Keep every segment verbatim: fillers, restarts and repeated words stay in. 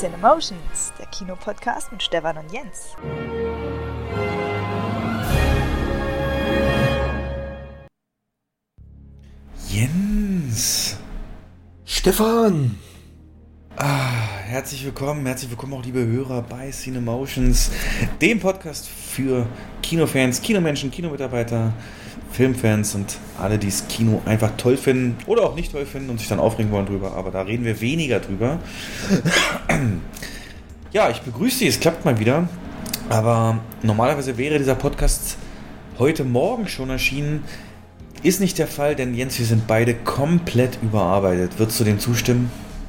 Cinemotions, der Kinopodcast mit Stefan und Jens. Jens! Stefan! Ah, herzlich willkommen, herzlich willkommen auch liebe Hörer bei Cinemotions, dem Podcast für Kinofans, Kinomenschen, Kinomitarbeiter, Filmfans und alle, die das Kino einfach toll finden oder auch nicht toll finden und sich dann aufregen wollen drüber, aber da reden wir weniger drüber. Ja, ich begrüße Sie, es klappt mal wieder, aber normalerweise wäre dieser Podcast heute Morgen schon erschienen. Ist nicht der Fall, denn Jens, wir sind beide komplett überarbeitet. Würdest du dem zustimmen?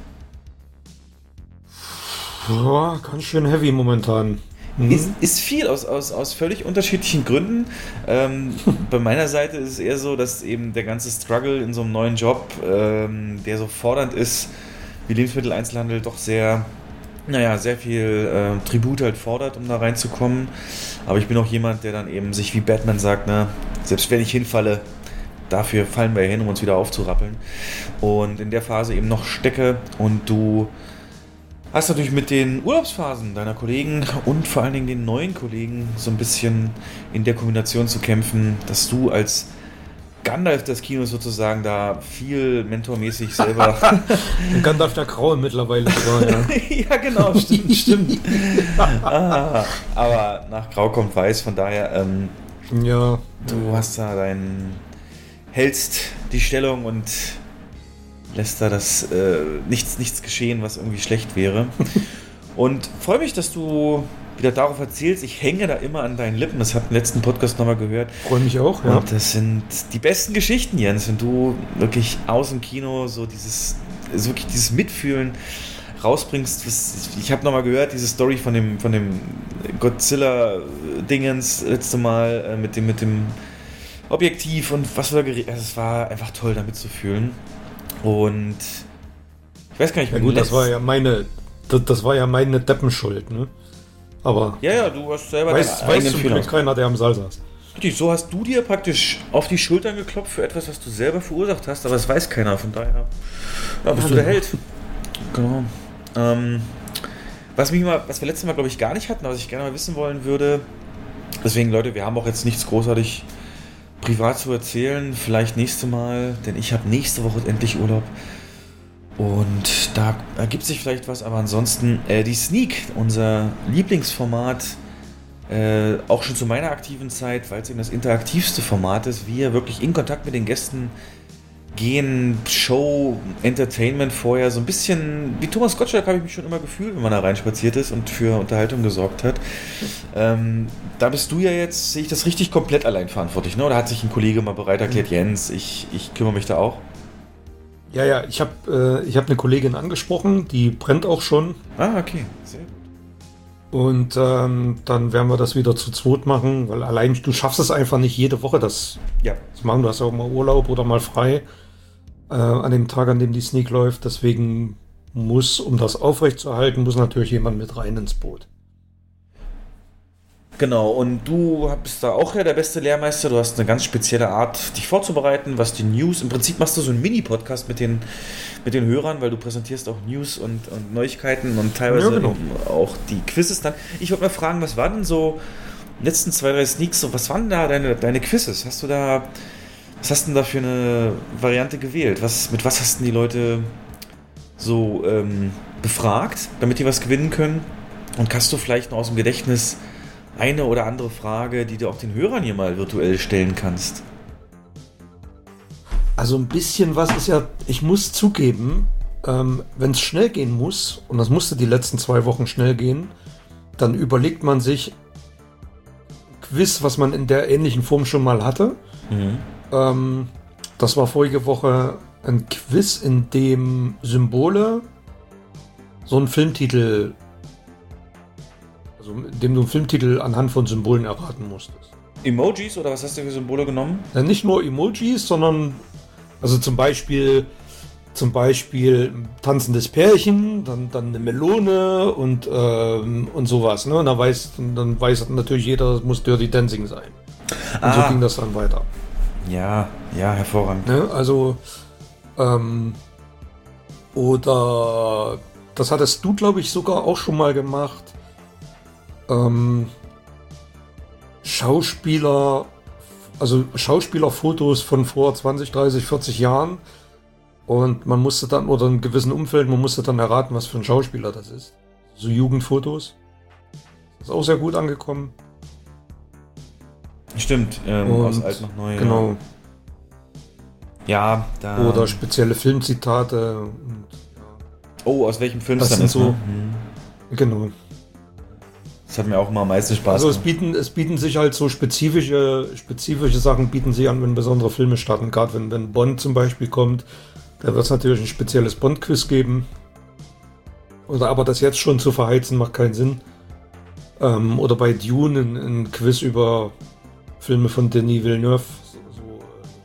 Boah, ganz schön heavy momentan. Mhm. Ist, ist viel aus, aus, aus völlig unterschiedlichen Gründen. Ähm, bei meiner Seite ist es eher so, dass eben der ganze Struggle in so einem neuen Job, ähm, der so fordernd ist, wie Lebensmitteleinzelhandel, doch sehr, naja, sehr viel äh, Tribut halt fordert, um da reinzukommen. Aber ich bin auch jemand, der dann eben sich wie Batman sagt, ne, selbst wenn ich hinfalle, dafür fallen wir hin, um uns wieder aufzurappeln. Und in der Phase eben noch stecke und du hast natürlich mit den Urlaubsphasen deiner Kollegen und vor allen Dingen den neuen Kollegen so ein bisschen in der Kombination zu kämpfen, dass du als Gandalf des Kinos sozusagen da viel mentormäßig selber... Gandalf der Graue mittlerweile war, ja. Ja, genau, stimmt, stimmt. Ah, aber nach Grau kommt Weiß, von daher, ähm, ja. Du hast da deinen... hältst die Stellung und lässt da das äh, nichts, nichts geschehen, was irgendwie schlecht wäre. Und freue mich, dass du wieder darauf erzählst. Ich hänge da immer an deinen Lippen. Das hat im letzten Podcast nochmal gehört. Freue mich auch, ja. Und das sind die besten Geschichten, Jens. Wenn du wirklich aus dem Kino so dieses, also wirklich dieses Mitfühlen rausbringst. Ich habe nochmal gehört, diese Story von dem, von dem Godzilla-Dingens letzte Mal äh, mit dem, mit dem Objektiv und was wir da geredet haben. Also es war einfach toll, da mitzufühlen. Und ich weiß gar nicht, ja gut, das war ja meine, das, das war ja meine Deppenschuld, ne? Aber ja, ja, du hast selber weiß, deinen weiß eigenen zum Fehler. Glück keiner, der am Saal saß. So hast du dir praktisch auf die Schultern geklopft für etwas, was du selber verursacht hast, aber das weiß keiner, von daher ja, bist ja, du der Held. Genau. Ähm, was, mich mal, was wir letztes Mal, glaube ich, gar nicht hatten, aber was ich gerne mal wissen wollen würde, deswegen, Leute, wir haben auch jetzt nichts großartig privat zu erzählen, vielleicht nächste Mal, denn ich habe nächste Woche endlich Urlaub und da ergibt sich vielleicht was, aber ansonsten äh, die Sneak, unser Lieblingsformat, äh, auch schon zu meiner aktiven Zeit, weil es eben das interaktivste Format ist, wir wirklich in Kontakt mit den Gästen gehen, Show, Entertainment vorher, so ein bisschen wie Thomas Gottschalk habe ich mich schon immer gefühlt, wenn man da reinspaziert ist und für Unterhaltung gesorgt hat. Ähm, da bist du ja jetzt, sehe ich das richtig komplett allein verantwortlich, ne? Oder hat sich ein Kollege mal bereit erklärt, Jens, ich, ich kümmere mich da auch? Ja, ja, ich habe äh, ich hab eine Kollegin angesprochen, die brennt auch schon. Ah, okay, sehr gut. Und ähm, dann werden wir das wieder zu zweit machen, weil allein du schaffst es einfach nicht jede Woche, das ja. zu machen. Du hast ja auch mal Urlaub oder mal frei äh, an dem Tag, an dem die Sneak läuft. Deswegen muss, um das aufrechtzuerhalten, muss natürlich jemand mit rein ins Boot. Genau, und du bist da auch ja der beste Lehrmeister. Du hast eine ganz spezielle Art, dich vorzubereiten, was die News... Im Prinzip machst du so einen Mini-Podcast mit den, mit den Hörern, weil du präsentierst auch News und, und Neuigkeiten und teilweise ja, genau. auch die Quizzes dann. Ich wollte mal fragen, was waren denn so die letzten zwei, drei Sneaks, so, was waren da deine, deine Quizzes? Hast du da... Was hast du denn da für eine Variante gewählt? Was, mit was hast du die Leute so ähm, befragt, damit die was gewinnen können? Und kannst du vielleicht noch aus dem Gedächtnis eine oder andere Frage, die du auch den Hörern hier mal virtuell stellen kannst? Also ein bisschen was ist ja, ich muss zugeben, ähm, wenn es schnell gehen muss, und das musste die letzten zwei Wochen schnell gehen, dann überlegt man sich Quiz, was man in der ähnlichen Form schon mal hatte. Mhm. Ähm, das war vorige Woche ein Quiz, in dem Symbole so einen Filmtitel, also in dem du einen Filmtitel anhand von Symbolen erraten musstest. Emojis oder was hast du für Symbole genommen? Ja, nicht nur Emojis, sondern also zum Beispiel zum Beispiel ein tanzendes Pärchen, dann, dann eine Melone und, ähm, und sowas. Ne? Und dann weiß, dann weiß natürlich jeder, das muss Dirty Dancing sein. Und ah. so ging das dann weiter. Ja, ja, hervorragend. Ne? Also ähm, oder das hattest du, glaube ich, sogar auch schon mal gemacht. Ähm, Schauspieler, also Schauspielerfotos von vor zwanzig, dreißig, vierzig Jahren. Und man musste dann, oder in einem gewissen Umfeld, man musste dann erraten, was für ein Schauspieler das ist. So Jugendfotos. Das ist auch sehr gut angekommen. Stimmt, ähm, aus alt nach neu. Genau. Ja, da. Oder spezielle Filmzitate. Und, ja. Oh, aus welchem Film das dann sind ist, so. ne? Hm. Genau. Das hat mir auch immer am meisten Spaß Also es gemacht. bieten, es bieten sich halt so spezifische, spezifische Sachen bieten sich an, wenn besondere Filme starten. Gerade wenn, wenn Bond zum Beispiel kommt, da wird es natürlich ein spezielles Bond-Quiz geben. Oder aber das jetzt schon zu verheizen, macht keinen Sinn. Ähm, oder bei Dune ein, ein Quiz über Filme von Denis Villeneuve. So, so,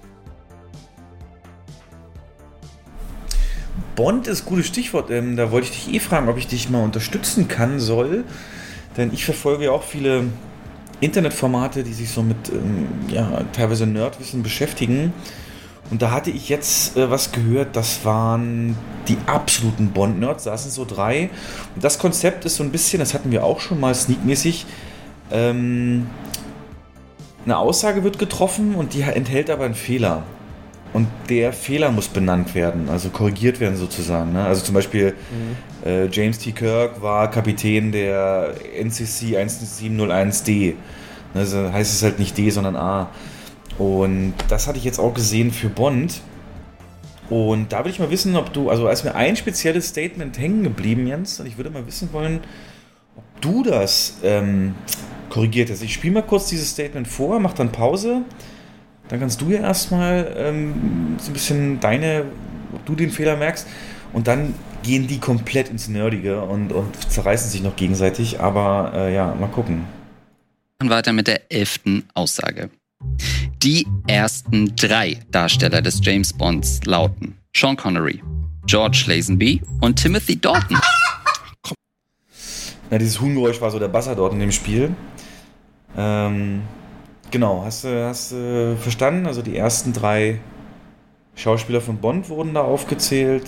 Bond ist ein gutes Stichwort. Ähm, da wollte ich dich eh fragen, ob ich dich mal unterstützen kann, soll. Denn ich verfolge ja auch viele Internetformate, die sich so mit ähm, ja, teilweise Nerdwissen beschäftigen. Und da hatte ich jetzt äh, was gehört, das waren die absoluten Bond-Nerds, da sind so drei. Und das Konzept ist so ein bisschen, das hatten wir auch schon mal sneakmäßig, ähm, eine Aussage wird getroffen und die enthält aber einen Fehler. Und der Fehler muss benannt werden, also korrigiert werden sozusagen. Ne? Also zum Beispiel mhm. äh, James T. Kirk war Kapitän der N C C siebzehn null eins D. Also heißt es halt nicht D, sondern A. Und das hatte ich jetzt auch gesehen für Bond. Und da will ich mal wissen, ob du, also als mir ein spezielles Statement hängen geblieben, Jens, und ich würde mal wissen wollen, ob du das ähm, korrigiert hast. Ich spiele mal kurz dieses Statement vor, mach dann Pause. Dann kannst du ja erstmal ähm, so ein bisschen deine, ob du den Fehler merkst. Und dann gehen die komplett ins Nerdige und, und zerreißen sich noch gegenseitig. Aber äh, ja, mal gucken. Und weiter mit der elften Aussage. Die ersten drei Darsteller des James Bonds lauten Sean Connery, George Lazenby und Timothy Dalton. Na, dieses Huhngeräusch war so der Basser dort in dem Spiel. Ähm, genau, hast du hast, äh, verstanden? Also die ersten drei Schauspieler von Bond wurden da aufgezählt.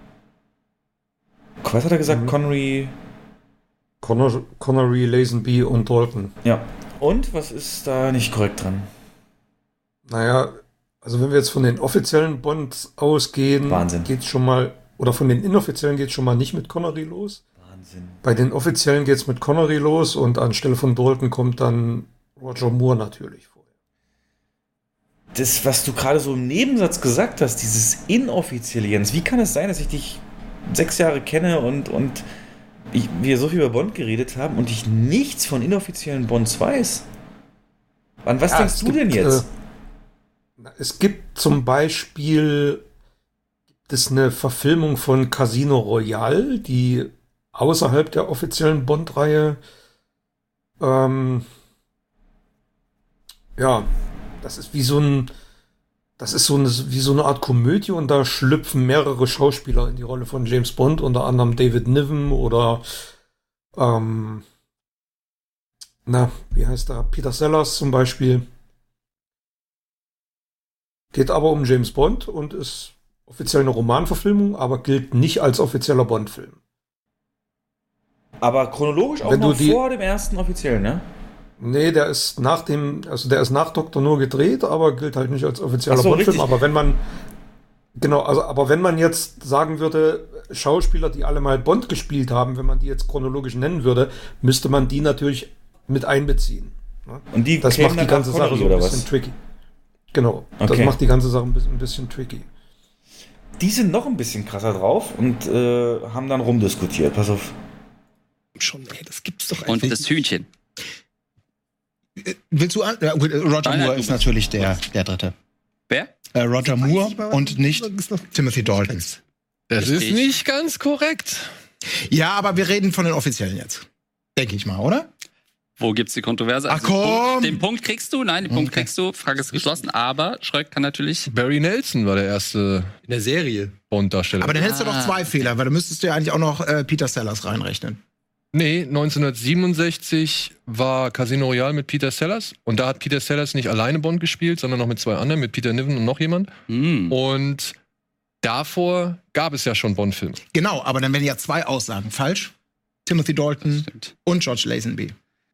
Was hat er gesagt? Mhm. Connery... Conner, Connery, Lazenby und Dalton. Ja. Und was ist da nicht korrekt dran? Naja, also wenn wir jetzt von den offiziellen Bonds ausgehen, Wahnsinn. Geht's schon mal, oder von den inoffiziellen geht es schon mal nicht mit Connery los. Wahnsinn. Bei den offiziellen geht es mit Connery los und anstelle von Dalton kommt dann Roger Moore natürlich vorher. Das, was du gerade so im Nebensatz gesagt hast, dieses inoffizielle, Jens, wie kann es sein, dass ich dich sechs Jahre kenne und, und ich, wir so viel über Bond geredet haben und ich nichts von inoffiziellen Bonds weiß? An was ja, denkst du gibt, denn jetzt? Äh, Es gibt zum Beispiel gibt es eine Verfilmung von Casino Royale, die außerhalb der offiziellen Bond-Reihe ähm, ja, das ist wie so ein das ist so eine, wie so eine Art Komödie und da schlüpfen mehrere Schauspieler in die Rolle von James Bond, unter anderem David Niven oder ähm, na, wie heißt er? Peter Sellers zum Beispiel. Geht aber um James Bond und ist offiziell eine Romanverfilmung, aber gilt nicht als offizieller Bond-Film. Aber chronologisch auch Wenn noch die, vor dem ersten offiziellen, ne? Nee, der ist nach dem, also der ist nach Doktor No gedreht, aber gilt halt nicht als offizieller so, Bond-Film. Richtig. Aber wenn man, genau, also aber wenn man jetzt sagen würde, Schauspieler, die alle mal Bond gespielt haben, wenn man die jetzt chronologisch nennen würde, müsste man die natürlich mit einbeziehen. Ne? Und die das macht die ganze Sache so ein bisschen tricky. Genau, okay. Das macht die ganze Sache ein bisschen, ein bisschen tricky. Die sind noch ein bisschen krasser drauf und äh, haben dann rumdiskutiert. Pass auf. Schon, ey, das gibt's doch einfach. Und das Hühnchen. Willst du an? Ja, gut, Roger Nein, Moore nein, ist natürlich der, der Dritte. Wer? Äh, Roger Moore mal, und nicht Timothy Dalton. Das ist nicht ganz korrekt. Ja, aber wir reden von den Offiziellen jetzt. Denke ich mal, oder? Wo gibt's die Kontroverse? Ach komm! Den Punkt, den Punkt kriegst du, nein, den Punkt okay. kriegst du. Frage ist geschlossen, aber Schröck kann natürlich... Barry Nelson war der erste in der Serie Bond-Darsteller. Aber dann hättest du doch zwei Fehler, weil du müsstest du ja eigentlich auch noch äh, Peter Sellers reinrechnen. Nee, neunzehnhundertsiebenundsechzig war Casino Royale mit Peter Sellers. Und da hat Peter Sellers nicht alleine Bond gespielt, sondern noch mit zwei anderen, mit Peter Niven und noch jemand. Mm. Und davor gab es ja schon Bond-Filme. Genau, aber dann werden ja zwei Aussagen falsch. Timothy Dalton und George Lazenby.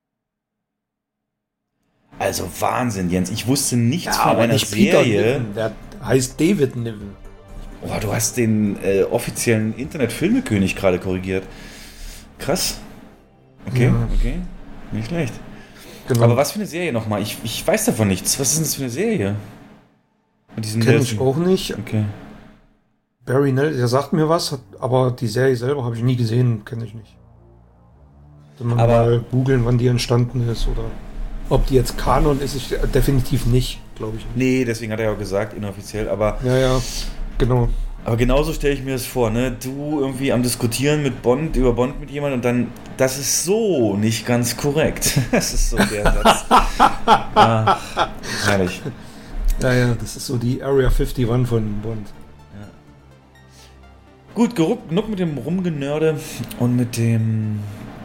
Also Wahnsinn, Jens. Ich wusste nichts Ja, von aber einer nicht Peter Serie. Niven, der heißt David Niven. Oh, du hast den äh, offiziellen Internet-Filmekönig gerade korrigiert. Krass. Okay, Ja. okay. Nicht schlecht. Genau. Aber was für eine Serie nochmal? Ich, ich weiß davon nichts. Was ist denn das für eine Serie? Mit diesem Kenn Nelson. ich auch nicht. Okay. Barry Nelson, der sagt mir was, hat- aber die Serie selber habe ich nie gesehen, kenne ich nicht. Wenn man Aber- mal googeln, wann die entstanden ist oder ob die jetzt Kanon ist, ich, definitiv nicht, glaube ich. Nicht. Nee, deswegen hat er ja auch gesagt, inoffiziell. Aber, Ja, ja, genau. aber genauso stelle ich mir das vor, ne? Du irgendwie am Diskutieren mit Bond, über Bond mit jemandem und dann, das ist so nicht ganz korrekt. Das ist so der Satz. Ah, herrlich. Ja, ja, das ist so die Area einundfünfzig von Bond. Gut, geruck- genug mit dem Rumgenörde und mit dem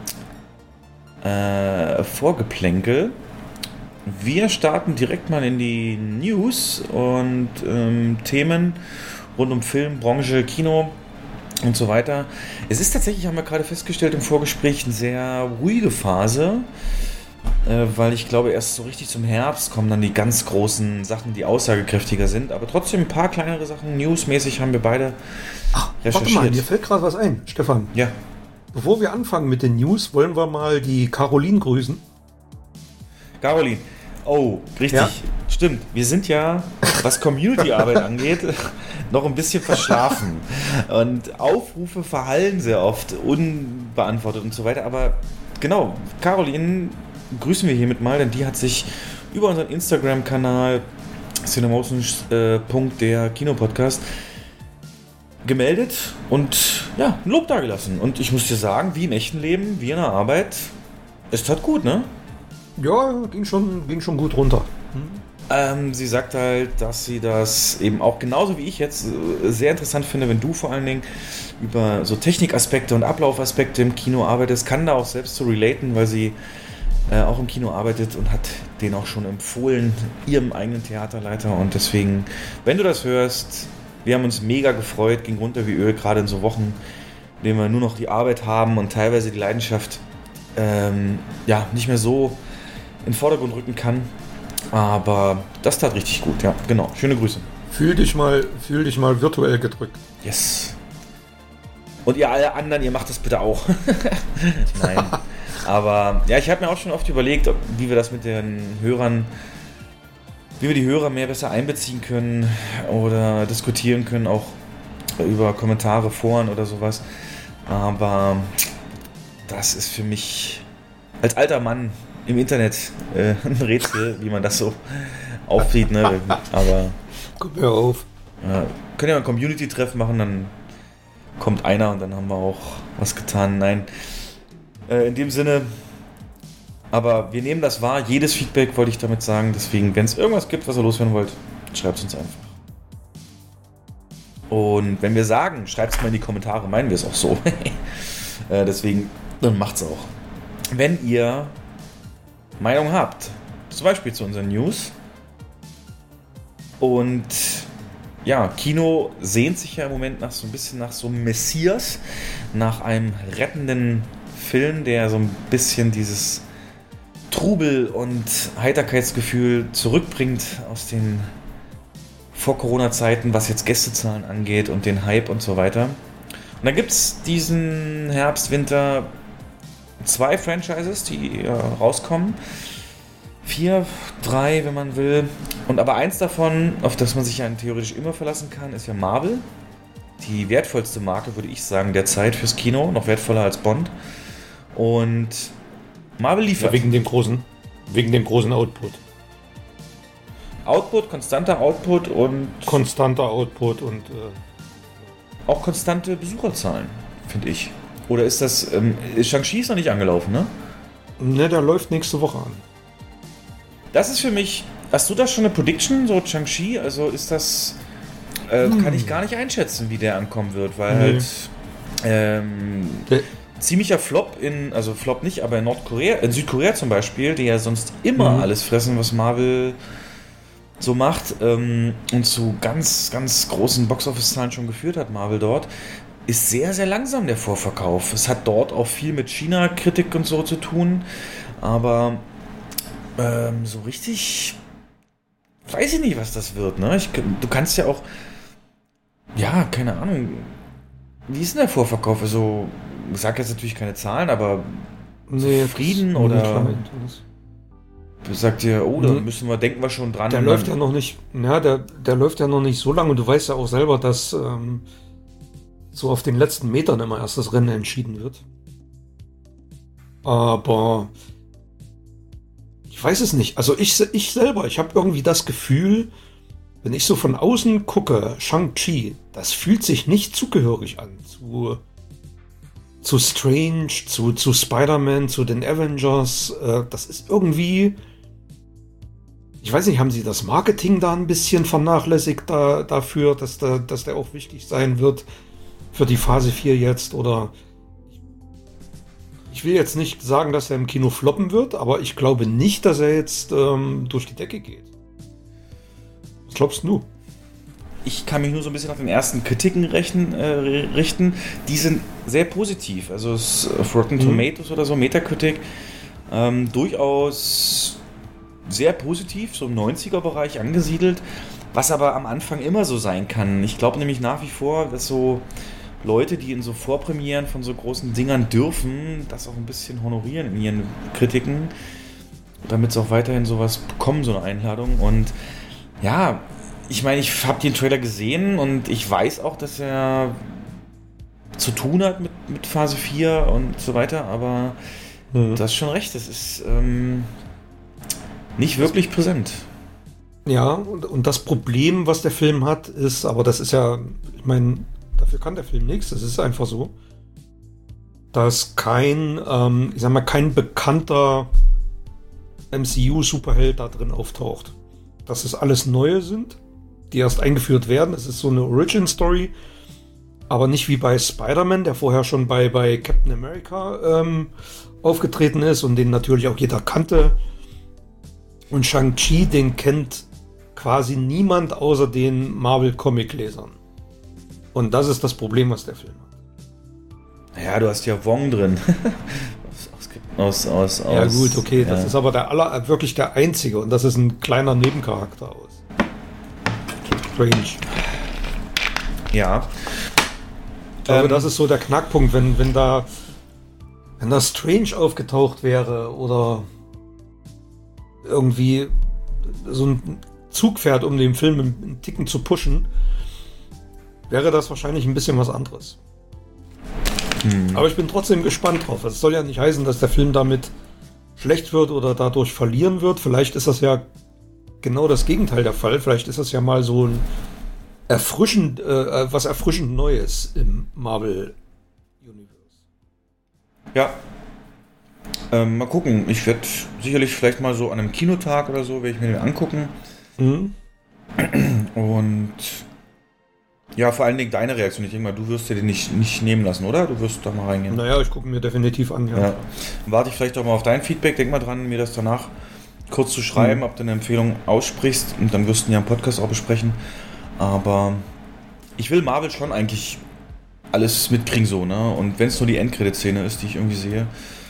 äh, Vorgeplänkel. Wir starten direkt mal in die News und ähm, Themen rund um Film, Branche, Kino und so weiter. Es ist tatsächlich, haben wir gerade festgestellt im Vorgespräch, eine sehr ruhige Phase, äh, weil ich glaube, erst so richtig zum Herbst kommen dann die ganz großen Sachen, die aussagekräftiger sind. Aber trotzdem ein paar kleinere Sachen, newsmäßig haben wir beide Ach, warte mal, recherchiert. mir fällt gerade was ein, Stefan. Ja. Bevor wir anfangen mit den News, wollen wir mal die Caroline grüßen. Caroline, oh, richtig, Ja? stimmt. Wir sind ja, was Community-Arbeit angeht, noch ein bisschen verschlafen. Und Aufrufe verhallen sehr oft, unbeantwortet und so weiter. Aber genau, Caroline grüßen wir hiermit mal, denn die hat sich über unseren Instagram-Kanal cinemotions punkt der Kinopodcast gemeldet und ja, ein Lob dagelassen. Und ich muss dir sagen, wie im echten Leben, wie in der Arbeit, es tat gut, ne? Ja, ging schon, ging schon gut runter. Ähm, sie sagt halt, dass sie das eben auch genauso wie ich jetzt äh, sehr interessant finde, wenn du vor allen Dingen über so Technikaspekte und Ablaufaspekte im Kino arbeitest, kann da auch selbst so relaten, weil sie äh, auch im Kino arbeitet und hat den auch schon empfohlen, ihrem eigenen Theaterleiter. Und deswegen, wenn du das hörst, wir haben uns mega gefreut, ging runter wie Öl, gerade in so Wochen, in denen wir nur noch die Arbeit haben und teilweise die Leidenschaft ähm, ja, nicht mehr so in den Vordergrund rücken kann. Aber das tat richtig gut, ja, genau. Schöne Grüße. Fühl dich mal, fühl dich mal virtuell gedrückt. Yes. Und ihr alle anderen, ihr macht das bitte auch. Nein. Aber ja, ich habe mir auch schon oft überlegt, ob, wie wir das mit den Hörern, wie wir die Hörer mehr besser einbeziehen können oder diskutieren können, auch über Kommentare, Foren oder sowas. Aber das ist für mich als alter Mann im Internet äh, ein Rätsel, wie man das so aufzieht. Ne? Aber Komm, hör auf. ja, können ja mal ein Community-Treffen machen, dann kommt einer und dann haben wir auch was getan. Nein, äh, in dem Sinne, aber wir nehmen das wahr. Jedes Feedback wollte ich damit sagen. Deswegen, wenn es irgendwas gibt, was ihr loswerden wollt, schreibt es uns einfach. Und wenn wir sagen, schreibt es mal in die Kommentare, meinen wir es auch so. äh, deswegen, dann macht's auch. Wenn ihr Meinung habt, zum Beispiel zu unseren News, und ja, Kino sehnt sich ja im Moment nach so ein bisschen nach so einem Messias, nach einem rettenden Film, der so ein bisschen dieses Trubel und Heiterkeitsgefühl zurückbringt aus den Vor-Corona-Zeiten, was jetzt Gästezahlen angeht und den Hype und so weiter. Und dann gibt es diesen Herbst, Winter zwei Franchises, die äh, rauskommen. Vier, drei, wenn man will. Und aber eins davon, auf das man sich ja theoretisch immer verlassen kann, ist ja Marvel. Die wertvollste Marke, würde ich sagen, derzeit fürs Kino. Noch wertvoller als Bond. Und Marvel liefert. Ja, wegen dem großen, wegen dem großen Output. Output, konstanter Output und Konstanter Output und äh, auch konstante Besucherzahlen, finde ich. Oder ist das, ähm, Shang-Chi ist noch nicht angelaufen, ne? ne, der läuft nächste Woche an. Das ist für mich, hast du da schon eine Prediction, so Shang-Chi? Also ist das, äh, Hm. kann ich gar nicht einschätzen, wie der ankommen wird, weil Nee. halt ähm, Der- ziemlicher Flop in, also Flop nicht, aber in Nordkorea, in Südkorea zum Beispiel, die ja sonst immer Mhm. alles fressen, was Marvel so macht ähm, und zu ganz, ganz großen Box-Office-Zahlen schon geführt hat, Marvel dort, ist sehr, sehr langsam der Vorverkauf. Es hat dort auch viel mit China-Kritik und so zu tun, aber ähm, so richtig weiß ich nicht, was das wird. Ne? Ich, du kannst ja auch, ja, keine Ahnung, wie ist denn der Vorverkauf? Also, ich sage jetzt natürlich keine Zahlen, aber nee, Frieden oder sagt ihr, oh, da mhm. müssen wir, denken wir schon dran. Der läuft ja noch nicht, ja, der, der läuft ja noch nicht so lange und du weißt ja auch selber, dass ähm, so auf den letzten Metern immer erst das Rennen entschieden wird. Aber ich weiß es nicht. Also ich, ich selber, ich habe irgendwie das Gefühl, wenn ich so von außen gucke, Shang-Chi, das fühlt sich nicht zugehörig an zu, zu Strange, zu, zu Spider-Man, zu den Avengers. Äh, das ist irgendwie, ich weiß nicht, haben sie das Marketing da ein bisschen vernachlässigt da, dafür, dass der, dass der auch wichtig sein wird für die Phase vier jetzt? Oder ich will jetzt nicht sagen, dass er im Kino floppen wird, aber ich glaube nicht, dass er jetzt ähm, durch die Decke geht. Was glaubst du? Ich kann mich nur so ein bisschen auf den ersten Kritiken rechnen, äh, richten. Die sind sehr positiv. Also es, auf Rotten mhm. Tomatoes oder so, Metacritic, ähm, durchaus sehr positiv, so im neunziger-Bereich angesiedelt, was aber am Anfang immer so sein kann. Ich glaube nämlich nach wie vor, dass so Leute, die in so Vorpremieren von so großen Dingern dürfen, das auch ein bisschen honorieren in ihren Kritiken, damit sie auch weiterhin sowas bekommen, so eine Einladung. Und ja, ich meine, ich habe den Trailer gesehen und ich weiß auch, dass er zu tun hat mit, mit Phase vier und so weiter, aber mhm. du hast schon recht, das ist ähm, nicht wirklich präsent. Ja, und, und das Problem, was der Film hat, ist, aber das ist ja, ich meine, dafür kann der Film nichts, das ist einfach so, dass kein, ähm, ich sag mal, kein bekannter M C U-Superheld da drin auftaucht. Dass es alles Neue sind, die erst eingeführt werden. Es ist so eine Origin-Story, aber nicht wie bei Spider-Man, der vorher schon bei, bei Captain America ähm, aufgetreten ist und den natürlich auch jeder kannte. Und Shang-Chi, den kennt quasi niemand außer den Marvel-Comic-Lesern. Und das ist das Problem, was der Film hat. Ja, du hast ja Wong drin. aus, aus, aus, ja gut, okay, das ja. ist aber der aller, wirklich der einzige und das ist ein kleiner Nebencharakter aus Strange. Ja. Ich glaube, ähm, das ist so der Knackpunkt, wenn, wenn da wenn da Strange aufgetaucht wäre oder irgendwie so ein Zug fährt, um den Film einen Ticken zu pushen, wäre das wahrscheinlich ein bisschen was anderes. Hm. Aber ich bin trotzdem gespannt drauf. Es soll ja nicht heißen, dass der Film damit schlecht wird oder dadurch verlieren wird. Vielleicht ist das ja genau das Gegenteil der Fall. Vielleicht ist das ja mal so ein erfrischend, äh, was erfrischend Neues im Marvel-Universe. Ja. Ähm, mal gucken. Ich werde sicherlich vielleicht mal so an einem Kinotag oder so, werde ich mir den angucken. Mhm. Und ja, vor allen Dingen deine Reaktion. Ich denke mal, du wirst dir den nicht, nicht nehmen lassen, oder? Du wirst da mal reingehen. Naja, ich gucke mir definitiv an, ja. ja. Warte ich vielleicht auch mal auf dein Feedback. Denk mal dran, mir das danach kurz zu schreiben, mhm. ob du eine Empfehlung aussprichst. Und dann wirst du ja im Podcast auch besprechen. Aber ich will Marvel schon eigentlich alles mitkriegen, so, ne? Und wenn es nur die Endcredit-Szene ist, die ich irgendwie sehe.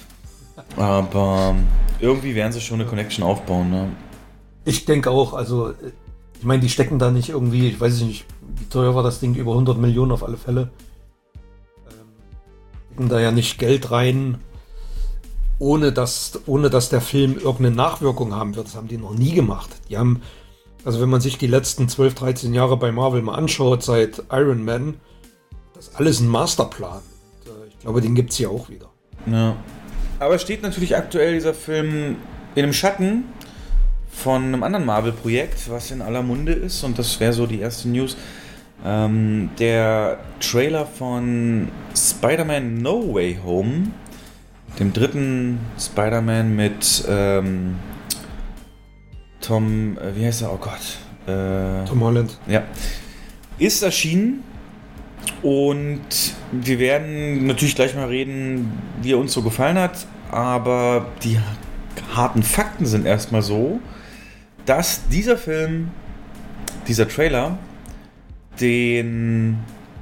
Aber irgendwie werden sie schon eine Connection aufbauen, ne? Ich denke auch, also ich meine, die stecken da nicht irgendwie, ich weiß nicht, wie teuer war das Ding, über hundert Millionen auf alle Fälle. Ähm, stecken da ja nicht Geld rein, ohne dass, ohne dass der Film irgendeine Nachwirkung haben wird. Das haben die noch nie gemacht. Die haben, also wenn man sich die letzten zwölf, dreizehn Jahre bei Marvel mal anschaut, seit Iron Man, das ist alles ein Masterplan. Und, äh, ich glaube, den gibt es hier auch wieder. Ja. Aber steht natürlich aktuell dieser Film in einem Schatten von einem anderen Marvel-Projekt, was in aller Munde ist, und das wäre so die erste News. Ähm, der Trailer von Spider-Man No Way Home, dem dritten Spider-Man mit ähm, Tom, äh, wie heißt er? Oh Gott. Äh, Tom Holland. Ja. Ist erschienen und wir werden natürlich gleich mal reden, wie er uns so gefallen hat, aber die harten Fakten sind erstmal so, dass dieser Film, dieser Trailer, den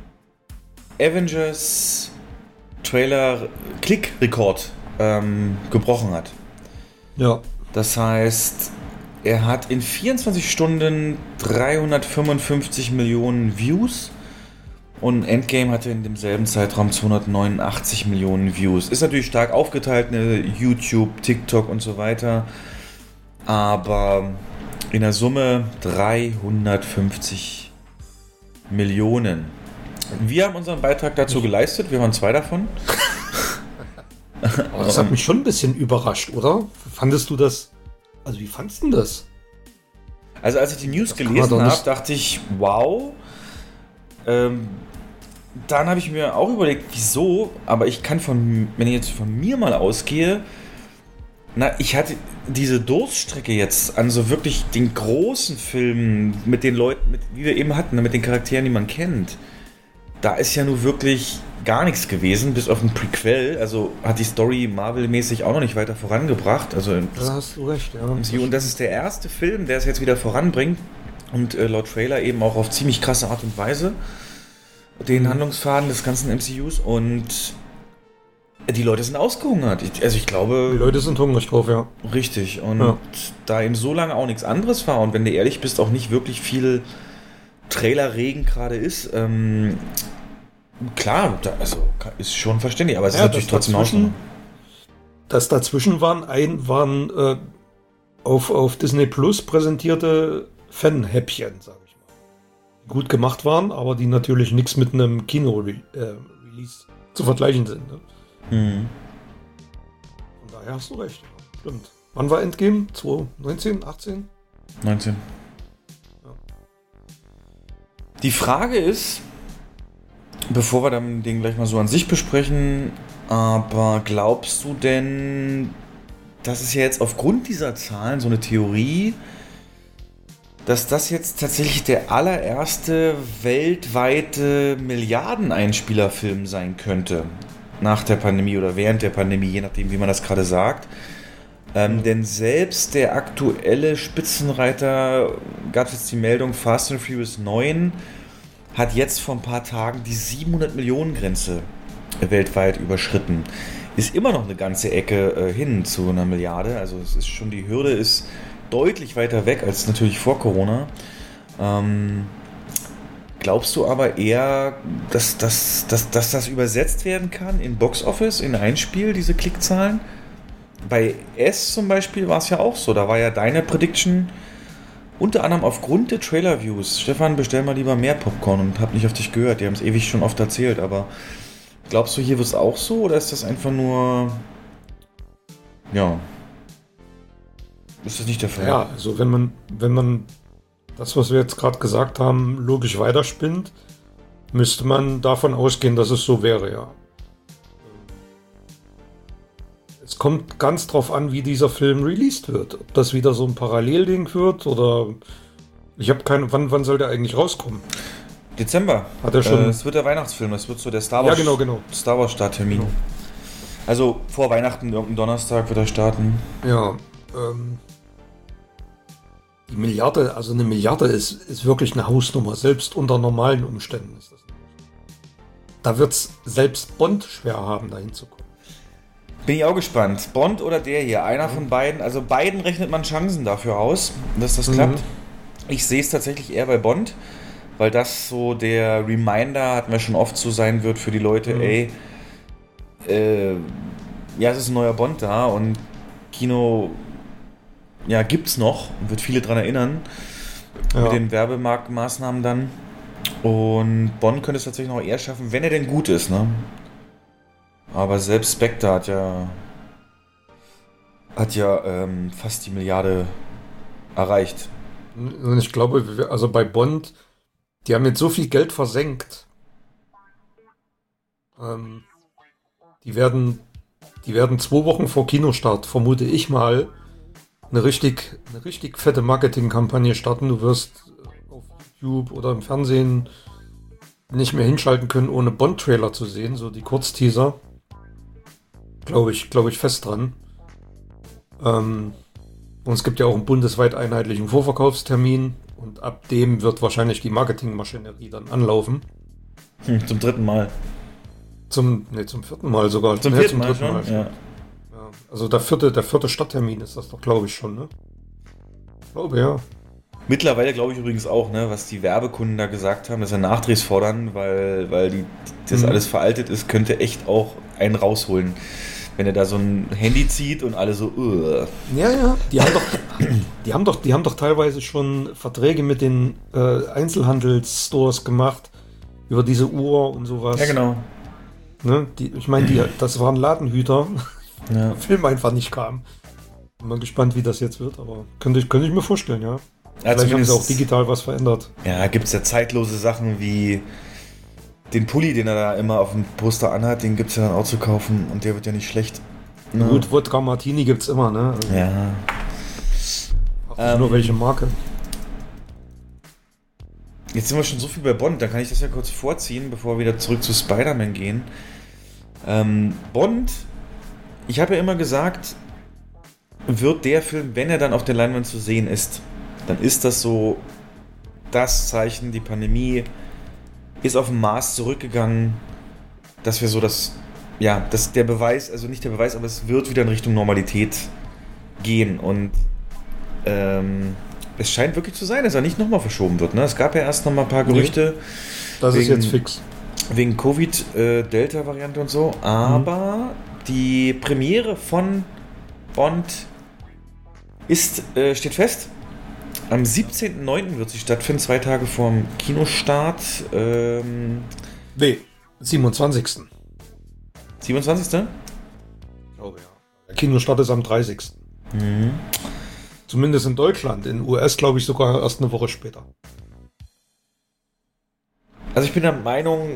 Avengers Trailer Klick-Rekord ähm, gebrochen hat. Ja. Das heißt, er hat in vierundzwanzig Stunden dreihundertfünfundfünfzig Millionen Views und Endgame hatte in demselben Zeitraum zweihundertneunundachtzig Millionen Views. Ist natürlich stark aufgeteilt, ne? YouTube, TikTok und so weiter, aber in der Summe dreihundertfünfzig Millionen. Wir haben unseren Beitrag dazu geleistet, wir waren zwei davon. Aber das hat mich schon ein bisschen überrascht, oder? Fandest du das? Also wie fandest du das? Also als ich die News gelesen habe, dachte ich, wow. Ähm, dann habe ich mir auch überlegt, wieso, aber ich kann von, wenn ich jetzt von mir mal ausgehe, na, ich hatte diese Durststrecke jetzt an so wirklich den großen Filmen mit den Leuten, mit, wie wir eben hatten, mit den Charakteren, die man kennt. Da ist ja nur wirklich gar nichts gewesen, bis auf ein Prequel. Also hat die Story Marvel-mäßig auch noch nicht weiter vorangebracht. Also da hast du recht, ja. Und das ist der erste Film, der es jetzt wieder voranbringt. Und äh, laut Trailer eben auch auf ziemlich krasse Art und Weise. Den Handlungsfaden des ganzen M C Us. Und die Leute sind ausgehungert. Ich, also ich glaube... Die Leute sind hungrig drauf, ja. Richtig. Und ja. da eben so lange auch nichts anderes war und wenn du ehrlich bist, auch nicht wirklich viel Trailerregen gerade ist, ähm, klar, da, also ist schon verständlich, aber es ja, ist natürlich trotzdem auch so. Das dazwischen waren, ein, waren äh, auf, auf Disney Plus präsentierte Fan-Häppchen, sag ich mal. Die gut gemacht waren, aber die natürlich nichts mit einem Kino-Release äh, zu vergleichen sind. Ne? Mhm. Von daher hast du recht. Stimmt. Wann war Endgame? zwanzig neunzehn, achtzehn? neunzehn. Ja. Die Frage ist, bevor wir dann den gleich mal so an sich besprechen, aber glaubst du denn, das ist ja jetzt aufgrund dieser Zahlen so eine Theorie, dass das jetzt tatsächlich der allererste weltweite Milliardeneinspielerfilm sein könnte? Nach der Pandemie oder während der Pandemie, je nachdem, wie man das gerade sagt. Ähm, denn selbst der aktuelle Spitzenreiter, gab es jetzt die Meldung, Fast and Furious neun, hat jetzt vor ein paar Tagen die siebenhundert Millionen Grenze weltweit überschritten. Ist immer noch eine ganze Ecke äh, hin zu einer Milliarde. Also es ist schon, die Hürde ist deutlich weiter weg als natürlich vor Corona. Ähm, glaubst du aber eher, dass, dass, dass, dass das übersetzt werden kann in Box Office, in Einspiel, diese Klickzahlen? Bei S zum Beispiel war es ja auch so. Da war ja deine Prediction unter anderem aufgrund der Trailer-Views. Stefan, bestell mal lieber mehr Popcorn und hab nicht auf dich gehört. Die haben es ewig schon oft erzählt, aber glaubst du, hier wird es auch so oder ist das einfach nur, ja, ist das nicht der Fall? Ja, also wenn man, wenn man das, was wir jetzt gerade gesagt haben, logisch weiterspinnt, müsste man davon ausgehen, dass es so wäre, ja. Es kommt ganz drauf an, wie dieser Film released wird. Ob das wieder so ein Parallelding wird oder ich habe keine, wann, wann soll der eigentlich rauskommen? Dezember. Hat er schon? Äh, es wird der Weihnachtsfilm, es wird so der Star Wars, ja, genau, genau. Star Wars Starttermin. Genau. Also vor Weihnachten, irgendein Donnerstag wird er starten. Ja, ähm, die Milliarde, also eine Milliarde ist, ist wirklich eine Hausnummer, selbst unter normalen Umständen ist das. Da wird es selbst Bond schwer haben, dahin zu kommen. Bin ich auch gespannt. Bond oder der hier, einer mhm. von beiden, also beiden rechnet man Chancen dafür aus, dass das mhm. klappt. Ich sehe es tatsächlich eher bei Bond, weil das so der Reminder, hatten wir schon oft, so sein wird für die Leute, mhm. ey, äh, ja, es ist ein neuer Bond da und Kino, ja, gibt's noch, wird viele dran erinnern, ja. mit den Werbemaßnahmen dann. Und Bond könnte es tatsächlich noch eher schaffen, wenn er denn gut ist, ne? Aber selbst Spectre hat ja hat ja ähm, fast die Milliarde erreicht. Und ich glaube, also bei Bond, die haben jetzt so viel Geld versenkt. Ähm, die werden, die werden zwei Wochen vor Kinostart, vermute ich mal, eine richtig, eine richtig fette Marketingkampagne starten. Du wirst auf YouTube oder im Fernsehen nicht mehr hinschalten können, ohne Bond-Trailer zu sehen, so die Kurzteaser. Glaube ich, glaube ich fest dran. Ähm, Und es gibt ja auch einen bundesweit einheitlichen Vorverkaufstermin. Und ab dem wird wahrscheinlich die Marketingmaschinerie dann anlaufen. Hm, zum dritten Mal. Zum, nee, zum vierten Mal sogar. Zum nee, vierten zum Mal dritten schon? Mal. Ja. Ja, also der vierte, der vierte Stadttermin ist das doch, glaube ich, schon, ne? Ich glaube, ja. Mittlerweile glaube ich übrigens auch, ne, was die Werbekunden da gesagt haben, dass sie Nachdrehs fordern, weil, weil die, das Mhm. alles veraltet ist, könnte echt auch einen rausholen. Wenn er da so ein Handy zieht und alle so, uh. Ja, ja. Die haben doch, die haben doch, die haben doch teilweise schon Verträge mit den äh, Einzelhandelsstores gemacht über diese Uhr und sowas. Ja, genau. Ne? Die, ich meine, die, das waren Ladenhüter. Ja. Der Film einfach nicht kam. Bin mal gespannt, wie das jetzt wird, aber könnte ich, könnte ich mir vorstellen, ja. Ja, Vielleicht haben sie zumindest- auch digital was verändert. Ja, gibt es ja zeitlose Sachen wie den Pulli, den er da immer auf dem Poster anhat, den gibt es ja dann auch zu kaufen und der wird ja nicht schlecht. Ne? Gut, Wodka Martini gibt's immer, ne? Also, Ja. ähm, nur welche Marke. Jetzt sind wir schon so viel bei Bond, dann kann ich das ja kurz vorziehen, bevor wir wieder zurück zu Spider-Man gehen. Ähm, Bond, ich habe ja immer gesagt, wird der Film, wenn er dann auf der Leinwand zu sehen ist, dann ist das so das Zeichen, die Pandemie ist auf dem Mars zurückgegangen, dass wir so das, ja, dass der Beweis, also nicht der Beweis, aber es wird wieder in Richtung Normalität gehen und ähm, es scheint wirklich zu sein, dass er nicht nochmal verschoben wird. Ne? Es gab ja erst noch mal ein paar Gerüchte Das ist wegen- jetzt fix. wegen Covid, äh, Delta-Variante und so, aber die Premiere von Bond ist, äh, steht fest. Am siebzehnten neunten wird sie stattfinden, zwei Tage vorm Kinostart. Ähm, Nee, siebenundzwanzigsten siebenundzwanzigsten Ich glaube, ja. Der Kinostart ist am dreißigsten Mhm. Zumindest in Deutschland. In U S glaube ich sogar erst eine Woche später. Also ich bin der Meinung,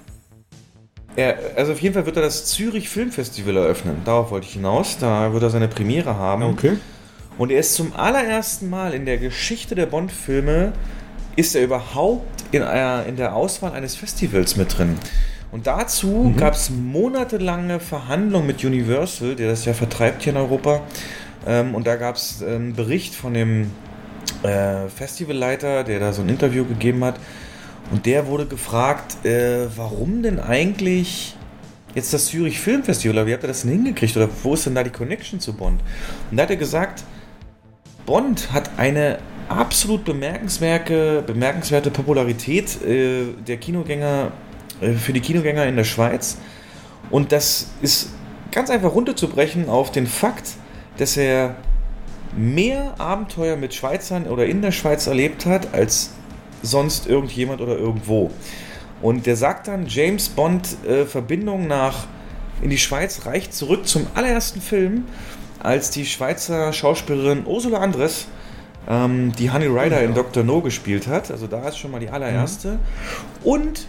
er, also auf jeden Fall wird er das Zürich Filmfestival eröffnen. Darauf wollte ich hinaus. Da wird er seine Premiere haben. Okay. Und er ist zum allerersten Mal in der Geschichte der Bond-Filme, ist er überhaupt in, einer, in der Auswahl eines Festivals mit drin. Und dazu Mhm. gab es monatelange Verhandlungen mit Universal, der das ja vertreibt hier in Europa. Ähm, und da gab es einen Bericht von dem äh, Festivalleiter, der da so ein Interview gegeben hat. Und der wurde gefragt, äh, warum denn eigentlich jetzt das Zürich Filmfestival? Oder wie habt ihr das denn hingekriegt? Oder wo ist denn da die Connection zu Bond? Und da hat er gesagt, Bond hat eine absolut bemerkenswerte, bemerkenswerte Popularität äh, der Kinogänger, äh, für die Kinogänger in der Schweiz. Und das ist ganz einfach runterzubrechen auf den Fakt, dass er mehr Abenteuer mit Schweizern oder in der Schweiz erlebt hat, als sonst irgendjemand oder irgendwo. Und der sagt dann, James Bond äh, Verbindung nach in die Schweiz reicht zurück zum allerersten Film, als die Schweizer Schauspielerin Ursula Andress ähm, die Honey Rider Ja. in Doktor No gespielt hat. Also da ist schon mal die allererste. Und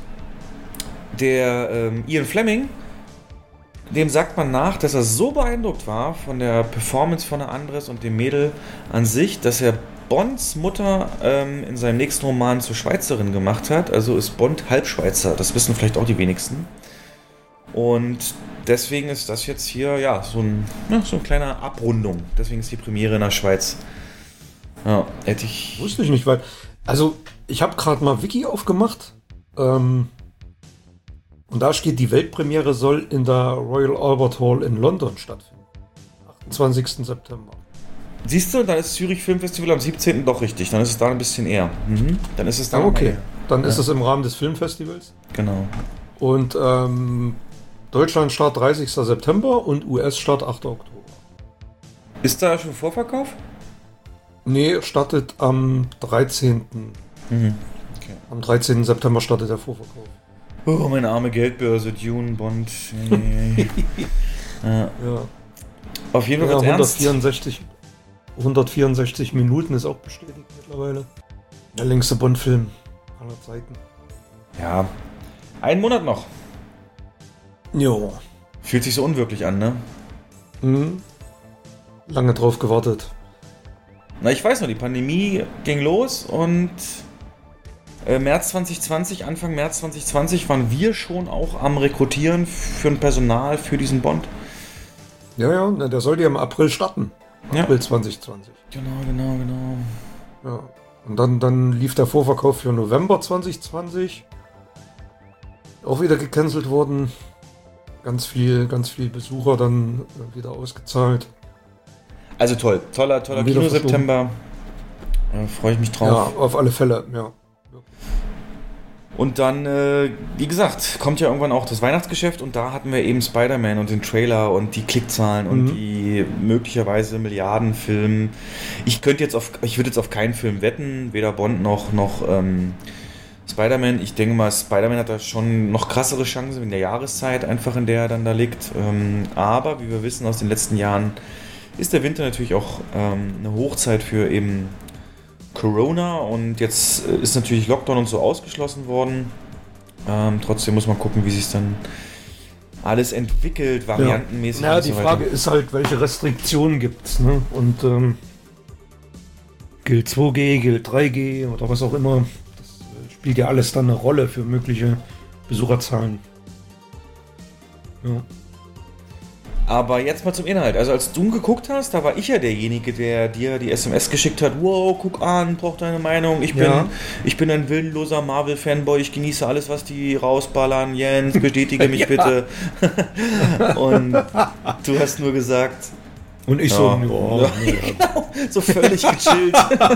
der ähm, Ian Fleming, dem sagt man nach, dass er so beeindruckt war von der Performance von der Andress und dem Mädel an sich, dass er Bonds Mutter ähm, in seinem nächsten Roman zur Schweizerin gemacht hat. Also ist Bond Halbschweizer. Das wissen vielleicht auch die wenigsten. Und deswegen ist das jetzt hier ja so ein ja, so eine kleine Abrundung. Deswegen ist die Premiere in der Schweiz. Ja, hätte ich. Wusste ich nicht, weil. Also, ich habe gerade mal Wiki aufgemacht. Ähm, und da steht, die Weltpremiere soll in der Royal Albert Hall in London stattfinden. achtundzwanzigsten September. Siehst du, dann ist Zürich Filmfestival am siebzehnten doch richtig. Dann ist es da ein bisschen eher. Mhm. Dann ist es da. Ah, okay. Dann ist Ja. es im Rahmen des Filmfestivals. Genau. Und ähm, Deutschland Start dreißigsten September und U S Start achten Oktober. Ist da schon Vorverkauf? Nee, startet am dreizehnten Mhm. Am dreizehnten September startet der Vorverkauf. Oh, meine arme Geldbörse, Dune, Bond. ja. Ja. Auf jeden Ja, Fall wird's ernst. hundertvierundsechzig, hundertvierundsechzig Minuten ist auch bestätigt mittlerweile. Der längste Bond-Film aller Zeiten. Ja. Einen Monat noch. Jo. Fühlt sich so unwirklich an, ne? Mhm. Lange drauf gewartet. Na, ich weiß noch, die Pandemie ging los und äh, März zwanzig zwanzig, Anfang März zwanzig zwanzig waren wir schon auch am Rekrutieren für ein Personal für diesen Bond. Ja, ja, na, der sollte ja im April starten. Ja. April zwanzig zwanzig. Genau, genau, genau. Ja. Und dann, dann lief der Vorverkauf für November zwanzig zwanzig. Auch wieder gecancelt worden. Ganz viel, ganz viel Besucher dann wieder ausgezahlt. Also toll, toller, toller Kino-September. Äh, Freue ich mich drauf. Ja, auf alle Fälle, ja. Und dann, äh, wie gesagt, kommt ja irgendwann auch das Weihnachtsgeschäft und da hatten wir eben Spider-Man und den Trailer und die Klickzahlen und Mhm. die möglicherweise Milliardenfilme. Ich könnte jetzt auf, ich würde jetzt auf keinen Film wetten, weder Bond noch, noch ähm, Spider-Man. Ich denke mal, Spider-Man hat da schon noch krassere Chancen in der Jahreszeit, einfach in der er dann da liegt. Ähm, aber, wie wir wissen aus den letzten Jahren, ist der Winter natürlich auch ähm, eine Hochzeit für eben Corona und jetzt ist natürlich Lockdown und so ausgeschlossen worden. Ähm, trotzdem muss man gucken, wie sich dann alles entwickelt, variantenmäßig. Ja, und die so Frage weiter. ist halt, welche Restriktionen gibt es, ne? Und ähm, gilt zwei G, gilt drei G oder was auch immer. Das äh, spielt ja alles dann eine Rolle für mögliche Besucherzahlen. Ja. Aber jetzt mal zum Inhalt. Also als du ihn geguckt hast, da war ich ja derjenige, der dir die S M S geschickt hat. Wow, guck an, brauch deine Meinung. Ich bin, Ja. ich bin ein willenloser Marvel-Fanboy. Ich genieße alles, was die rausballern. Jens, bestätige mich bitte. Und du hast nur gesagt, Und ich Ja. so, Ja. ja, nee, genau, so völlig gechillt.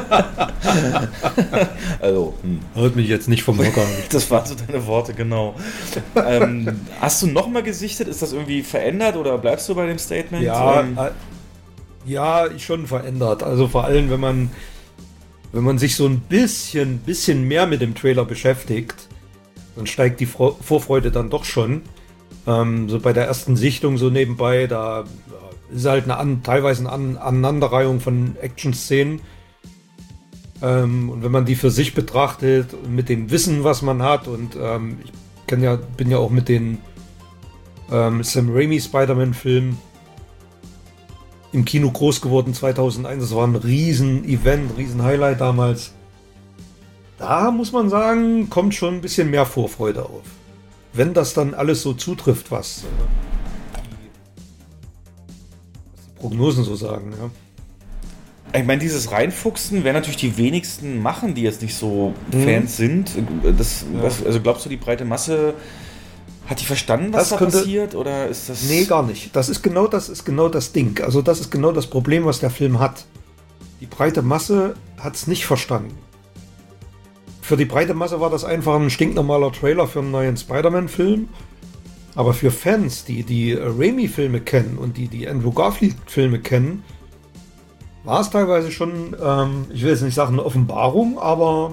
Also, hm. hört mich jetzt nicht vom Hocker. Das waren so deine Worte, genau. ähm, hast du nochmal gesichtet? Ist das irgendwie verändert oder bleibst du bei dem Statement? Ja, Ähm, äh, ja, schon verändert. Also vor allem, wenn man, wenn man sich so ein bisschen, bisschen mehr mit dem Trailer beschäftigt, dann steigt die Fro- Vorfreude dann doch schon. Ähm, so bei der ersten Sichtung so nebenbei, da ist halt eine an, teilweise eine an, Aneinanderreihung von Action-Szenen. Ähm, und wenn man die für sich betrachtet, mit dem Wissen, was man hat, und ähm, ich kenn ja, bin ja auch mit den ähm, Sam Raimi Spider-Man-Filmen im Kino groß geworden zweitausendeins. Das war ein riesen Event, ein riesen Highlight damals. Da muss man sagen, kommt schon ein bisschen mehr Vorfreude auf. Wenn das dann alles so zutrifft, was, äh, die, was die Prognosen so sagen. Ja. Ich meine, dieses Reinfuchsen werden natürlich die wenigsten machen, die jetzt nicht so Mhm. Fans sind. Das, Ja. was, also glaubst du, die breite Masse hat die verstanden, was Das da könnte- passiert? Oder ist das. Nee, gar nicht. Das ist genau das ist genau das Ding. Also das ist genau das Problem, was der Film hat. Die breite Masse hat es nicht verstanden. Für die breite Masse war das einfach ein stinknormaler Trailer für einen neuen Spider-Man-Film. Aber für Fans, die die äh, Raimi-Filme kennen und die die Andrew Garfield-Filme kennen, war es teilweise schon, ähm, ich will jetzt nicht sagen eine Offenbarung, aber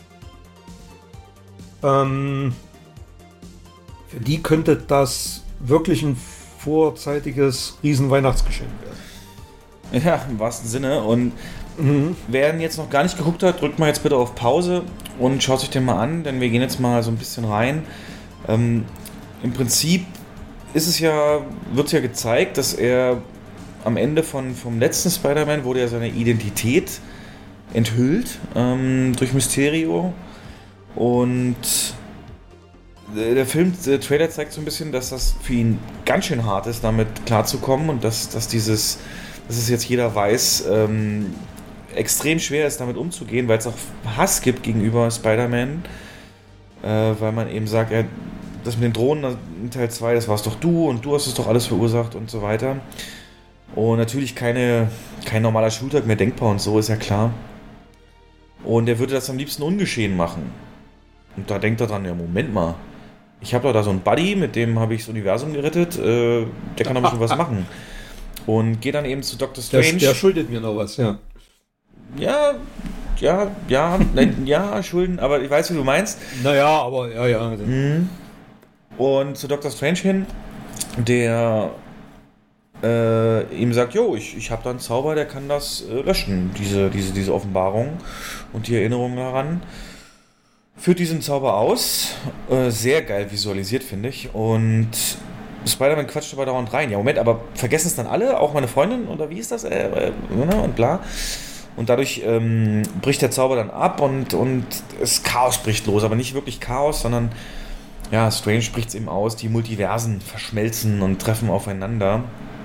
ähm, für die könnte das wirklich ein vorzeitiges Riesenweihnachtsgeschenk werden. Ja, im wahrsten Sinne. Und wer ihn jetzt noch gar nicht geguckt hat, drückt mal jetzt bitte auf Pause und schaut sich den mal an, denn wir gehen jetzt mal so ein bisschen rein. Ähm, Im Prinzip ist es ja, wird ja gezeigt, dass er am Ende von, vom letzten Spider-Man wurde ja seine Identität enthüllt ähm, durch Mysterio. Und der der Film, der Trailer zeigt so ein bisschen, dass das für ihn ganz schön hart ist, damit klarzukommen und dass, dass dieses, dass es jetzt jeder weiß, ähm, extrem schwer ist, damit umzugehen, weil es auch Hass gibt gegenüber Spider-Man, äh, weil man eben sagt, ja, das mit den Drohnen in Teil zwei, das warst doch du und du hast es doch alles verursacht und so weiter. Und natürlich keine, kein normaler Schultag mehr denkbar und so, ist ja klar. Und er würde das am liebsten ungeschehen machen. Und da denkt er dran, ja, Moment mal, ich habe doch da so einen Buddy, mit dem habe ich das Universum gerettet, äh, der kann doch bestimmt was machen. Und geht dann eben zu Doctor Der, Strange. der schuldet mir noch was, ja. Ja, ja, ja, nein, ja, Schulden, aber ich weiß, wie du meinst. Naja, aber ja, ja. Mhm. Und zu Doctor Strange hin, der äh, ihm sagt, jo, ich, ich habe da einen Zauber, der kann das äh, löschen, diese, diese, diese Offenbarung und die Erinnerung daran. Führt diesen Zauber aus, äh, sehr geil visualisiert, finde ich, und Spider-Man quatscht aber dauernd rein. Ja, Moment, aber vergessen es dann alle, auch meine Freundin, oder wie ist das? Äh, äh, und bla. Und dadurch ähm, bricht der Zauber dann ab und, und das Chaos bricht los, aber nicht wirklich Chaos, sondern ja, Strange spricht es eben aus, die Multiversen verschmelzen und treffen aufeinander.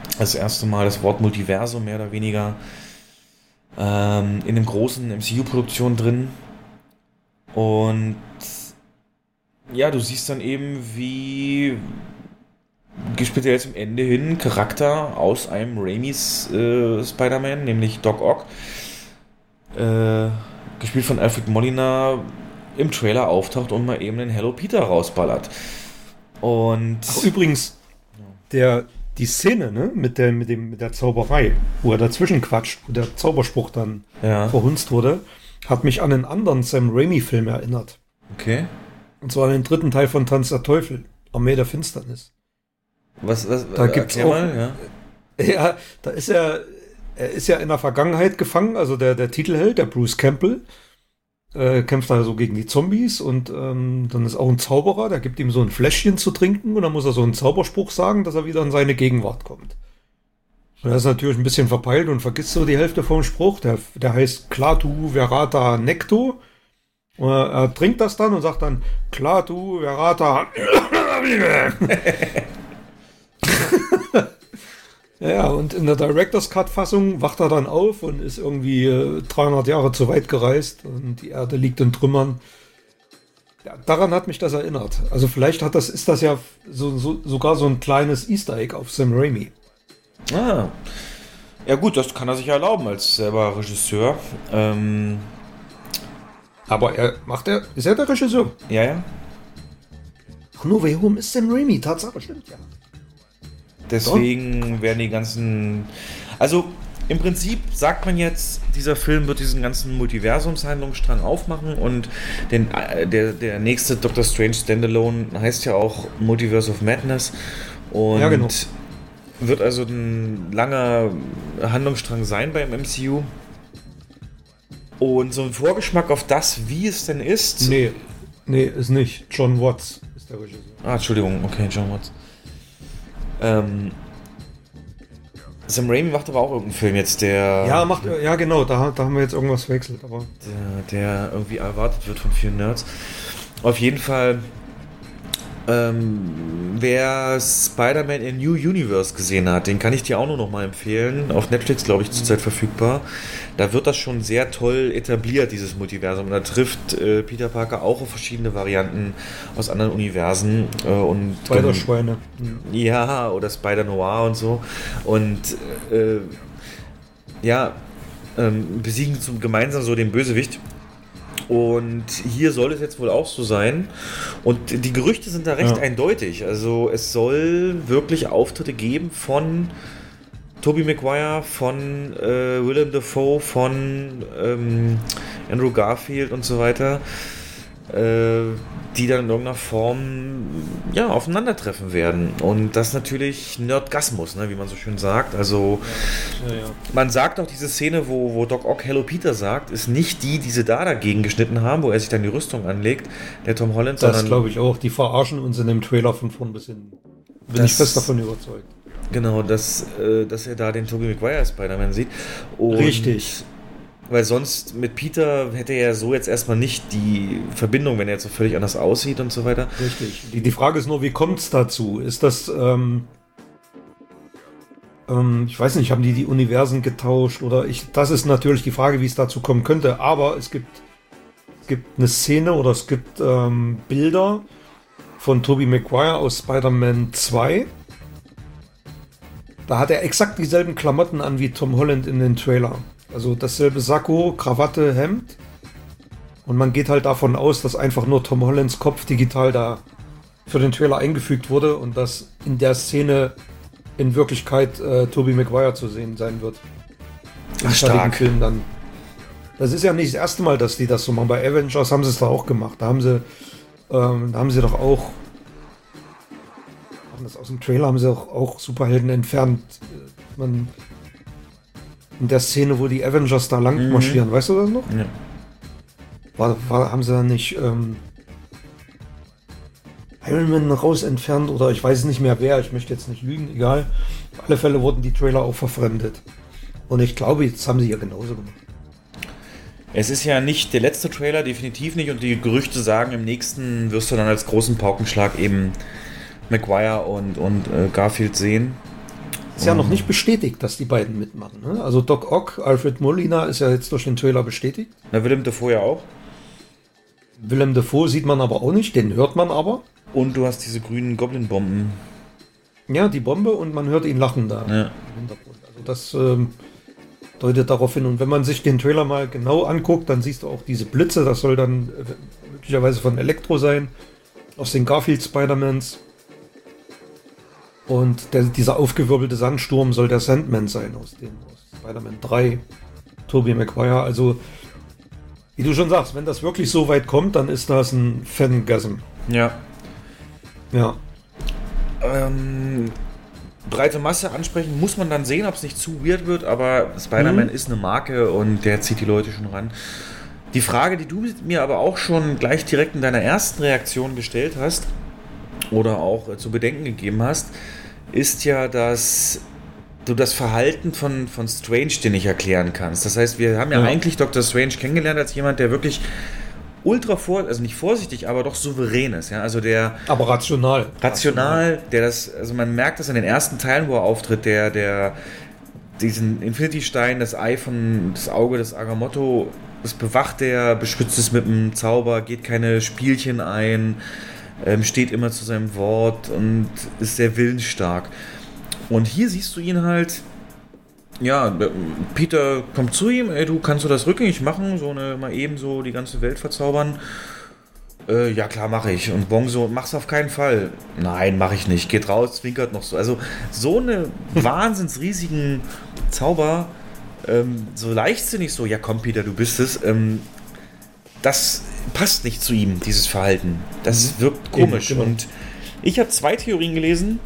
Das erste Mal das Wort Multiversum mehr oder weniger ähm, in einem großen M C U-Produktion drin. Und ja, du siehst dann eben, wie speziell zum Ende hin ein Charakter aus einem Raimis äh, Spider-Man, nämlich Doc Ock, äh, gespielt von Alfred Molina, im Trailer auftaucht und mal eben einen Hello Peter rausballert. Und Ach, übrigens, der, die Szene, ne, mit der, mit dem, mit der Zauberei, wo er dazwischen quatscht, wo der Zauberspruch dann ja. verhunzt wurde, hat mich an einen anderen Sam Raimi-Film erinnert. Okay. Und zwar an den dritten Teil von Tanz der Teufel, Armee der Finsternis. Was, was, da gibt's auch, mal, ja. ja, da ist er, er ist ja in der Vergangenheit gefangen, also der, der Titelheld, der Bruce Campbell, äh, kämpft da so gegen die Zombies und ähm, dann ist auch ein Zauberer, der gibt ihm so ein Fläschchen zu trinken und dann muss er so einen Zauberspruch sagen, dass er wieder in seine Gegenwart kommt. Und er ist natürlich ein bisschen verpeilt und vergisst so die Hälfte vom Spruch, der, der heißt Clatu Verata Necto. Und er, er trinkt das dann und sagt dann Clatu Verata Ja, und in der Director's Cut-Fassung wacht er dann auf und ist irgendwie äh, dreihundert Jahre zu weit gereist und die Erde liegt in Trümmern. Ja, daran hat mich das erinnert. Also vielleicht hat das, ist das ja so, so, sogar so ein kleines Easter Egg auf Sam Raimi. Ah. Ja gut, das kann er sich erlauben als selber Regisseur. Ähm, Aber er macht er, ist er der Regisseur? ja, ja. Ach, No Way Home ist Sam Raimi, Tatsache, stimmt ja. Deswegen werden die ganzen... Also im Prinzip sagt man jetzt, dieser Film wird diesen ganzen Multiversumshandlungsstrang aufmachen und den, der, der nächste Doctor Strange Standalone heißt ja auch Multiverse of Madness und ja, genau. wird also ein langer Handlungsstrang sein beim M C U. Und so ein Vorgeschmack auf das, wie es denn ist... Nee, nee, ist nicht. John Watts ist der Regisseur. Ah, Entschuldigung, okay, John Watts. Ähm, Sam Raimi macht aber auch irgendeinen Film jetzt, der... Ja, macht, ja genau, da, da haben wir jetzt irgendwas verwechselt, aber... Der, der irgendwie erwartet wird von vielen Nerds. Auf jeden Fall, ähm, wer Spider-Man in New Universe gesehen hat, den kann ich dir auch nur noch mal empfehlen. Auf Netflix, glaube ich, zurzeit verfügbar. Da wird das schon sehr toll etabliert, dieses Multiversum. Und da trifft äh, Peter Parker auch auf verschiedene Varianten aus anderen Universen. Äh, und Spider-Schweine. Ja, oder Spider-Noir und so. Und äh, ja, ähm, besiegen zum gemeinsam so den Bösewicht. Und hier soll es jetzt wohl auch so sein. Und die Gerüchte sind da recht ja. eindeutig. Also es soll wirklich Auftritte geben von Tobey Maguire, von äh, Willem Dafoe, von ähm, Andrew Garfield und so weiter, äh, die dann in irgendeiner Form ja, aufeinandertreffen werden. Und das natürlich Nerdgasmus, ne, wie man so schön sagt. Also ja, ja. man sagt auch, diese Szene, wo, wo Doc Ock Hello Peter sagt, ist nicht die, die sie da dagegen geschnitten haben, wo er sich dann die Rüstung anlegt, der Tom Holland. Das glaube ich auch. Die verarschen uns in dem Trailer von vorn bis hin. Bin das, ich fest davon überzeugt. Genau, dass, äh, dass er da den Tobey Maguire Spider-Man sieht. Und richtig. Weil sonst mit Peter hätte er ja so jetzt erstmal nicht die Verbindung, wenn er jetzt so völlig anders aussieht und so weiter. Richtig. Die, die Frage ist nur, wie kommt es dazu? Ist das, ähm, ähm, ich weiß nicht, haben die die Universen getauscht oder ich, das ist natürlich die Frage, wie es dazu kommen könnte, aber es gibt, es gibt eine Szene oder es gibt ähm, Bilder von Tobey Maguire aus Spider-Man zwei. Da hat er exakt dieselben Klamotten an wie Tom Holland in den Trailer. Also dasselbe Sakko, Krawatte, Hemd. Und man geht halt davon aus, dass einfach nur Tom Hollands Kopf digital da für den Trailer eingefügt wurde und dass in der Szene in Wirklichkeit äh, Tobey Maguire zu sehen sein wird. Im stark. Film dann. Das ist ja nicht das erste Mal, dass die das so machen. Bei Avengers haben sie es da auch gemacht. Da haben sie, ähm, da haben sie doch auch das aus dem Trailer haben sie auch, auch Superhelden entfernt. Man, in der Szene, wo die Avengers da lang mhm. marschieren, weißt du das noch? Ja. War, war, haben sie da nicht ähm, Iron Man raus entfernt oder ich weiß nicht mehr wer, ich möchte jetzt nicht lügen, egal. Auf alle Fälle wurden die Trailer auch verfremdet. Und ich glaube, jetzt haben sie ja genauso gemacht. Es ist ja nicht der letzte Trailer, definitiv nicht. Und die Gerüchte sagen, im nächsten wirst du dann als großen Paukenschlag eben Maguire und, und äh, Garfield sehen. Ist ja noch nicht bestätigt, dass die beiden mitmachen. Ne? Also Doc Ock, Alfred Molina ist ja jetzt durch den Trailer bestätigt. Na, Willem Dafoe ja auch. Willem Dafoe sieht man aber auch nicht, den hört man aber. Und du hast diese grünen Goblin-Bomben. Ja, die Bombe und man hört ihn lachen da Ja. im Hintergrund. Also das ähm, deutet darauf hin. Und wenn man sich den Trailer mal genau anguckt, dann siehst du auch diese Blitze. Das soll dann äh, möglicherweise von Elektro sein, aus den Garfield Spider-Mans. Und der, dieser aufgewirbelte Sandsturm soll der Sandman sein aus dem aus Spider-Man drei. Tobey Maguire. Also, wie du schon sagst, wenn das wirklich so weit kommt, dann ist das ein Fangasm. Ja. Ja. Ähm, breite Masse ansprechen, muss man dann sehen, ob es nicht zu weird wird, aber Spider-Man Mhm. ist eine Marke und der zieht die Leute schon ran. Die Frage, die du mir aber auch schon gleich direkt in deiner ersten Reaktion gestellt hast oder auch äh, zu bedenken gegeben hast, ist ja, dass du das Verhalten von, von Strange dir nicht erklären kannst. Das heißt, wir haben ja, Ja. eigentlich Doktor Strange kennengelernt als jemand, der wirklich ultra vor, also nicht vorsichtig, aber doch souverän ist. Ja? Also der Aber rational. rational, der das, also man merkt das in den ersten Teilen, wo er auftritt, der, der diesen Infinity-Stein, das Ei von, das Auge des Agamotto, das bewacht der, beschützt es mit einem Zauber, geht keine Spielchen ein, ähm, steht immer zu seinem Wort und ist sehr willensstark. Und hier siehst du ihn halt, ja, Peter kommt zu ihm, ey, du kannst du das rückgängig machen, so eine, mal eben so die ganze Welt verzaubern. Äh, ja klar, mache ich. Und Wong so, mach's auf keinen Fall. Nein, mache ich nicht. Geht raus, zwinkert noch so. Also so eine wahnsinns riesigen Zauber, ähm, so leichtsinnig so, ja komm Peter, du bist es. Ähm, das passt nicht zu ihm, dieses Verhalten. Das wirkt komisch. Eben, genau. Und ich habe zwei Theorien gelesen.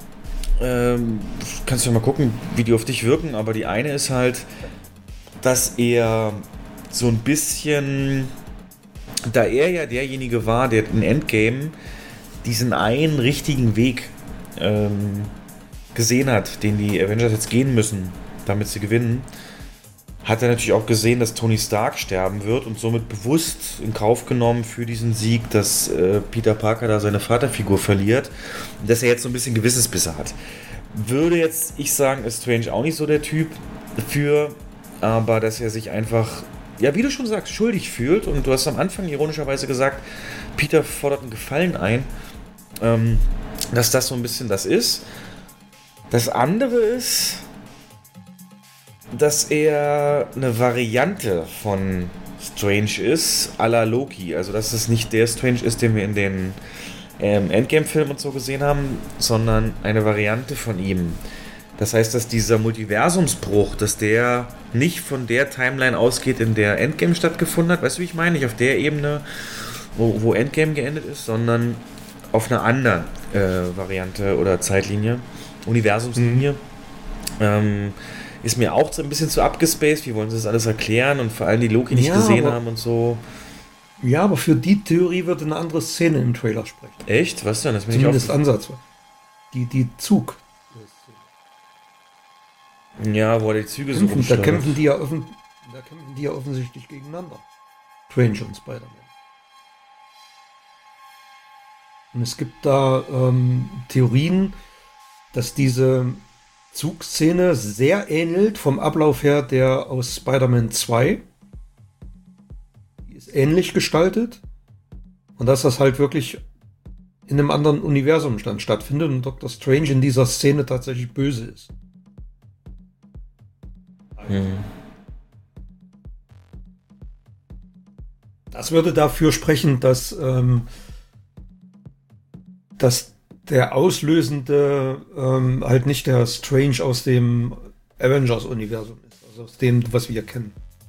Ähm, kannst du mal gucken, wie die auf dich wirken, aber die eine ist halt, dass er so ein bisschen, da er ja derjenige war, der in Endgame diesen einen richtigen Weg ähm, gesehen hat, den die Avengers jetzt gehen müssen, damit sie gewinnen, hat er natürlich auch gesehen, dass Tony Stark sterben wird und somit bewusst in Kauf genommen für diesen Sieg, dass äh, Peter Parker da seine Vaterfigur verliert und dass er jetzt so ein bisschen Gewissensbisse hat. Würde jetzt ich sagen, ist Strange auch nicht so der Typ für, aber dass er sich einfach, ja, wie du schon sagst, schuldig fühlt. Und du hast am Anfang ironischerweise gesagt, Peter fordert einen Gefallen ein, ähm, dass das so ein bisschen das ist. Das andere ist, dass er eine Variante von Strange ist, à la Loki. Also, dass es nicht der Strange ist, den wir in den ähm, Endgame-Filmen und so gesehen haben, sondern eine Variante von ihm. Das heißt, dass dieser Multiversumsbruch, dass der nicht von der Timeline ausgeht, in der Endgame stattgefunden hat, weißt du, wie ich meine? Nicht auf der Ebene, wo, wo Endgame geendet ist, sondern auf einer anderen äh, Variante oder Zeitlinie, Universumslinie. Mhm. Ähm, ist mir auch so ein bisschen zu abgespaced. Wie wollen sie das alles erklären? Und vor allem die Loki nicht Ja, gesehen aber- haben und so. Ja, aber für die Theorie wird eine andere Szene im Trailer sprechen. Echt? Was denn? Das bin ich Zumindest auch. ansatzweise. Die, die Zug. Ja, wo er die Züge so Kämpfen, da, rumschleudert. kämpfen die ja offen, da kämpfen die ja offensichtlich gegeneinander. Strange und Spider-Man. Und es gibt da ähm, Theorien, dass diese Zugszene sehr ähnelt vom Ablauf her der aus Spider-Man zwei. Die ist ähnlich gestaltet. Und dass das halt wirklich in einem anderen Universum dann stattfindet und Doktor Strange in dieser Szene tatsächlich böse ist. Hm. Das würde dafür sprechen, dass, ähm, dass der auslösende ähm, halt nicht der Strange aus dem Avengers-Universum ist, also aus dem, was wir kennen.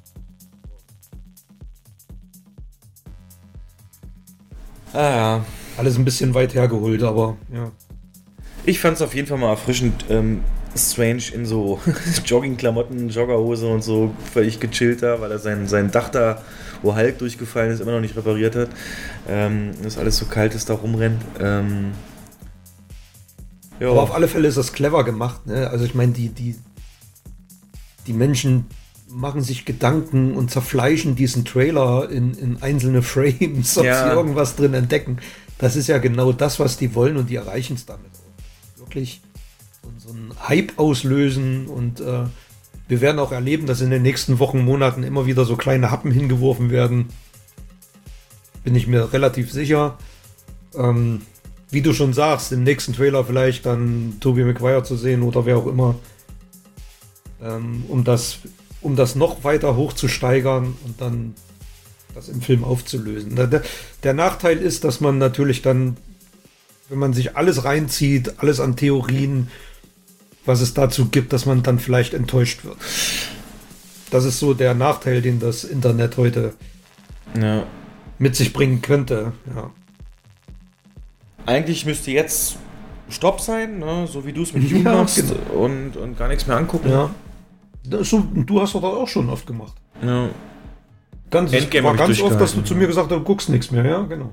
Ah ja. Alles ein bisschen weit hergeholt, aber ja. Ich fand es auf jeden Fall mal erfrischend, ähm, Strange in so Joggingklamotten, Joggerhose und so völlig gechillt da, weil er sein, sein Dach da, wo Hulk durchgefallen ist, immer noch nicht repariert hat. Ähm, dass alles so kalt ist, da rumrennt. Ähm, ja. Aber auf alle Fälle ist das clever gemacht, ne? Also ich meine, die, die, die Menschen machen sich Gedanken und zerfleischen diesen Trailer in, in einzelne Frames, ob Ja. sie irgendwas drin entdecken. Das ist ja genau das, was die wollen und die erreichen es damit auch. Wirklich so, so einen Hype auslösen und äh, wir werden auch erleben, dass in den nächsten Wochen, Monaten immer wieder so kleine Happen hingeworfen werden. Bin ich mir relativ sicher. Ähm, wie du schon sagst, im nächsten Trailer vielleicht dann Tobey Maguire zu sehen oder wer auch immer. Ähm, um das, um das noch weiter hochzusteigern und dann das im Film aufzulösen. Der, der Nachteil ist, dass man natürlich dann, wenn man sich alles reinzieht, alles an Theorien, was es dazu gibt, dass man dann vielleicht enttäuscht wird. Das ist so der Nachteil, den das Internet heute Ja. mit sich bringen könnte. Ja. Eigentlich müsste jetzt Stopp sein, ne? So wie du es mit Dune Ja, machst genau. und, und gar nichts mehr angucken. Ja. Das ist so, du hast doch das auch schon oft gemacht. Ja. Ganz, es Endgame war hab ich ganz oft, dass du durchgehalten. zu mir gesagt hast, du guckst nichts mehr. Ja, genau.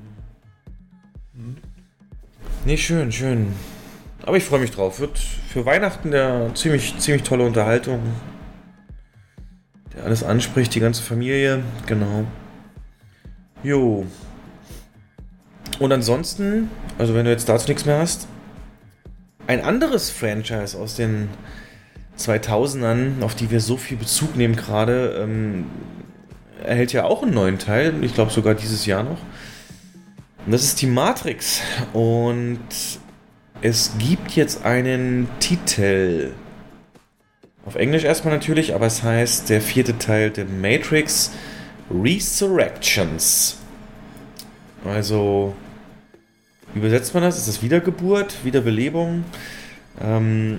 Nee, schön, schön. Aber ich freue mich drauf. Wird für Weihnachten der ziemlich, ziemlich tolle Unterhaltung. Der alles anspricht, die ganze Familie. Genau. Jo. Und ansonsten, also wenn du jetzt dazu nichts mehr hast, ein anderes Franchise aus den zweitausendern, auf die wir so viel Bezug nehmen gerade, ähm, erhält ja auch einen neuen Teil. Ich glaube sogar dieses Jahr noch. Und das ist die Matrix. Und es gibt jetzt einen Titel. Auf Englisch erstmal natürlich, aber es heißt der vierte Teil der Matrix Resurrections. Also, wie übersetzt man das? Ist das Wiedergeburt, Wiederbelebung? Ähm,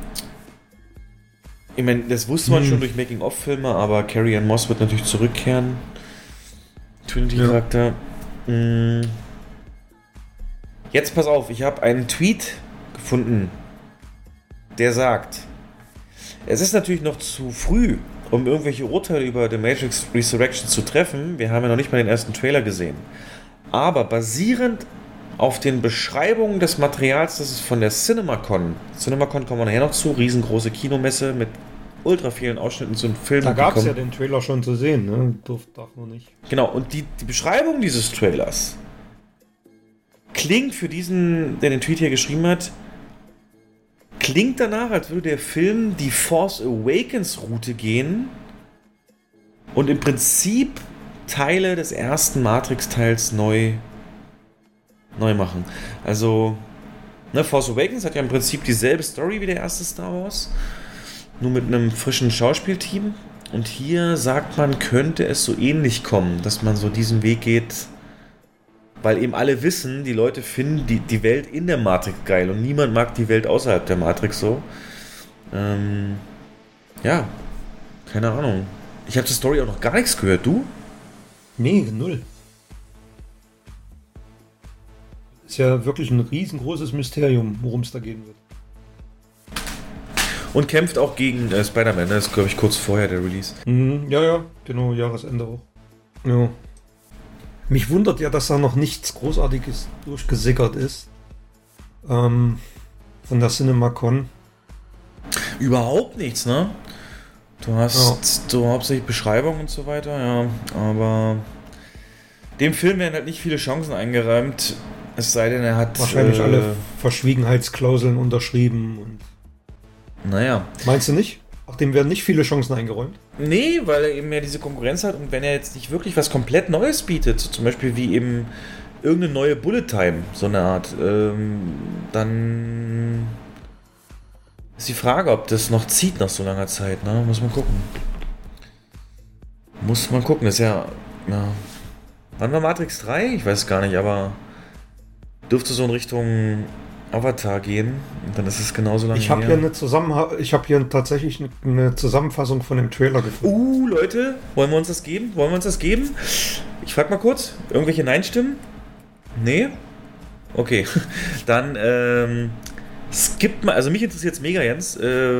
ich meine, das wusste man Hm. schon durch Making-of-Filme, aber Carrie-Anne Moss wird natürlich zurückkehren. Trinity-Charakter. Mm. Jetzt pass auf, ich habe einen Tweet gefunden, der sagt, es ist natürlich noch zu früh, um irgendwelche Urteile über The Matrix Resurrection zu treffen. Wir haben ja noch nicht mal den ersten Trailer gesehen. Aber basierend auf den Beschreibungen des Materials, das ist von der CinemaCon. CinemaCon kommen wir nachher noch zu, riesengroße Kinomesse mit ultra vielen Ausschnitten zu den Filmen. Da gab es die ja kommen. den Trailer schon zu sehen, ne? Durf, darf man nicht. Genau, und die, die Beschreibung dieses Trailers klingt für diesen, der den Tweet hier geschrieben hat, klingt danach, als würde der Film die Force Awakens Route gehen und im Prinzip Teile des ersten Matrix-Teils neu, neu machen. Also, ne, Force Awakens hat ja im Prinzip dieselbe Story wie der erste Star Wars, nur mit einem frischen Schauspielteam. Und hier sagt man, könnte es so ähnlich kommen, dass man so diesen Weg geht, weil eben alle wissen, die Leute finden die, die Welt in der Matrix geil und niemand mag die Welt außerhalb der Matrix so. Ähm, ja, keine Ahnung. Ich habe zur Story auch noch gar nichts gehört. Du? Nee, null. Ist ja wirklich ein riesengroßes Mysterium, worum es da gehen wird. Und kämpft auch gegen äh, Spider-Man. Das ist, glaube ich, kurz vorher der Release. Mhm, ja, ja, genau, Jahresende auch. Ja. Mich wundert ja, dass da noch nichts Großartiges durchgesickert ist. Ähm, von der CinemaCon. Überhaupt nichts, ne? Du hast so hauptsächlich Beschreibung und so weiter, ja. Aber dem Film werden halt nicht viele Chancen eingeräumt. Es sei denn, er hat... Wahrscheinlich äh, alle Verschwiegenheitsklauseln unterschrieben. Und Naja. meinst du nicht? Ach, dem werden nicht viele Chancen eingeräumt. Nee, weil er eben ja diese Konkurrenz hat und wenn er jetzt nicht wirklich was komplett Neues bietet, so zum Beispiel wie eben irgendeine neue Bullet Time, so eine Art, ähm, dann ist die Frage, ob das noch zieht nach so langer Zeit, ne? Muss man gucken. Muss man gucken, das ist ja, ja. Wann war Matrix drei? Ich weiß gar nicht, aber dürfte so in Richtung Avatar gehen und dann ist es genauso lange Ich habe her. hier eine Zusammenha- ich habe hier tatsächlich eine, eine Zusammenfassung von dem Trailer gefunden. Uh, Leute, wollen wir uns das geben? Wollen wir uns das geben? Ich frag mal kurz. Irgendwelche Nein-Stimmen? Nee? Okay. Dann, ähm, skippt mal. Also mich interessiert es mega, Jens. Äh,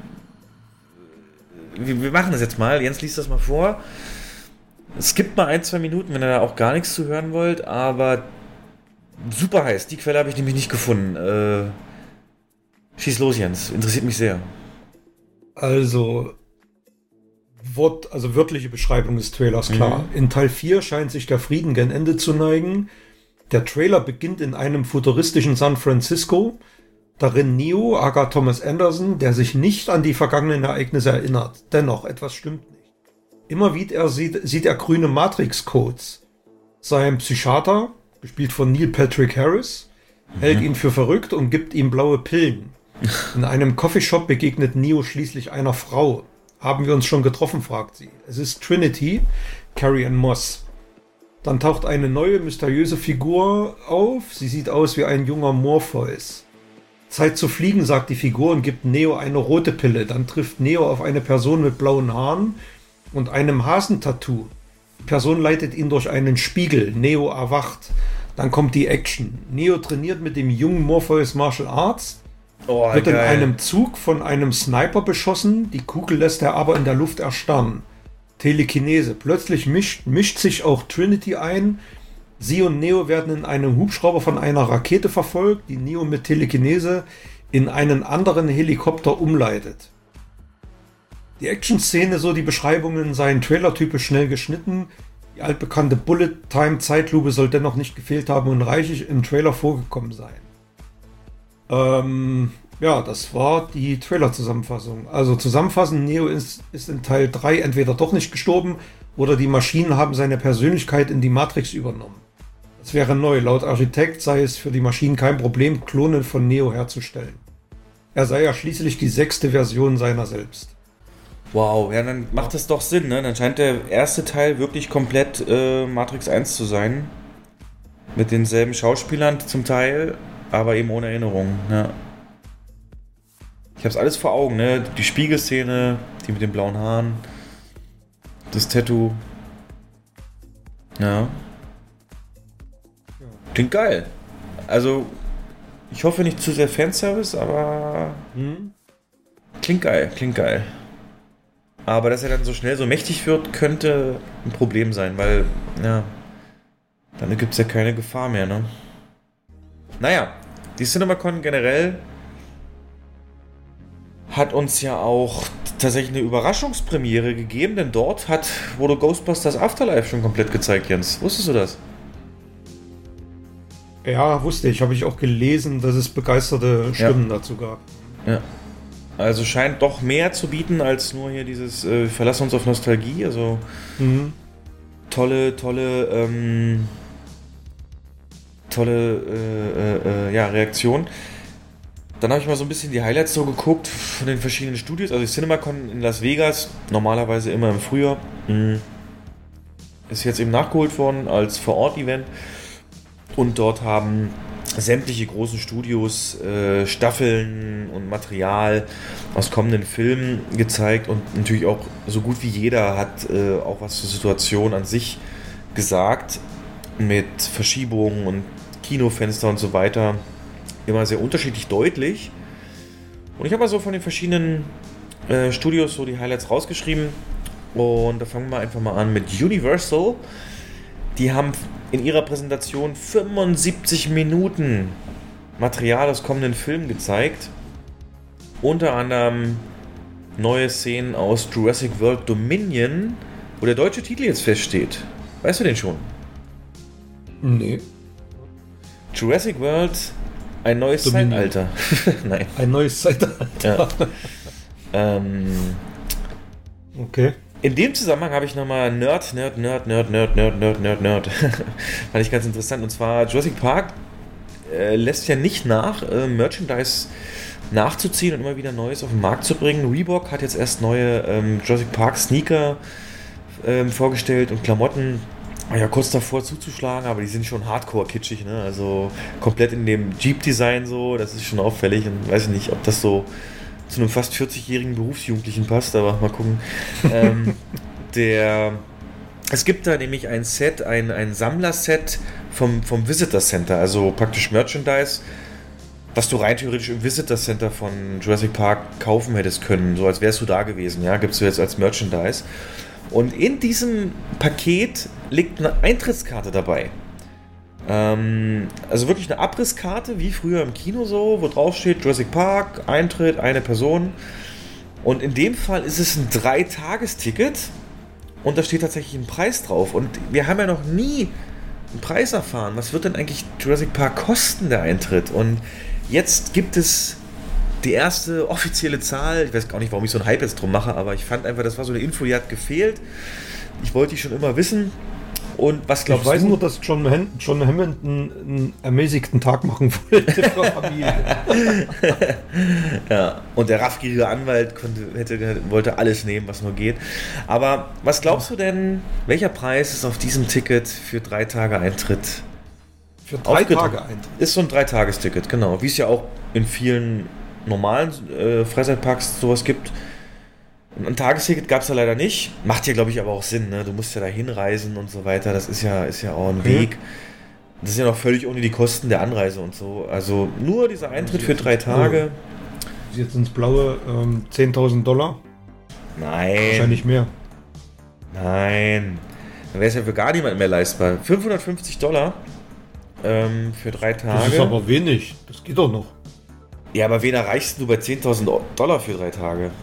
wir, wir machen das jetzt mal. Jens liest das mal vor. Skippt mal ein, zwei Minuten, wenn ihr da auch gar nichts zu hören wollt. Aber super heiß. Die Quelle habe ich nämlich nicht gefunden. Äh, schieß los, Jens. Interessiert mich sehr. Also, Wort, also wörtliche Beschreibung des Trailers, klar. Mhm. In Teil vier scheint sich der Frieden gen Ende zu neigen. Der Trailer beginnt in einem futuristischen San Francisco. Darin Neo, aka Thomas Anderson, der sich nicht an die vergangenen Ereignisse erinnert. Dennoch, etwas stimmt nicht. Immer wieder er sieht, sieht er grüne Matrix-Codes. Sein Psychiater, gespielt von Neil Patrick Harris, mhm. hält ihn für verrückt und gibt ihm blaue Pillen. In einem Coffeeshop begegnet Neo schließlich einer Frau. Haben wir uns schon getroffen, fragt sie. Es ist Trinity, Carrie Ann Moss. Dann taucht eine neue, mysteriöse Figur auf. Sie sieht aus wie ein junger Morpheus. Zeit zu fliegen, sagt die Figur und gibt Neo eine rote Pille. Dann trifft Neo auf eine Person mit blauen Haaren und einem Hasentattoo. Die Person leitet ihn durch einen Spiegel. Neo erwacht. Dann kommt die Action. Neo trainiert mit dem jungen Morpheus Martial Arts. Oh, wird geil. In einem Zug von einem Sniper beschossen. Die Kugel lässt er aber in der Luft erstarren. Telekinese. Plötzlich mischt, mischt sich auch Trinity ein. Sie und Neo werden in einem Hubschrauber von einer Rakete verfolgt, die Neo mit Telekinese in einen anderen Helikopter umleitet. Die Action-Szene, so die Beschreibungen, seien trailertypisch schnell geschnitten. Die altbekannte Bullet-Time-Zeitlupe soll dennoch nicht gefehlt haben und reichlich im Trailer vorgekommen sein. Ähm, ja, das war die Trailer-Zusammenfassung. Also zusammenfassend, Neo ist, ist in Teil drei entweder doch nicht gestorben oder die Maschinen haben seine Persönlichkeit in die Matrix übernommen. Das wäre neu. Laut Architekt sei es für die Maschinen kein Problem, Klone von Neo herzustellen. Er sei ja schließlich die sechste Version seiner selbst. Wow, ja, dann macht das doch Sinn, ne? Dann scheint der erste Teil wirklich komplett äh, Matrix eins zu sein. Mit denselben Schauspielern zum Teil, aber eben ohne Erinnerung, ja. Ich hab's alles vor Augen, ne? Die Spiegelszene, die mit den blauen Haaren, das Tattoo. Ja. Klingt geil. Also, ich hoffe nicht zu sehr Fanservice, aber hm? klingt geil, klingt geil. Aber dass er dann so schnell so mächtig wird, könnte ein Problem sein, weil, ja, dann gibt es ja keine Gefahr mehr, ne? Naja, die CinemaCon generell hat uns ja auch tatsächlich eine Überraschungspremiere gegeben, denn dort hat, wurde Ghostbusters Afterlife schon komplett gezeigt, Jens. Wusstest du das? Ja, wusste ich. Habe ich auch gelesen, dass es begeisterte Stimmen ja. dazu gab. Ja. Also scheint doch mehr zu bieten als nur hier dieses äh, Verlass uns auf Nostalgie. Also mhm. tolle, tolle, ähm, tolle äh, äh, ja, Reaktion. Dann habe ich mal so ein bisschen die Highlights so geguckt von den verschiedenen Studios. Also die CinemaCon in Las Vegas, normalerweise immer im Frühjahr, mh, ist jetzt eben nachgeholt worden als Vor-Ort-Event. Und dort haben sämtliche großen Studios äh, Staffeln und Material aus kommenden Filmen gezeigt und natürlich auch so gut wie jeder hat äh, auch was zur Situation an sich gesagt, mit Verschiebungen und Kinofenster und so weiter, immer sehr unterschiedlich deutlich. Und ich habe mal so von den verschiedenen äh, Studios so die Highlights rausgeschrieben und da fangen wir einfach mal an mit Universal. Die haben in ihrer Präsentation fünfundsiebzig Minuten Material aus kommenden Filmen gezeigt. Unter anderem neue Szenen aus Jurassic World Dominion, wo der deutsche Titel jetzt feststeht. Weißt du den schon? Nee. Jurassic World, ein neues Dominion. Zeitalter. Nein. Ein neues Zeitalter. Ja. ähm, okay. In dem Zusammenhang habe ich nochmal Nerd, Nerd, Nerd, Nerd, Nerd, Nerd, Nerd, Nerd, Nerd. Fand ich ganz interessant. Und zwar Jurassic Park äh, lässt ja nicht nach, äh, Merchandise nachzuziehen und immer wieder Neues auf den Markt zu bringen. Reebok hat jetzt erst neue ähm, Jurassic Park Sneaker ähm, vorgestellt und Klamotten. Ja, kurz davor zuzuschlagen, aber die sind schon hardcore kitschig, ne? Also komplett in dem Jeep-Design so, das ist schon auffällig und weiß ich nicht, ob das so zu einem fast vierzigjährigen Berufsjugendlichen passt, aber mal gucken. ähm, der, es gibt da nämlich ein Set, ein, ein Sammlerset vom, vom Visitor Center, also praktisch Merchandise, was du rein theoretisch im Visitor Center von Jurassic Park kaufen hättest können, so als wärst du da gewesen, ja, gibst du jetzt als Merchandise. Und in diesem Paket liegt eine Eintrittskarte dabei. Ähm, also wirklich eine Abrisskarte, wie früher im Kino so, wo drauf steht Jurassic Park, Eintritt, eine Person. Und in dem Fall ist es ein Drei-Tages-Ticket und da steht tatsächlich ein Preis drauf. Und wir haben ja noch nie einen Preis erfahren. Was wird denn eigentlich Jurassic Park kosten, der Eintritt? Und jetzt gibt es die erste offizielle Zahl. Ich weiß gar nicht, warum ich so einen Hype jetzt drum mache, aber ich fand einfach, das war so eine Info, die hat gefehlt. Ich wollte die schon immer wissen. Und was glaubst du? Ich weiß du? nur, dass John, Han- John Hammond einen, einen ermäßigten Tag machen wollte für Familie. Ja, und der raffgierige Anwalt konnte, hätte, wollte alles nehmen, was nur geht. Aber was glaubst du denn, welcher Preis ist auf diesem Ticket für drei Tage Eintritt? Für drei Tage Eintritt? Ist so ein Dreitagesticket, genau. Wie es ja auch in vielen normalen äh, Freizeitparks sowas gibt. Ein Tagesticket gab es ja leider nicht. Macht ja, glaube ich, aber auch Sinn. Ne? Du musst ja da hinreisen und so weiter. Das ist ja, ist ja auch ein mhm. Weg. Das ist ja noch völlig ohne die Kosten der Anreise und so. Also nur dieser Eintritt für drei Tage. Ist jetzt ins Blaue ähm, zehntausend Dollar? Nein. Wahrscheinlich mehr. Nein. Dann wäre es ja für gar niemand mehr leistbar. fünfhundertfünfzig Dollar ähm, für drei Tage. Das ist aber wenig. Das geht doch noch. Ja, aber wen erreichst du bei zehntausend Dollar für drei Tage?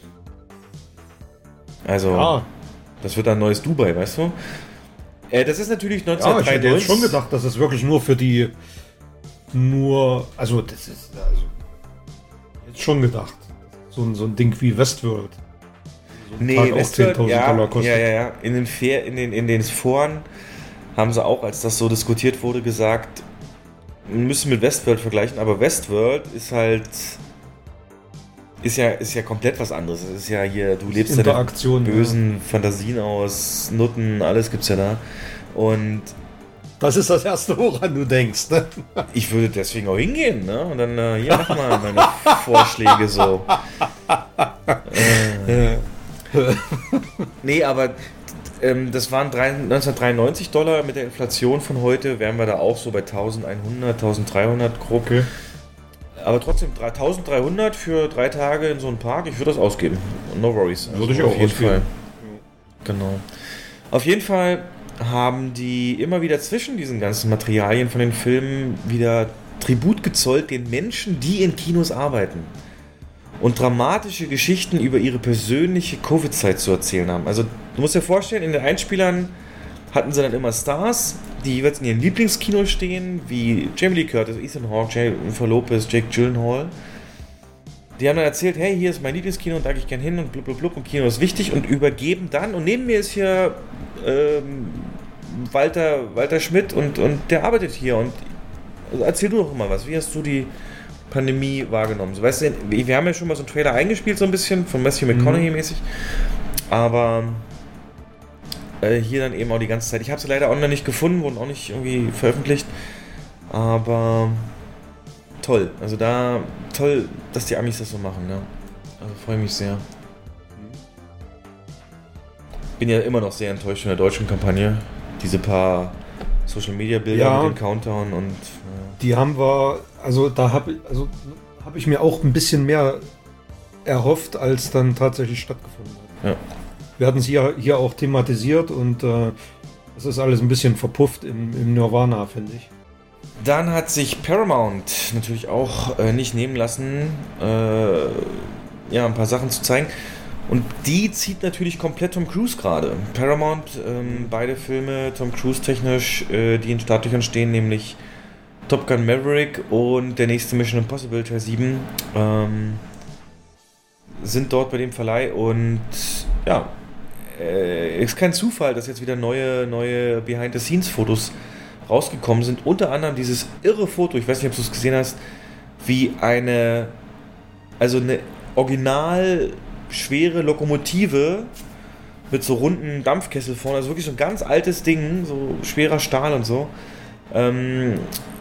Also, ja. Das wird ein neues Dubai, weißt du? Äh, das ist natürlich neunzehnhundertdreiundneunzig. Ja, ich hätte jetzt schon gedacht, dass es wirklich nur für die... Nur... Also, das ist... Also, jetzt schon gedacht. So ein, so ein Ding wie Westworld. So ein nee, Tag auch zehntausend ja, Dollar kostet. Ja, ja, ja. In den, Fair, in, den, in den Foren haben sie auch, als das so diskutiert wurde, gesagt, wir müssen mit Westworld vergleichen, aber Westworld ist halt... Ist ja, ist ja komplett was anderes. Es ist ja hier, du lebst ja in bösen ja. Fantasien aus, Nutten, alles gibt's ja da. Und das ist das Erste, woran du denkst, ne? Ich würde deswegen auch hingehen, ne? Und dann, äh, hier, mach mal meine Vorschläge so. äh. Nee, aber ähm, das waren neunzehnhundertdreiundneunzig Dollar. Mit der Inflation von heute wären wir da auch so bei elfhundert, dreizehnhundert grob. Okay. Aber trotzdem, dreizehnhundert für drei Tage in so einem Park, ich würde das ausgeben. No worries. Also würde ich auch auf jeden ausgeben. Fall. Genau. Auf jeden Fall haben die immer wieder zwischen diesen ganzen Materialien von den Filmen wieder Tribut gezollt den Menschen, die in Kinos arbeiten. Und dramatische Geschichten über ihre persönliche Covid-Zeit zu erzählen haben. Also, du musst dir vorstellen, in den Einspielern hatten sie dann immer Stars, die jeweils in ihren Lieblingskinos stehen, wie Jamie Lee Curtis, Ethan Hawke, Jennifer Lopez, Jake Gyllenhaal. Die haben dann erzählt, hey, hier ist mein Lieblingskino und da gehe ich gern hin und blub, blub, blub, und Kino ist wichtig und übergeben dann, und neben mir ist hier ähm, Walter, Walter Schmidt und, und der arbeitet hier und also erzähl du doch mal was, wie hast du die Pandemie wahrgenommen? So, weißt du, wir haben ja schon mal so einen Trailer eingespielt, so ein bisschen, von Matthew McConaughey mäßig, aber hier dann eben auch die ganze Zeit. Ich habe sie leider online nicht gefunden, wurden auch nicht irgendwie veröffentlicht. Aber toll. Also da toll, dass die Amis das so machen. Ja. Also freue mich sehr. Bin ja immer noch sehr enttäuscht von der deutschen Kampagne. Diese paar Social Media Bilder ja, mit dem Countdown und. Ja. Die haben wir, also da habe also, hab ich mir auch ein bisschen mehr erhofft, als dann tatsächlich stattgefunden hat. Ja. Wir hatten es hier, hier auch thematisiert und äh, das ist alles ein bisschen verpufft im, im Nirvana, finde ich. Dann hat sich Paramount natürlich auch äh, nicht nehmen lassen, äh, ja, ein paar Sachen zu zeigen. Und die zieht natürlich komplett Tom Cruise gerade. Paramount, ähm, beide Filme Tom Cruise technisch, äh, die in Startlöchern stehen, nämlich Top Gun Maverick und der nächste Mission Impossible Teil sieben, ähm, sind dort bei dem Verleih und ja, äh, ist kein Zufall, dass jetzt wieder neue, neue Behind-the-Scenes-Fotos rausgekommen sind. Unter anderem dieses irre Foto, ich weiß nicht, ob du es gesehen hast, wie eine, also eine original schwere Lokomotive mit so runden Dampfkessel vorne, also wirklich so ein ganz altes Ding, so schwerer Stahl und so, ähm,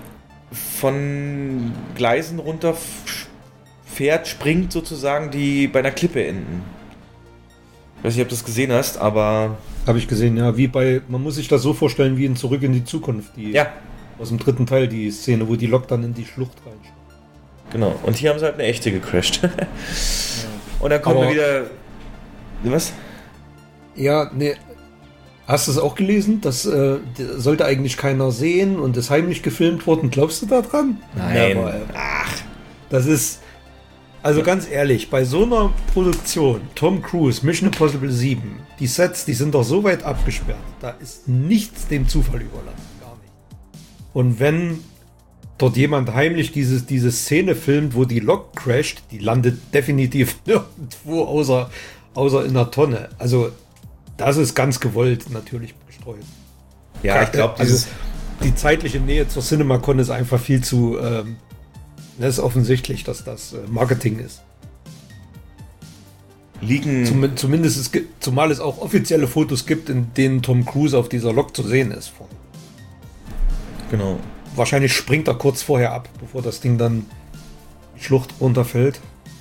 von Gleisen runter fährt, springt sozusagen, die bei einer Klippe enden. Ich weiß nicht, ob du das gesehen hast, aber... Habe ich gesehen, ja. Wie bei, man muss sich das so vorstellen wie in Zurück in die Zukunft. Die, ja. Aus dem dritten Teil, die Szene, wo die Lok dann in die Schlucht reinschaut. Genau, und hier haben sie halt eine echte gecrashed. Ja. Und dann kommen wir wieder... Was? Ja, ne. Hast du es auch gelesen? Das äh, sollte eigentlich keiner sehen und ist heimlich gefilmt worden. Glaubst du da dran? Nein. Ja, ach, das ist... Also ganz ehrlich, bei so einer Produktion, Tom Cruise, Mission Impossible sieben, die Sets, die sind doch so weit abgesperrt, da ist nichts dem Zufall überlassen, gar nicht. Und wenn, dort jemand heimlich dieses, diese Szene filmt, wo die Lok crasht, die landet definitiv nirgendwo außer, außer in der Tonne. Also das ist ganz gewollt natürlich gestreut. Ja, ich glaube, also die zeitliche Nähe zur CinemaCon ist einfach viel zu, ähm, das ist offensichtlich, dass das äh, Marketing ist. Liegen. Zum, zumindest, es gibt, zumal es auch offizielle Fotos gibt, in denen Tom Cruise auf dieser Lok zu sehen ist. Genau. Wahrscheinlich springt er kurz vorher ab, bevor das Ding dann die Schlucht runterfällt.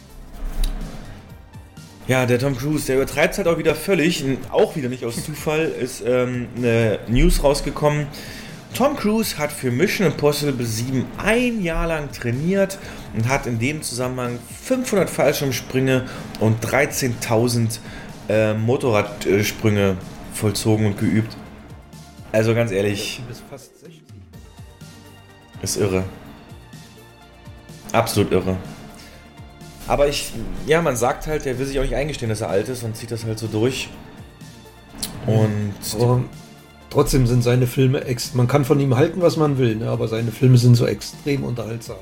Ja, der Tom Cruise, der übertreibt es halt auch wieder völlig. Auch wieder nicht aus Zufall ist ähm, eine News rausgekommen. Tom Cruise hat für Mission Impossible sieben ein Jahr lang trainiert und hat in dem Zusammenhang fünfhundert Fallschirmsprünge und dreizehntausend äh, Motorradsprünge vollzogen und geübt. Also ganz ehrlich, Du bist fast sechzig. ist irre. Absolut irre. Aber ich, ja, man sagt halt, der will sich auch nicht eingestehen, dass er alt ist und zieht das halt so durch. Und Aber trotzdem sind seine Filme, ex man kann von ihm halten, was man will, ne? Aber seine Filme sind so extrem unterhaltsam.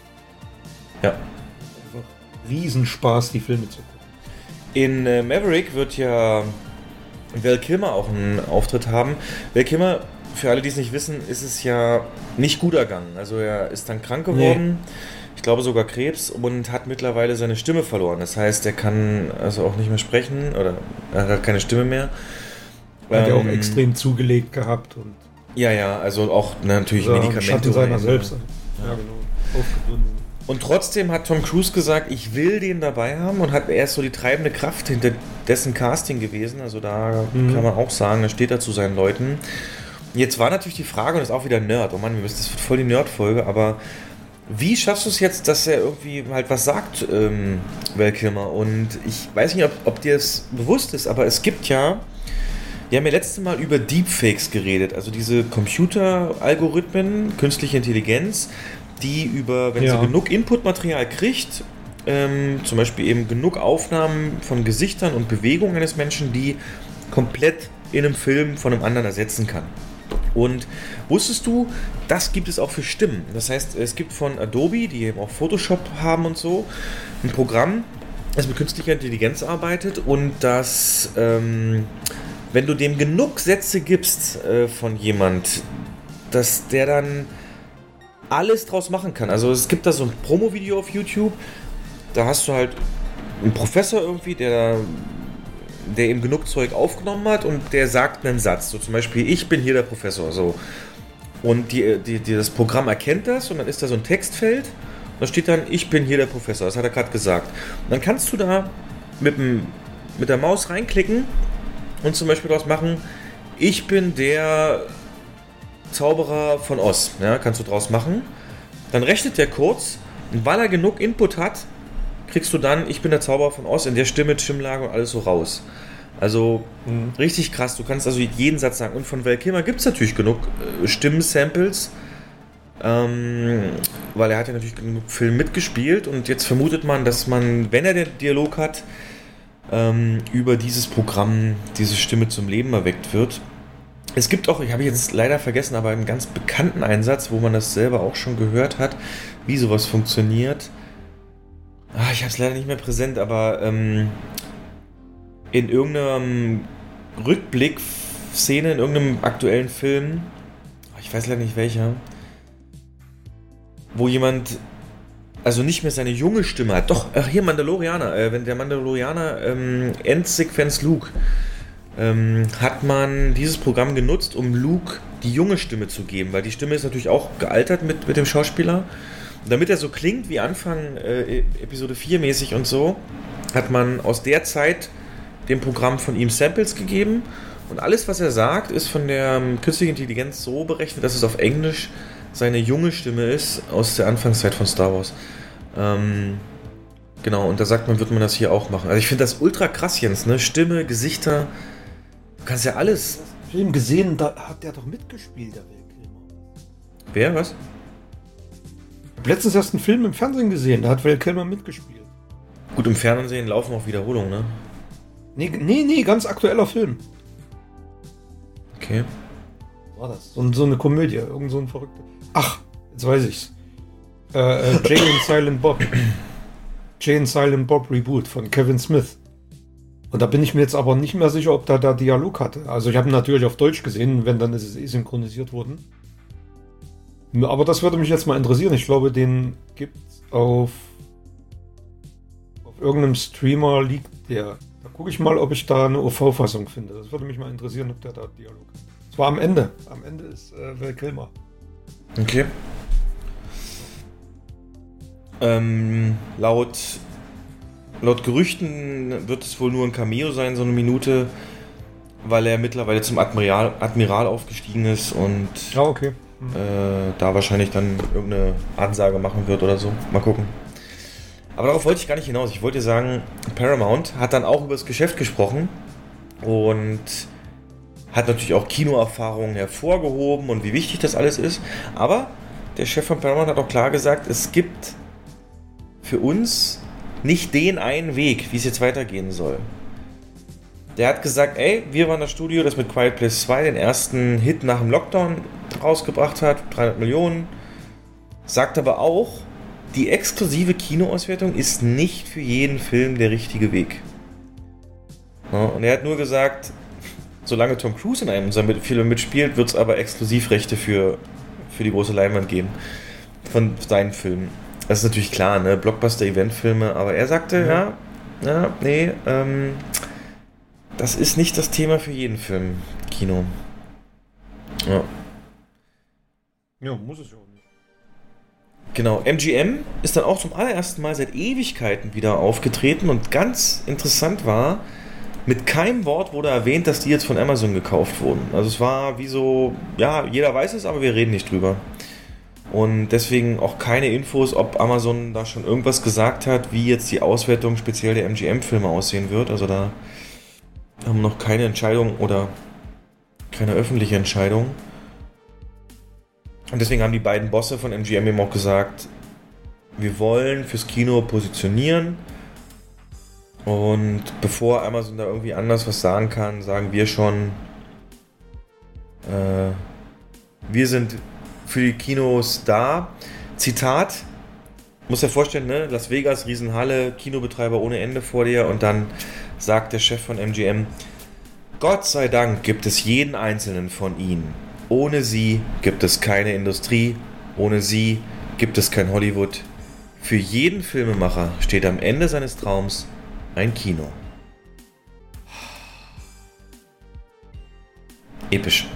ja. Einfach Riesenspaß, die Filme zu gucken. In äh, Maverick wird ja Val Kilmer auch einen Auftritt haben. Val Kilmer, für alle, die es nicht wissen, ist es ja nicht gut ergangen. Also er ist dann krank geworden, nee. Ich glaube sogar Krebs, und hat mittlerweile seine Stimme verloren. Das heißt, er kann also auch nicht mehr sprechen oder er hat keine Stimme mehr. Hat er ähm, auch extrem zugelegt gehabt. Und ja, ja, also auch ne, natürlich ja, Medikamente. Schatten seiner und, selbst. Ja, ja genau. Aufgebunden. Und trotzdem hat Tom Cruise gesagt, ich will den dabei haben, und hat er ist so die treibende Kraft hinter dessen Casting gewesen. Also da mhm. kann man auch sagen, da steht er zu seinen Leuten. Jetzt war natürlich die Frage, und das ist auch wieder Nerd, oh Mann, das wird voll die Nerd-Folge, aber wie schaffst du es jetzt, dass er irgendwie halt was sagt, ähm, Val Kilmer? Und ich weiß nicht, ob, ob dir das bewusst ist, aber es gibt ja, wir haben ja letztes Mal über Deepfakes geredet, also diese Computeralgorithmen, künstliche Intelligenz, die über, wenn ja. sie genug Inputmaterial kriegt, ähm, zum Beispiel eben genug Aufnahmen von Gesichtern und Bewegungen eines Menschen, die komplett in einem Film von einem anderen ersetzen kann. Und wusstest du, das gibt es auch für Stimmen. Das heißt, es gibt von Adobe, die eben auch Photoshop haben und so, ein Programm, das mit künstlicher Intelligenz arbeitet und das, ähm, wenn du dem genug Sätze gibst äh, von jemand, dass der dann alles draus machen kann. Also es gibt da so ein Promo-Video auf YouTube, da hast du halt einen Professor irgendwie, der der eben genug Zeug aufgenommen hat und der sagt einen Satz. So zum Beispiel, ich bin hier der Professor. So. Und die, die, die, das Programm erkennt das und dann ist da so ein Textfeld und da steht dann, ich bin hier der Professor. Das hat er gerade gesagt. Und dann kannst du da mit, dem, mit der Maus reinklicken und zum Beispiel daraus machen, ich bin der Zauberer von Oz. Ja, kannst du draus machen. Dann rechnet der kurz und weil er genug Input hat, kriegst du dann, ich bin der Zauberer von Oz, in der Stimme, Stimmlage und alles so raus. Also mhm. richtig krass, du kannst also jeden Satz sagen. Und von Val Kilmer gibt es natürlich genug äh, Stimmensamples, ähm, weil er hat ja natürlich genug Film mitgespielt und jetzt vermutet man, dass man, wenn er den Dialog hat, ähm, über dieses Programm diese Stimme zum Leben erweckt wird. Es gibt auch, ich habe jetzt leider vergessen, aber einen ganz bekannten Einsatz, wo man das selber auch schon gehört hat, wie sowas funktioniert. Ah, ich habe es leider nicht mehr präsent, aber ähm, in irgendeinem Rückblick-Szene, in irgendeinem aktuellen Film, ich weiß leider nicht welcher, wo jemand, also nicht mehr seine junge Stimme hat, doch, ach hier Mandalorianer, äh, wenn der Mandalorianer ähm, Endsequenz Luke, ähm, hat man dieses Programm genutzt, um Luke die junge Stimme zu geben, weil die Stimme ist natürlich auch gealtert mit, mit dem Schauspieler. Damit er so klingt wie Anfang äh, Episode vier mäßig und so, hat man aus der Zeit dem Programm von ihm Samples gegeben und alles, was er sagt, ist von der ähm, künstlichen Intelligenz so berechnet, dass es auf Englisch seine junge Stimme ist aus der Anfangszeit von Star Wars. Ähm, genau, und da sagt man, wird man das hier auch machen. Also ich finde das ultra krass, Jens, ne? Stimme, Gesichter, du kannst ja alles. Film gesehen, da hat der doch mitgespielt, der Val Kilmer. Wer, was? Ich habe letztens erst einen Film im Fernsehen gesehen, da hat Val Kilmer mitgespielt. Gut, im Fernsehen laufen auch Wiederholungen, ne? Nee, nee, nee, ganz aktueller Film. Okay. Was war das? So, so eine Komödie, irgend so ein verrückter. Ach, jetzt weiß ich's. Äh, Jay and Silent Bob. Jay and Silent Bob Reboot von Kevin Smith. Und da bin ich mir jetzt aber nicht mehr sicher, ob da der Dialog hatte. Also ich habe ihn natürlich auf Deutsch gesehen, wenn, dann ist es eh synchronisiert worden. Aber das würde mich jetzt mal interessieren. Ich glaube, den gibt's auf auf irgendeinem Streamer liegt der. Da gucke ich mal, ob ich da eine O V-Fassung finde. Das würde mich mal interessieren, ob der da Dialog hat. Das war am Ende. Am Ende ist äh, Val Kilmer. Okay. Ähm, laut, laut Gerüchten wird es wohl nur ein Cameo sein, so eine Minute, weil er mittlerweile zum Admiral, Admiral aufgestiegen ist und Ah, okay. Hm. äh, da wahrscheinlich dann irgendeine Ansage machen wird oder so. Mal gucken. Aber darauf wollte ich gar nicht hinaus. Ich wollte sagen, Paramount hat dann auch über das Geschäft gesprochen und hat natürlich auch Kinoerfahrungen hervorgehoben und wie wichtig das alles ist. Aber der Chef von Paramount hat auch klar gesagt, es gibt für uns nicht den einen Weg, wie es jetzt weitergehen soll. Der hat gesagt, ey, wir waren das Studio, das mit Quiet Place zwei den ersten Hit nach dem Lockdown rausgebracht hat, dreihundert Millionen. Sagt aber auch, die exklusive Kinoauswertung ist nicht für jeden Film der richtige Weg. Ja, und er hat nur gesagt, solange Tom Cruise in einem unserer Filme mitspielt, wird es aber Exklusivrechte für, für die große Leinwand geben. Von seinen Filmen. Das ist natürlich klar, ne? Blockbuster-Eventfilme, aber er sagte, mhm. ja, ja, nee, ähm, das ist nicht das Thema für jeden Film, Kino. Ja. Ja, muss es ja auch nicht. Genau, M G M ist dann auch zum allerersten Mal seit Ewigkeiten wieder aufgetreten und ganz interessant war, mit keinem Wort wurde erwähnt, dass die jetzt von Amazon gekauft wurden. Also es war wie so, ja, jeder weiß es, aber wir reden nicht drüber. Und deswegen auch keine Infos, ob Amazon da schon irgendwas gesagt hat, wie jetzt die Auswertung speziell der M G M-Filme aussehen wird. Also da haben noch keine Entscheidung oder keine öffentliche Entscheidung. Und deswegen haben die beiden Bosse von M G M eben auch gesagt, wir wollen fürs Kino positionieren. Und bevor Amazon da irgendwie anders was sagen kann, sagen wir schon, äh, wir sind für die Kinos da. Zitat, muss dir vorstellen, ne? Las Vegas, Riesenhalle, Kinobetreiber ohne Ende vor dir und dann sagt der Chef von M G M, Gott sei Dank gibt es jeden einzelnen von ihnen. Ohne sie gibt es keine Industrie, ohne sie gibt es kein Hollywood. Für jeden Filmemacher steht am Ende seines Traums ein Kino. Episch.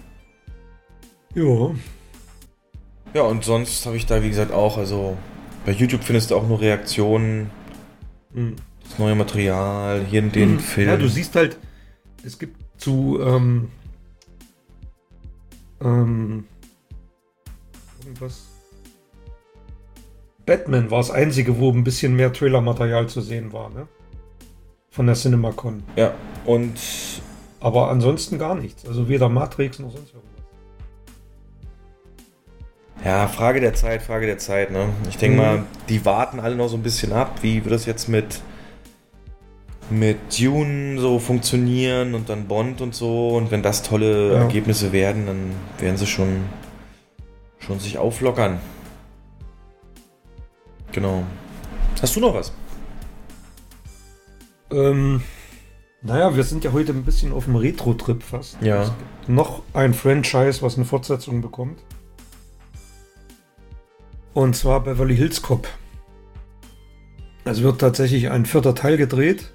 Ja. Ja, und sonst habe ich da, wie gesagt, auch, also bei YouTube findest du auch nur Reaktionen, Hm. das neue Material, hier in den Hm. Film. Ja, du siehst halt, es gibt zu ähm, ähm, irgendwas. Batman war das einzige, wo ein bisschen mehr Trailermaterial zu sehen war, ne? Von der CinemaCon. Ja, und Aber ansonsten gar nichts. Also weder Matrix noch sonst irgendwas. ja, Frage der Zeit, Frage der Zeit, ne? Ich denke Mhm. mal, die warten alle noch so ein bisschen ab, wie wird das jetzt mit mit Dune so funktionieren und dann Bond und so, und wenn das tolle Ja. Ergebnisse werden, dann werden sie schon schon sich auflockern. Genau. Hast du noch was? Ähm, naja, wir sind ja heute ein bisschen auf dem Retro-Trip fast. Ja. Es gibt noch ein Franchise, was eine Fortsetzung bekommt. Und zwar Beverly Hills Cop. Es wird tatsächlich ein vierter Teil gedreht.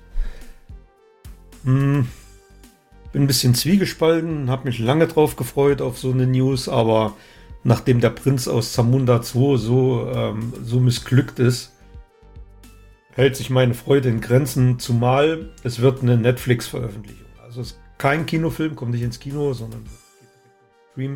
Hm, bin ein bisschen zwiegespalten, habe mich lange drauf gefreut auf so eine News, aber nachdem der Prinz aus Zamunda zwei so, ähm, so missglückt ist, hält sich meine Freude in Grenzen, zumal es wird eine Netflix-Veröffentlichung. Also es ist kein Kinofilm, kommt nicht ins Kino, sondern geht direkt im Stream.